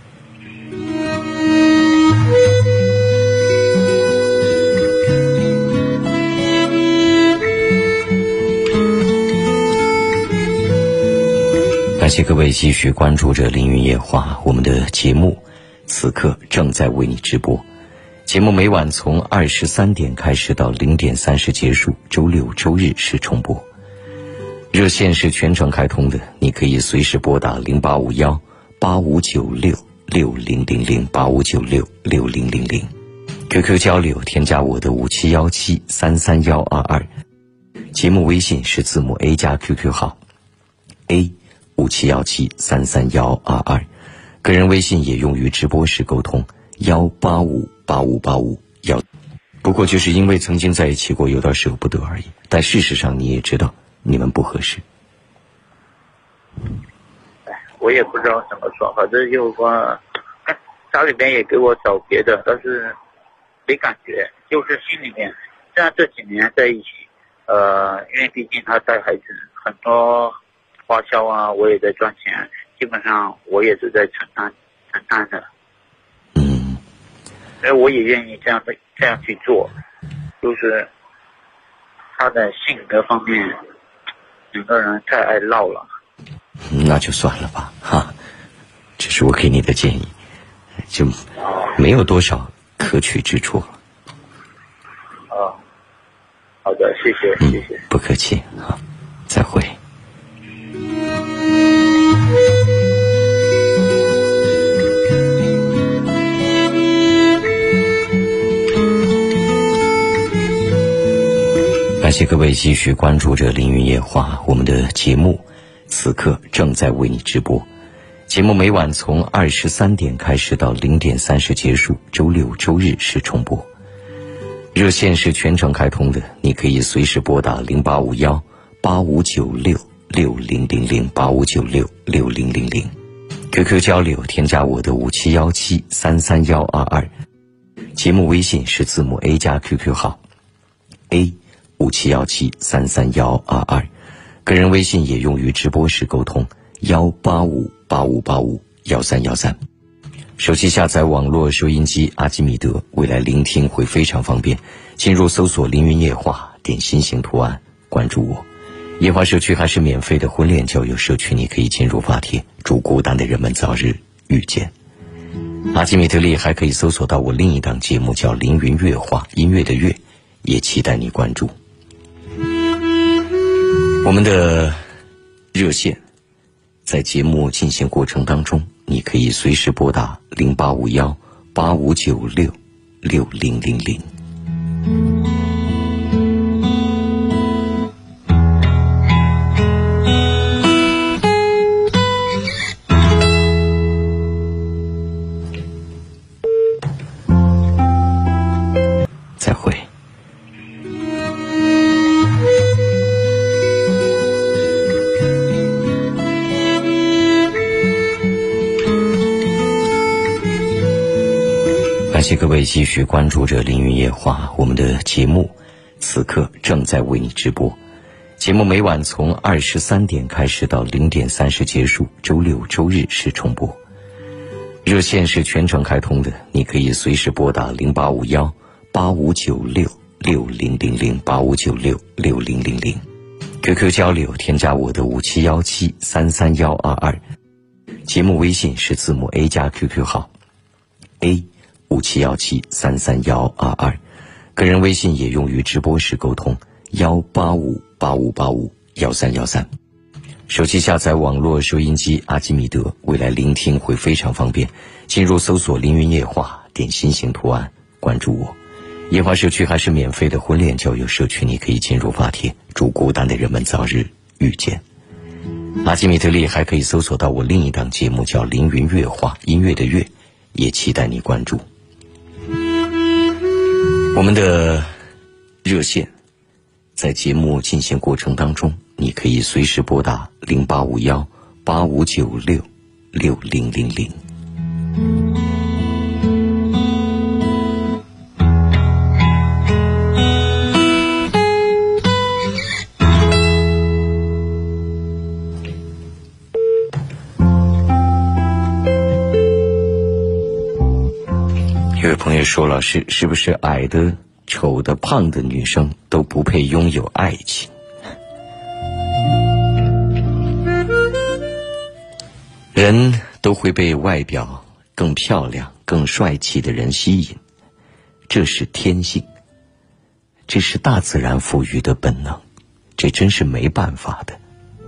A: 感谢各位继续关注着凌云夜话，我们的节目此刻正在为你直播。节目每晚从23点开始到0点30结束，周六周日是重播。热线是全程开通的，你可以随时拨打0851-8596-6000 QQ 交流添加我的5717-33122，节目微信是字母 A 加 QQ 号 A5717-33122，个人微信也用于直播时沟通1858585不过就是因为曾经在一起过，有点舍不得而已，但事实上你也知道你们不合适。
I: 我也不知道怎么说，反正就是说家里边也给我找别的，但是没感觉，就是心里面虽然这几年在一起，因为毕竟他带孩子，很多花销啊我也在赚钱，基本上我也是在承承担的。所以我也愿意这样去做，就是他的性格方面，两个人太爱闹了。
A: 那就算了吧，哈，这是我给你的建议，就没有多少可取之处了。
I: 好的，谢谢，谢谢，
A: 不客气，好，再会。感谢各位继续关注着凌云夜话，我们的节目此刻正在为你直播。节目每晚从23点开始到0点30结束，周六周日是重播。热线是全程开通的，你可以随时拨打08518596600085966000。QQ 交流添加我的5717331122，节目微信是字母 A 加 QQ 号 A5717331122，个人微信也用于直播时沟通18585851313。手机下载网络收音机阿基米德，未来聆听会非常方便。进入搜索凌云夜话，点心形图案关注我。夜话社区还是免费的婚恋交友社区，你可以进入发帖，祝孤单的人们早日遇见。阿基米德里还可以搜索到我另一档节目叫凌云乐话，音乐的乐，也期待你关注。我们的热线在节目进行过程当中，你可以随时拨打085185966000。再会。感谢各位继续关注着凌云夜话，我们的节目此刻正在为你直播。节目每晚从23点开始到0点30结束，周六周日是重播。热线是全程开通的，你可以随时拨打08518596600085966000。QQ 交流添加我的5717331122，节目微信是字母 A 加 QQ 号 A5717331122，个人微信也用于直播时沟通18585851313。手机下载网络收音机阿基米德，未来聆听会非常方便。进入搜索凌云夜话，点心形图案关注我。夜话社区还是免费的婚恋交友社区，你可以进入发帖，祝孤单的人们早日遇见。阿基米德里还可以搜索到我另一档节目叫凌云乐话，音乐的乐，也期待你关注。我们的热线在节目进行过程当中，你可以随时拨打085185966000。有位朋友说，老师，是不是矮的、丑的、胖的女生都不配拥有爱情？人都会被外表更漂亮、更帅气的人吸引，这是天性，这是大自然赋予的本能，这真是没办法的。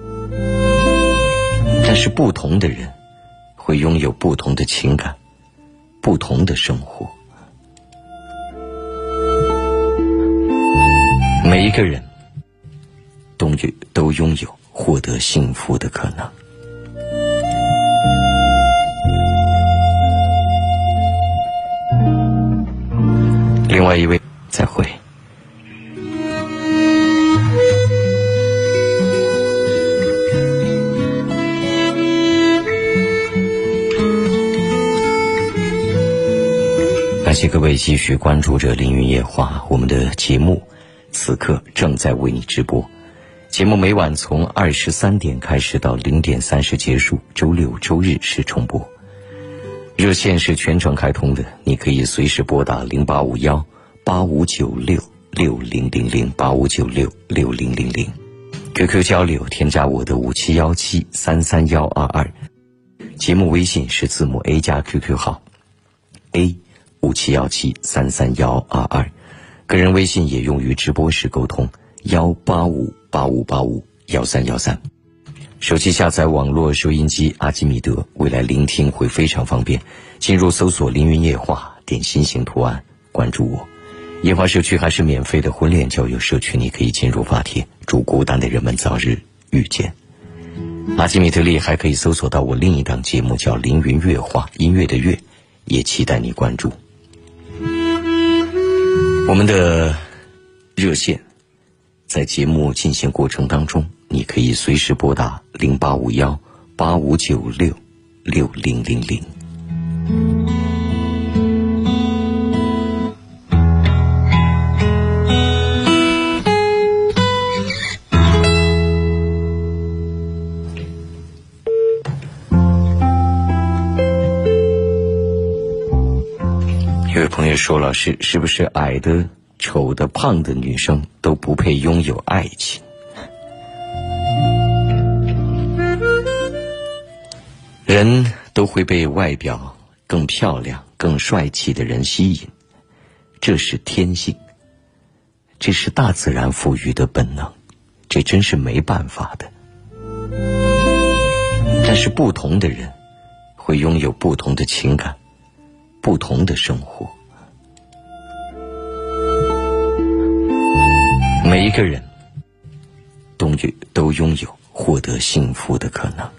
A: 但是不同的人会拥有不同的情感，不同的生活。每一个人都拥有获得幸福的可能。另外一位，再会。感谢各位继续关注着凌云夜话，我们的节目此刻正在为你直播。节目每晚从23点开始到0点30结束，周六周日是重播。 热线是全程开通的，你可以随时拨打08518596600085966000。QQ 交流，添加我的5717331122。节目微信是字母 A 加 QQ 号 A5717331122。个人微信也用于直播时沟通，18585851313。手机下载网络收音机阿基米德，未来聆听会非常方便。进入搜索凌云夜话，点心形图案，关注我。夜话社区还是免费的婚恋交友社区，你可以进入发帖，祝孤单的人们早日遇见。阿基米德里还可以搜索到我另一档节目叫凌云乐话，音乐的乐，也期待你关注。我们的热线在节目进行过程当中，你可以随时拨打085185966000。有位朋友说，老师，是不是矮的、丑的、胖的女生都不配拥有爱情？人都会被外表更漂亮、更帅气的人吸引，这是天性，这是大自然赋予的本能，这真是没办法的。但是不同的人会拥有不同的情感，不同的生活。每一个人都拥有获得幸福的可能。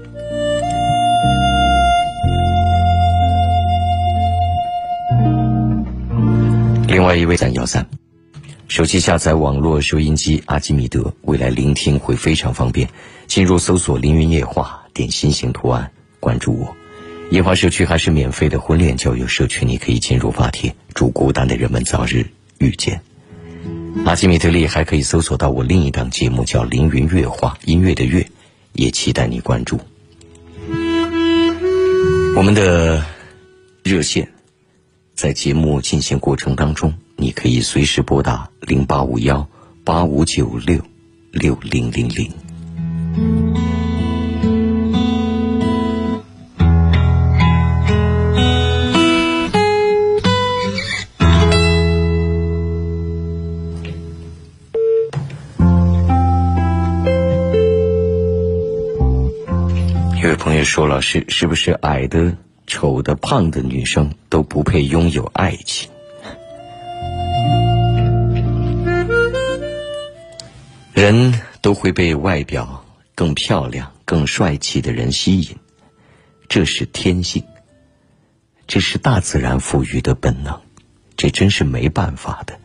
A: 另外一位313，手机下载网络收音机阿基米德，未来聆听会非常方便。进入搜索凌云夜话，点心形图案，关注我。夜话社区还是免费的婚恋交友社区，你可以进入发帖，祝孤单的人们早日遇见。阿基米德里还可以搜索到我另一档节目叫凌云乐话，音乐的乐，也期待你关注。我们的热线在节目进行过程当中，你可以随时拨打085185966000。有位朋友说，老师，是不是矮的、丑的、胖的女生都不配拥有爱情？人都会被外表更漂亮、更帅气的人吸引，这是天性，这是大自然赋予的本能，这真是没办法的。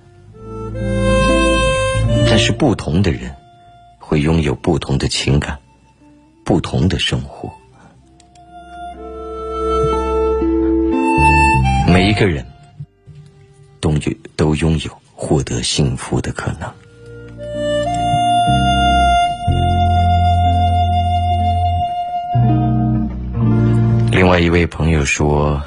A: 但是不同的人会拥有不同的情感，不同的生活。每一个人都拥有获得幸福的可能。另外一位朋友说，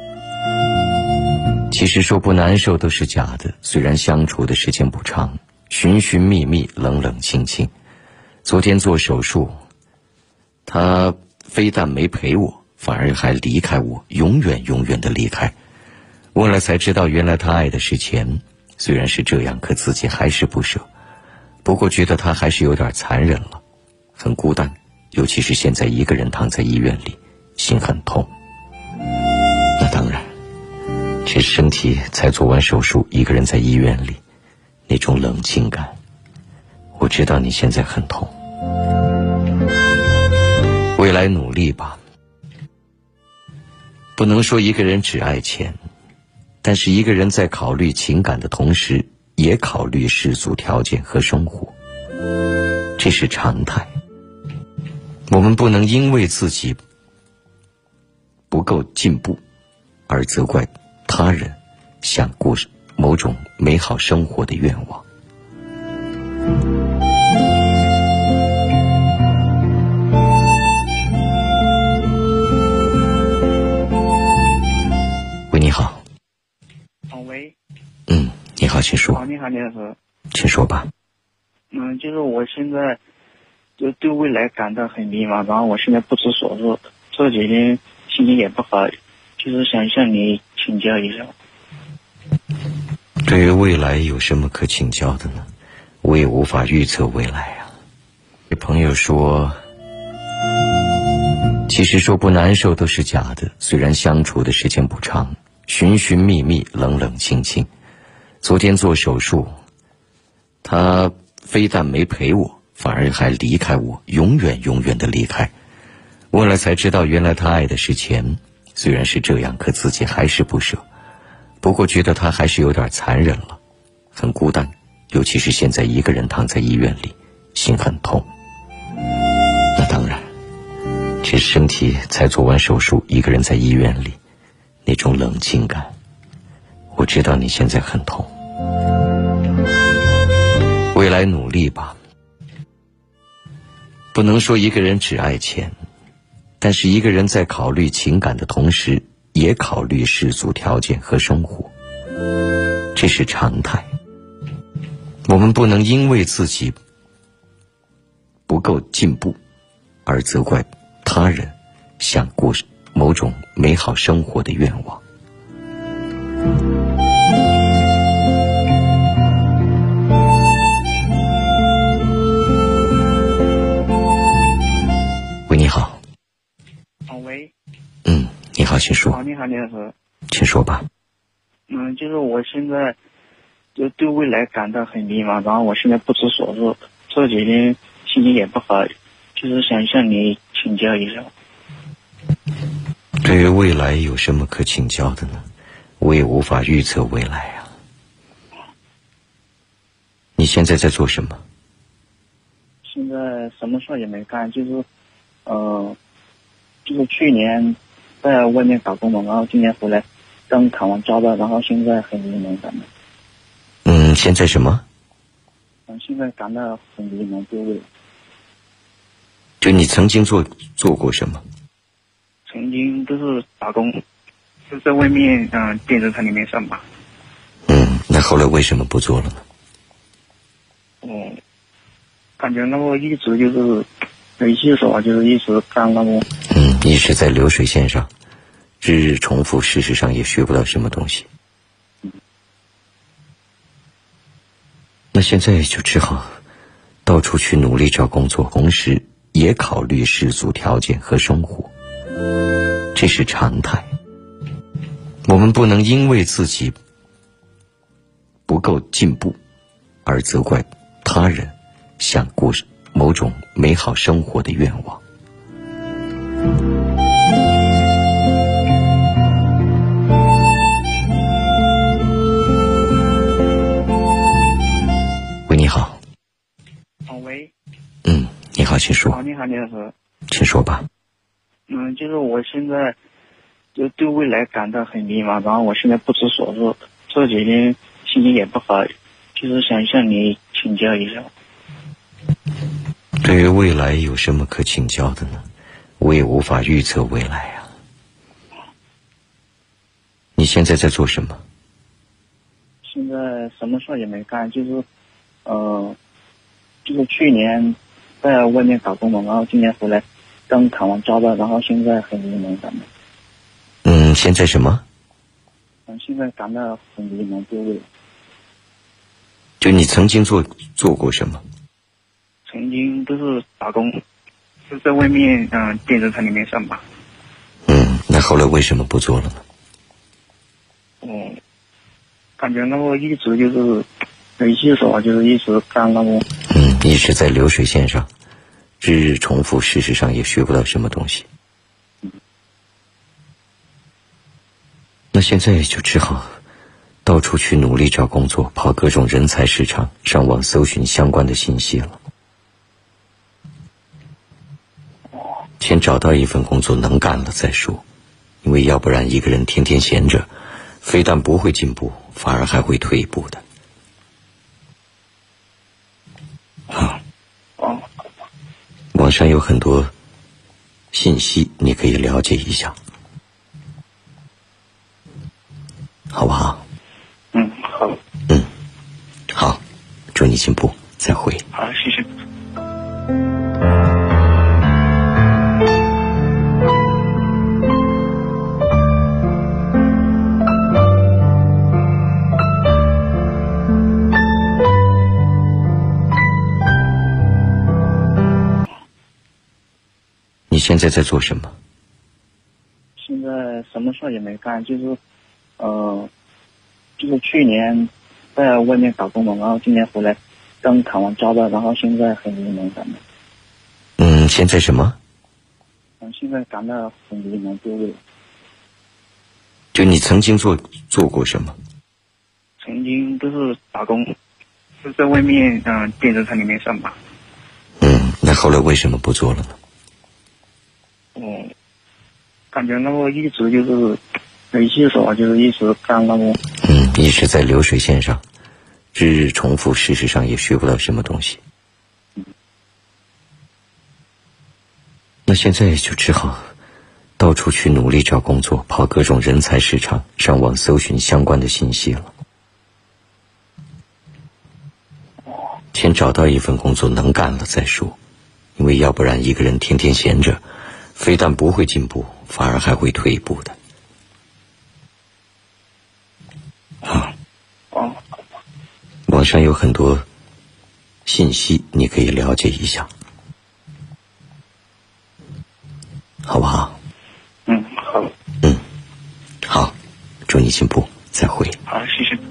A: 其实说不难受都是假的，虽然相处的时间不长，寻寻觅觅，冷冷清清。昨天做手术，他非但没陪我，反而还离开我，永远永远的离开。问了才知道，原来他爱的是钱，虽然是这样，可自己还是不舍。不过觉得他还是有点残忍了，很孤单，尤其是现在一个人躺在医院里，心很痛。那当然，这身体才做完手术，一个人在医院里，那种冷清感，我知道你现在很痛。未来努力吧，不能说一个人只爱钱，但是一个人在考虑情感的同时，也考虑世俗条件和生活，这是常态。我们不能因为自己不够进步而责怪他人想过某种美好生活的愿望。
D: 好，李老师。
A: 请说吧。
D: 就是我现在就对未来感到很迷茫，然后我现在不知所措，这几天心情也不好，就是想向你请教一下。
A: 对于未来有什么可请教的呢？我也无法预测未来啊。有朋友说，其实说不难受都是假的，虽然相处的时间不长，寻寻觅觅，冷冷清清。昨天做手术，他非但没陪我，反而还离开我，永远永远的离开。问了才知道，原来他爱的是钱。虽然是这样，可自己还是不舍。不过觉得他还是有点残忍了，很孤单，尤其是现在一个人躺在医院里，心很痛。那当然，这身体才做完手术，一个人在医院里，那种冷清感，我知道你现在很痛。未来努力吧，不能说一个人只爱钱，但是一个人在考虑情感的同时，也考虑世俗条件和生活，这是常态。我们不能因为自己不够进步而责怪他人想过某种美好生活的愿望。喂，你好。
D: 喂。
A: 你好，请说。
D: 你好，李老师。
A: 请说吧。
D: 就是我现在就对未来感到很迷茫，然后我现在不知所措，这几天心情也不好，就是想向你请教一下。
A: 对于未来有什么可请教的呢？我也无法预测未来啊。你现在在做什么？
D: 现在什么事也没干，就是去年在外面打工嘛，然后今年回来刚砍完家的，然后现在很迷茫感到。
A: 现在什么？
D: 现在感到很迷茫，对未来。
A: 就你曾经做过什么？
D: 曾经都是打工，就在外面电子厂里面上班。
A: 那后来为什么不做了呢？
D: 感觉那个一直就是没细手啊，就是一直干那个。
A: 一直在流水线上，日日重复，事实上也学不到什么东西。那现在就只好到处去努力找工作，同时也考虑世俗条件和生活，这是常态。我们不能因为自己不够进步而责怪他人想过某种美好生活的愿望。喂，你好。
D: 喂。
A: 你好，请说。
D: 你好，李老师。
A: 请说吧。
D: 就是我现在就对未来感到很迷茫，然后我现在不知所措，这几天心情也不好，就是想向你请教一下。
A: 对于未来有什么可请教的呢？我也无法预测未来啊。你现在在做什么？
D: 现在什么事也没干，就是去年在外面打工嘛，然后今年回来刚砍完家的，然后现在很迷茫感到。
A: 现在什么？
D: 现在感到很迷茫，对未来。
A: 就你曾经做过什么？
D: 曾经都是打工，就在外面电子厂里面上班。
A: 那后来为什么不做了呢？
D: 感觉那个一直就是没细手啊，就是一直干那个。
A: 一直在流水线上，日日重复，事实上也学不到什么东西。那现在就只好到处去努力找工作，跑各种人才市场，上网搜寻相关的信息了。先找到一份工作能干了再说，因为要不然一个人天天闲着，非但不会进步，反而还会退步的。网上有很多信息，你可以了解一下，好不好？
D: 好。
A: 你进步，再会。
D: 好，谢谢。
A: 你现在在做什么？
D: 现在什么事也没干，就是去年在外面打工嘛，然后今年回来刚砍完家的，然后现在很迷茫感的。
A: 现在什么？
D: 现在感到很迷茫，
A: 就你曾经做过什么？
D: 曾经都是打工，是在外面电子厂里面上班。
A: 那后来为什么不做了呢？
D: 感觉那个一直就是没接手啊，就是一直干那个。
A: 一直在流水线上，日日重复，事实上也学不到什么东西。那现在就只好到处去努力找工作，跑各种人才市场，上网搜寻相关的信息了。先找到一份工作能干了再说，因为要不然一个人天天闲着，非但不会进步，反而还会退步的。网上有很多信息，你可以了解一下，好不好？
D: 好。
A: 好，祝你进步，再会。
D: 好，谢谢。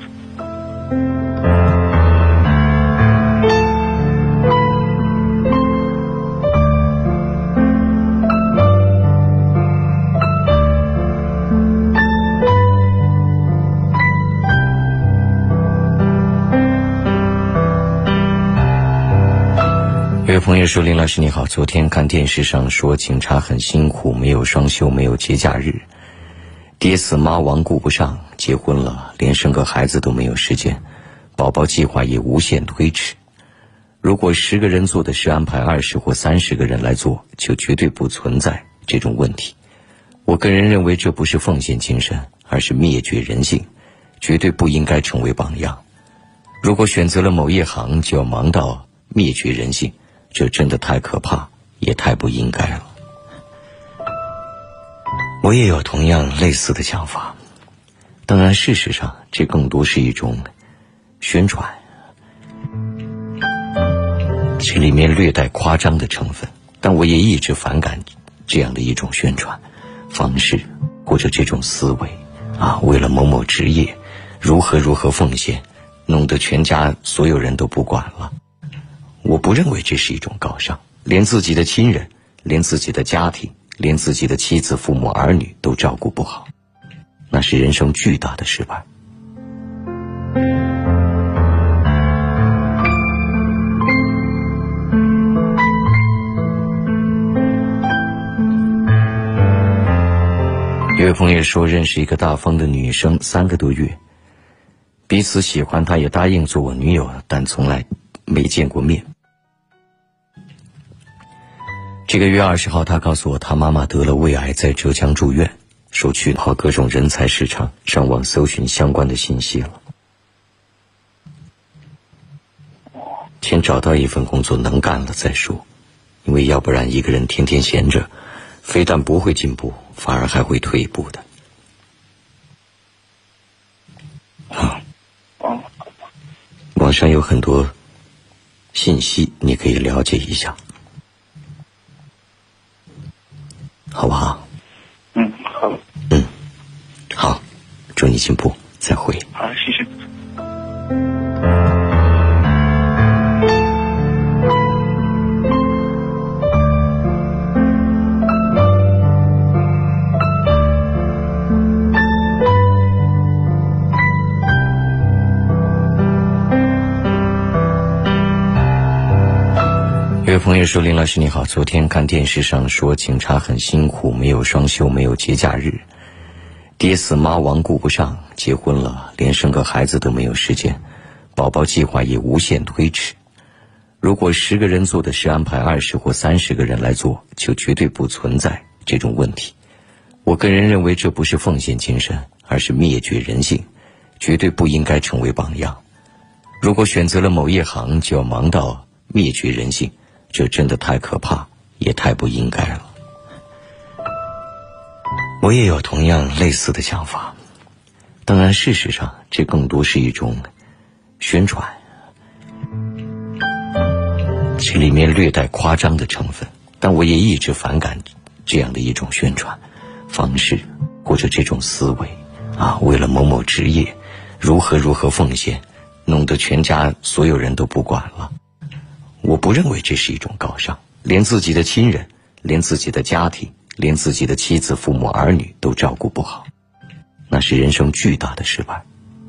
A: 有位朋友说，林老师你好，昨天看电视上说警察很辛苦，没有双休，没有节假日，爹死妈亡顾不上，结婚了连生个孩子都没有时间，宝宝计划也无限推迟。如果10个人做的事安排20或30个人来做，就绝对不存在这种问题。我个人认为这不是奉献精神，而是灭绝人性，绝对不应该成为榜样。如果选择了某一行，就要忙到灭绝人性，这真的太可怕，也太不应该了。我也有同样类似的想法，当然事实上这更多是一种宣传，这里面略带夸张的成分，但我也一直反感这样的一种宣传方式或者这种思维为了某某职业如何奉献，弄得全家所有人都不管了。我不认为这是一种高尚，连自己的亲人，连自己的家庭，连自己的妻子、父母、儿女都照顾不好，那是人生巨大的失败。有位朋友说，认识一个大方的女生3个多月，彼此喜欢，她也答应做我女友，但从来没见过面。这个月20号，他告诉我他妈妈得了胃癌，在浙江住院，说去跑各种人才市场，上网搜寻相关的信息了。先找到一份工作能干了再说，因为要不然一个人天天闲着，非但不会进步，反而还会退步的。网上有很多信息，你可以了解一下，好不好？
D: 好。
A: 好，祝你进步，再会。
D: 好，谢谢。
A: 有位朋友说，林老师你好，昨天看电视上说警察很辛苦，没有双休，没有节假日，爹死妈亡顾不上，结婚了连生个孩子都没有时间，宝宝计划也无限推迟。如果10个人做的事安排20或30个人来做，就绝对不存在这种问题。我个人认为这不是奉献精神，而是灭绝人性，绝对不应该成为榜样。 如果选择了某一行，就要忙到灭绝人性，这真的太可怕，也太不应该了。我也有同样类似的想法，当然事实上这更多是一种宣传，这里面略带夸张的成分，但我也一直反感这样的一种宣传方式，或者这种思维为了某某职业如何奉献，弄得全家所有人都不管了。我不认为这是一种高尚，连自己的亲人，连自己的家庭，连自己的妻子、父母、儿女都照顾不好，那是人生巨大的失败。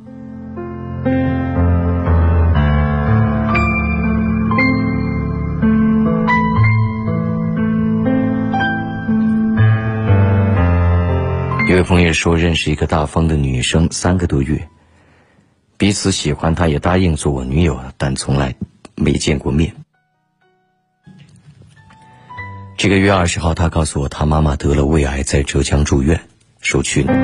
A: 有位朋友说，认识一个大方的女生3个多月，彼此喜欢，她也答应做我女友，但从来没见过面。这个月20号，她告诉我她妈妈得了胃癌，在浙江住院，说去年。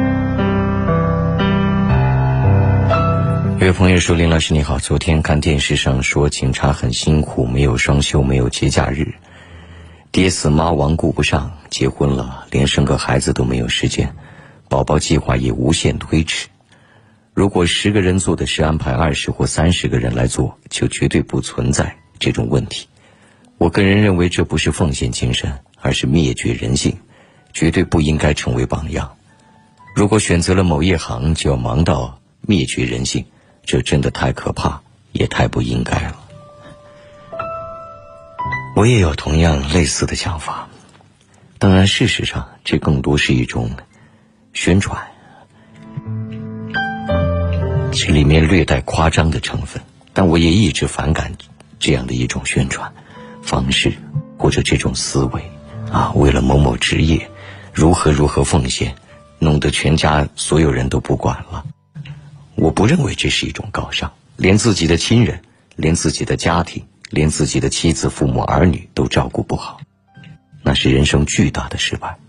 A: 有位朋友说，林老师你好，昨天看电视上说警察很辛苦，没有双休，没有节假日，爹死妈亡顾不上，结婚了连生个孩子都没有时间，宝宝计划也无限推迟。如果10个人做的事安排20或30个人来做，就绝对不存在这种问题。我个人认为这不是奉献精神，而是灭绝人性，绝对不应该成为榜样。如果选择了某一行，就要忙到灭绝人性，这真的太可怕，也太不应该了。我也有同样类似的想法，当然事实上这更多是一种宣传，这里面略带夸张的成分，但我也一直反感这样的一种宣传方式，或者这种思维为了某某职业如何奉献，弄得全家所有人都不管了。我不认为这是一种高尚，连自己的亲人，连自己的家庭，连自己的妻子、父母、儿女都照顾不好，那是人生巨大的失败。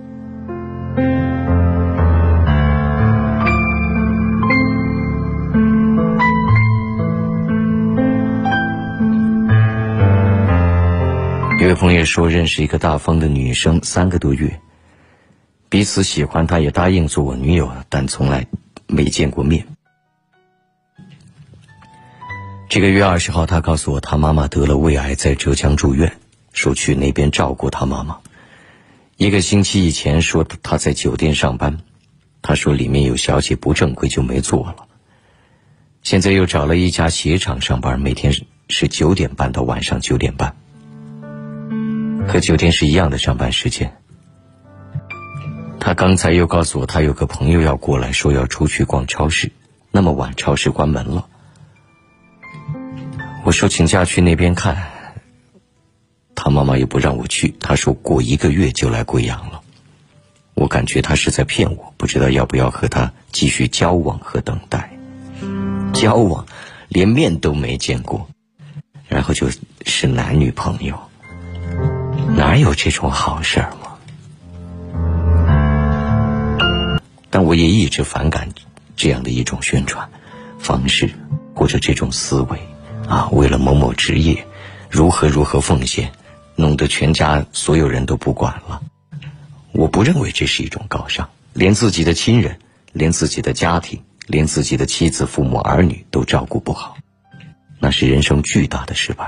A: 有位朋友说，认识一个大方的女生3个多月，彼此喜欢，她也答应做我女友，但从来没见过面。这个月20号，她告诉我她妈妈得了胃癌，在浙江住院，说去那边照顾她妈妈。1个星期以前说她在酒店上班，她说里面有小姐不正规就没做了。现在又找了一家鞋厂上班，每天是9点半到晚上9点半，和酒店是一样的上班时间。他刚才又告诉我，他有个朋友要过来，说要出去逛超市，那么晚超市关门了。我说请假去那边看，他妈妈也不让我去，他说过1个月就来贵阳了。我感觉他是在骗我，不知道要不要和他继续交往和等待。交往连面都没见过，然后就是男女朋友，哪有这种好事儿吗？但我也一直反感这样的一种宣传方式，或者这种思维为了某某职业如何奉献，弄得全家所有人都不管了。我不认为这是一种高尚，连自己的亲人，连自己的家庭，连自己的妻子、父母、儿女都照顾不好，那是人生巨大的失败。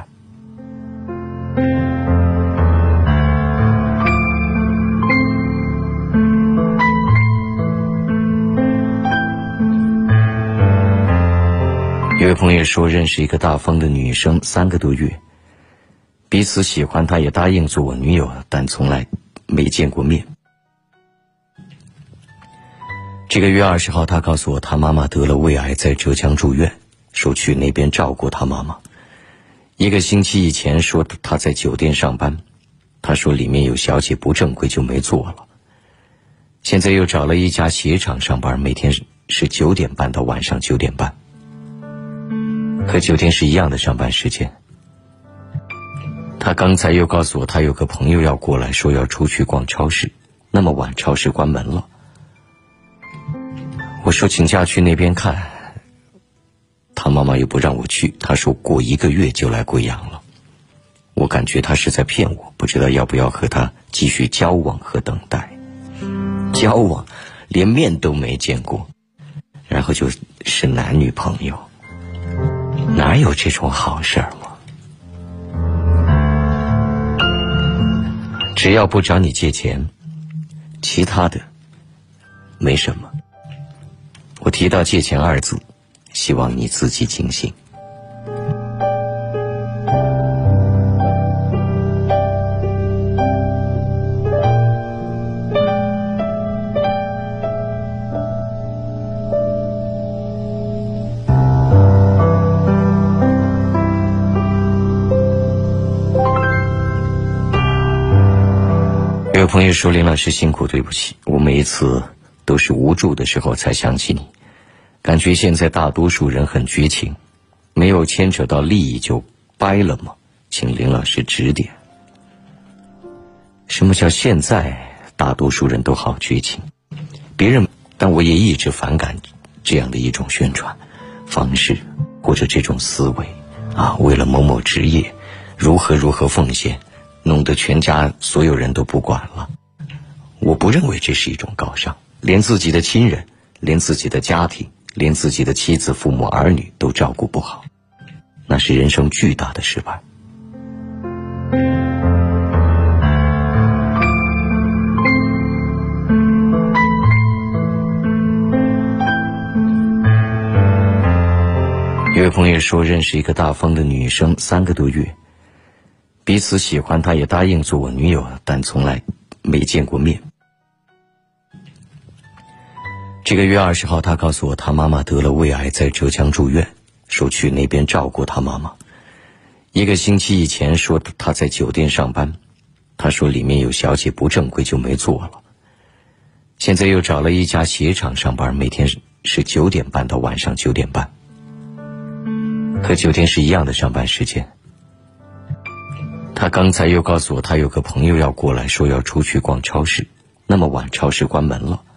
A: 有位朋友说，认识一个大方的女生3个多月，彼此喜欢，她也答应做我女友，但从来没见过面。这个月20号，她告诉我她妈妈得了胃癌，在浙江住院，说去那边照顾她妈妈。1个星期以前说她在酒店上班，她说里面有小姐不正规就没做了。现在又找了一家鞋厂上班，每天是9点半到晚上9点半，和酒店是一样的上班时间。他刚才又告诉我，他有个朋友要过来，说要出去逛超市，那么晚超市关门了。我说请假去那边看，他他妈妈又不让我去，他说过1个月就来贵阳了。我感觉他是在骗我，不知道要不要和他继续交往和等待。交往连面都没见过，然后就是男女朋友，哪有这种好事儿吗？只要不找你借钱，其他的没什么。我提到借钱2字，希望你自己警醒。有朋友说林老师辛苦，对不起，我每一次都是无助的时候才想起你，感觉现在大多数人很绝情，没有牵扯到利益就掰了吗？请林老师指点。什么叫现在大多数人都好绝情？别人，但我也一直反感这样的一种宣传方式或者这种思维啊，为了某某职业如何奉献，弄得全家所有人都不管了。我不认为这是一种高尚，连自己的亲人，连自己的家庭，连自己的妻子、父母、儿女都照顾不好，那是人生巨大的失败。有位朋友说，认识一个大方的女生3个多月，彼此喜欢，她也答应做我女友，但从来没见过面。这个月20号，她告诉我她妈妈得了胃癌，在浙江住院，说去那边照顾她妈妈。1个星期以前说她在酒店上班，她说里面有小姐不正规就没做了。现在又找了一家鞋厂上班，每天是9点半到晚上9点半，和酒店是一样的上班时间。他刚才又告诉我，他有个朋友要过来，说要出去逛超市，那么晚超市关门了。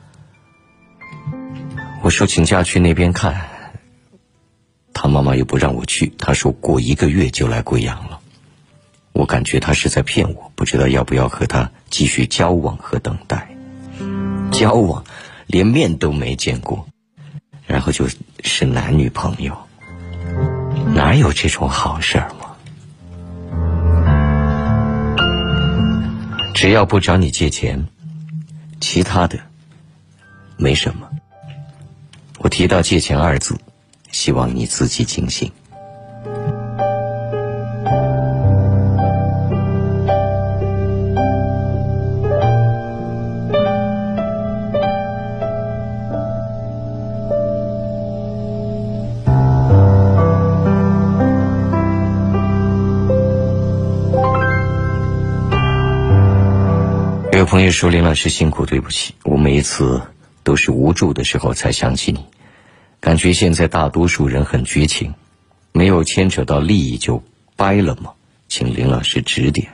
A: 我说请假去那边看，他妈妈又不让我去，他说过1个月就来贵阳了。我感觉他是在骗我，不知道要不要和他继续交往和等待。交往连面都没见过，然后就是男女朋友，哪有这种好事儿吗？只要不找你借钱，其他的没什么。我提到借钱2字，希望你自己警醒。有朋友说林老师辛苦，对不起，我每一次都是无助的时候才想起你，感觉现在大多数人很绝情，没有牵扯到利益就掰了吗？请林老师指点。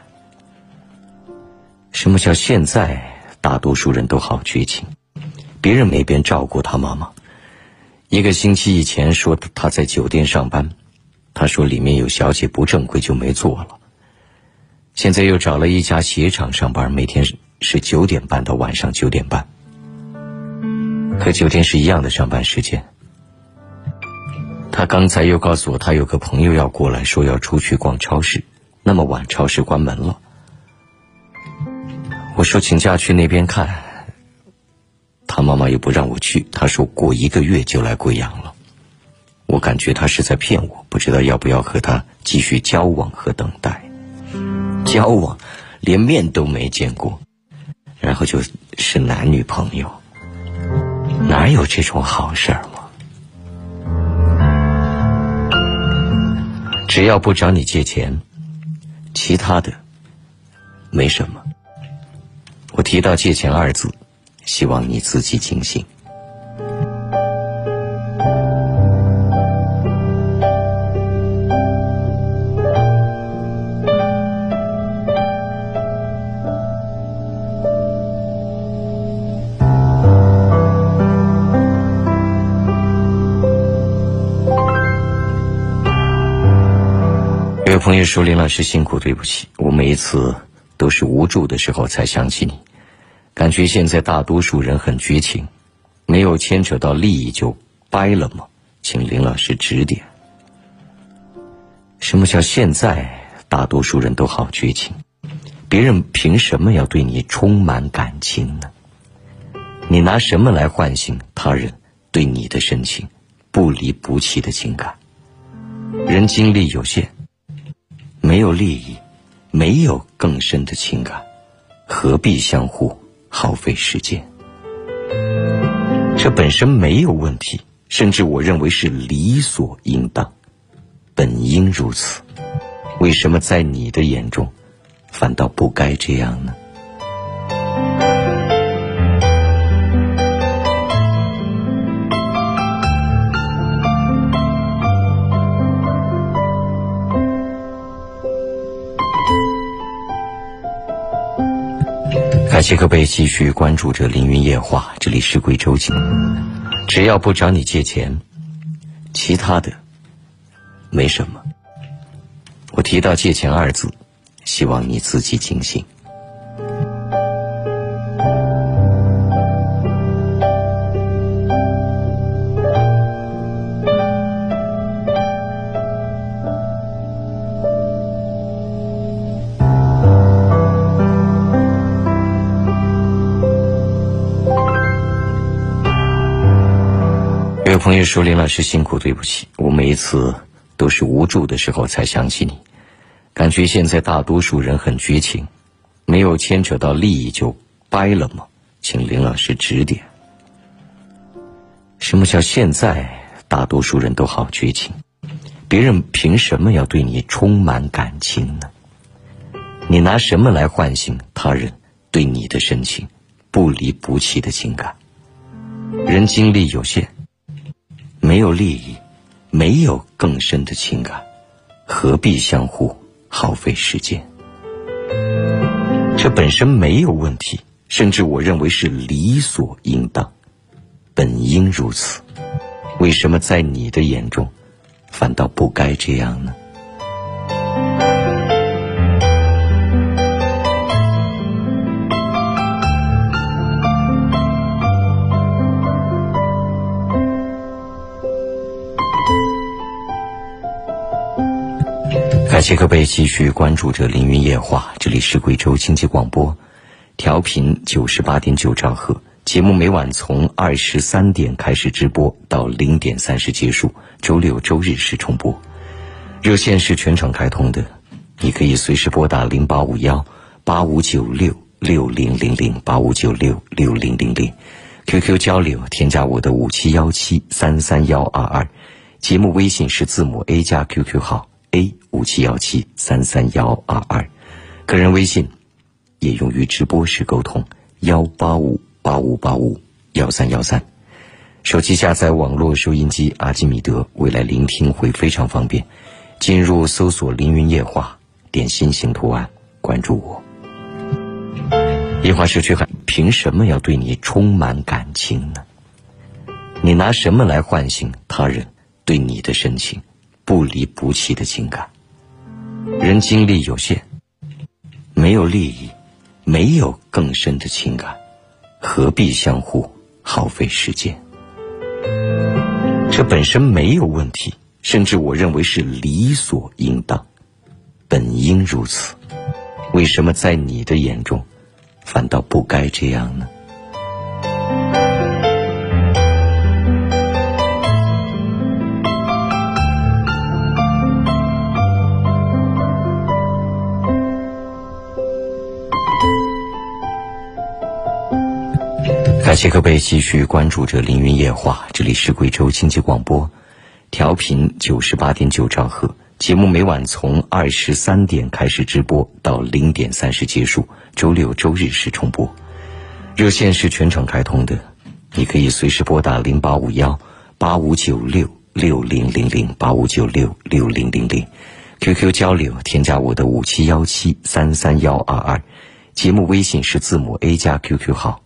A: 什么叫现在大多数人都好绝情？别人那边照顾他妈妈，1个星期以前说他在酒店上班，他说里面有小姐不正规就没做了。现在又找了一家鞋厂上班，每天是9点半到晚上9点半，和酒店是一样的上班时间。他刚才又告诉我，他有个朋友要过来，说要出去逛超市，那么晚超市关门了。我说请假去那边看，他妈妈又不让我去，他说过1个月就来贵阳了。我感觉他是在骗我，不知道要不要和他继续交往和等待。交往连面都没见过，然后就是男女朋友，哪有这种好事儿吗？只要不找你借钱，其他的没什么。我提到借钱2字，希望你自己警醒。 有朋友说林老师辛苦，对不起，我每一次都是无助的时候才想起你，感觉现在大多数人很绝情，没有牵扯到利益就掰了吗？请林老师指点。什么叫现在大多数人都好绝情？别人凭什么要对你充满感情呢？你拿什么来唤醒他人对你的深情不离不弃的情感？人精力有限，没有利益，没有更深的情感，何必相互耗费时间？这本身没有问题，甚至我认为是理所应当，本应如此。为什么在你的眼中反倒不该这样呢？感谢各位继续关注着凌云夜话，这里是贵州景。只要不找你借钱，其他的没什么。我提到借钱二字，希望你自己警醒。有朋友说林老师辛苦，对不起，我每一次都是无助的时候才想起你，感觉现在大多数人很绝情，没有牵扯到利益就掰了吗？请林老师指点。什么叫现在大多数人都好绝情？别人凭什么要对你充满感情呢？你拿什么来唤醒他人对你的深情不离不弃的情感？人精力有限，没有利益，没有更深的情感，何必相互耗费时间？这本身没有问题，甚至我认为是理所应当，本应如此。为什么在你的眼中反倒不该这样呢？感谢各位继续关注着凌云夜话，这里是贵州经济广播，调频98.9兆赫。节目每晚从23点开始直播到0点30结束，周六周日是重播。热线是全场开通的，你可以随时拨打0851-8596-6000 QQ 交流，添加我的5717-33122，节目微信是字母 A 加 QQ 号A5717-33122，个人微信也用于直播时沟通18585851313。手机下载网络收音机阿基米德，未来聆听会非常方便。进入搜索凌云夜话，点心形图案，关注我。夜话社区喊，凭什么要对你充满感情呢？你拿什么来唤醒他人对你的深情不离不弃的情感？人精力有限，没有利益，没有更深的情感，何必相互耗费时间？这本身没有问题，甚至我认为是理所应当，本应如此。为什么在你的眼中反倒不该这样呢？感谢各位继续关注着凌云夜话，这里是贵州经济广播，调频98.9兆赫。节目每晚从23点开始直播到0点30结束，周六周日是重播。热线是全场开通的，你可以随时拨打0851-8596-6000 QQ 交流，添加我的5717-33122，节目微信是字母 A 加 QQ 号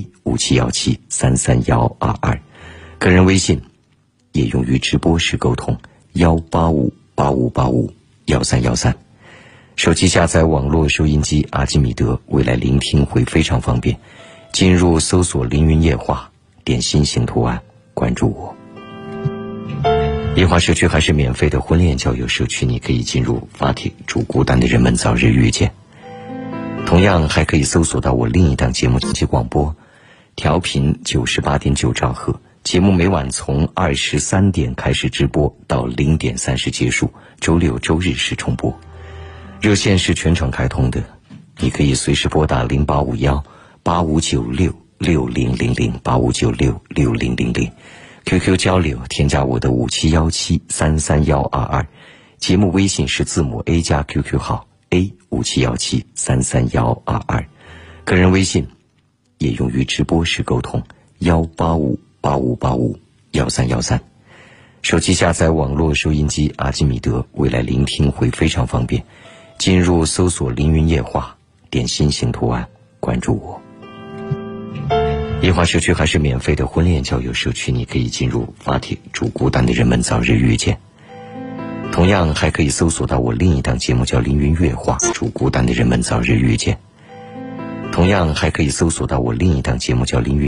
A: A5717-33122，个人微信也用于直播时沟通18585851313。 1313。手机下载网络收音机阿基米德，未来聆听会非常方便。进入搜索凌云夜话，点心形图案，关注我。夜话社区还是免费的婚恋交友社区，你可以进入发帖，祝孤单的人们早日遇见。同样还可以搜索到我另一档节目及广播，调频98.9兆赫，节目每晚从23点开始直播到0点30结束，周六周日是重播。热线是全程开通的，你可以随时拨打0851-8596-6000 QQ 交流，添加我的5717-33122，节目微信是字母 A 加 QQ 号 A5717-33122，个人微信也用于直播时沟通18585851313。手机下载网络收音机阿基米德，未来聆听会非常方便。进入搜索凌云夜话，点心形图案，关注我。夜话社区还是免费的婚恋交友社区，你可以进入发帖，祝孤单的人们早日遇见。同样还可以搜索到我另一档节目叫凌云月话，祝孤单的人们早日遇见。同样还可以搜索到我另一档节目叫凌云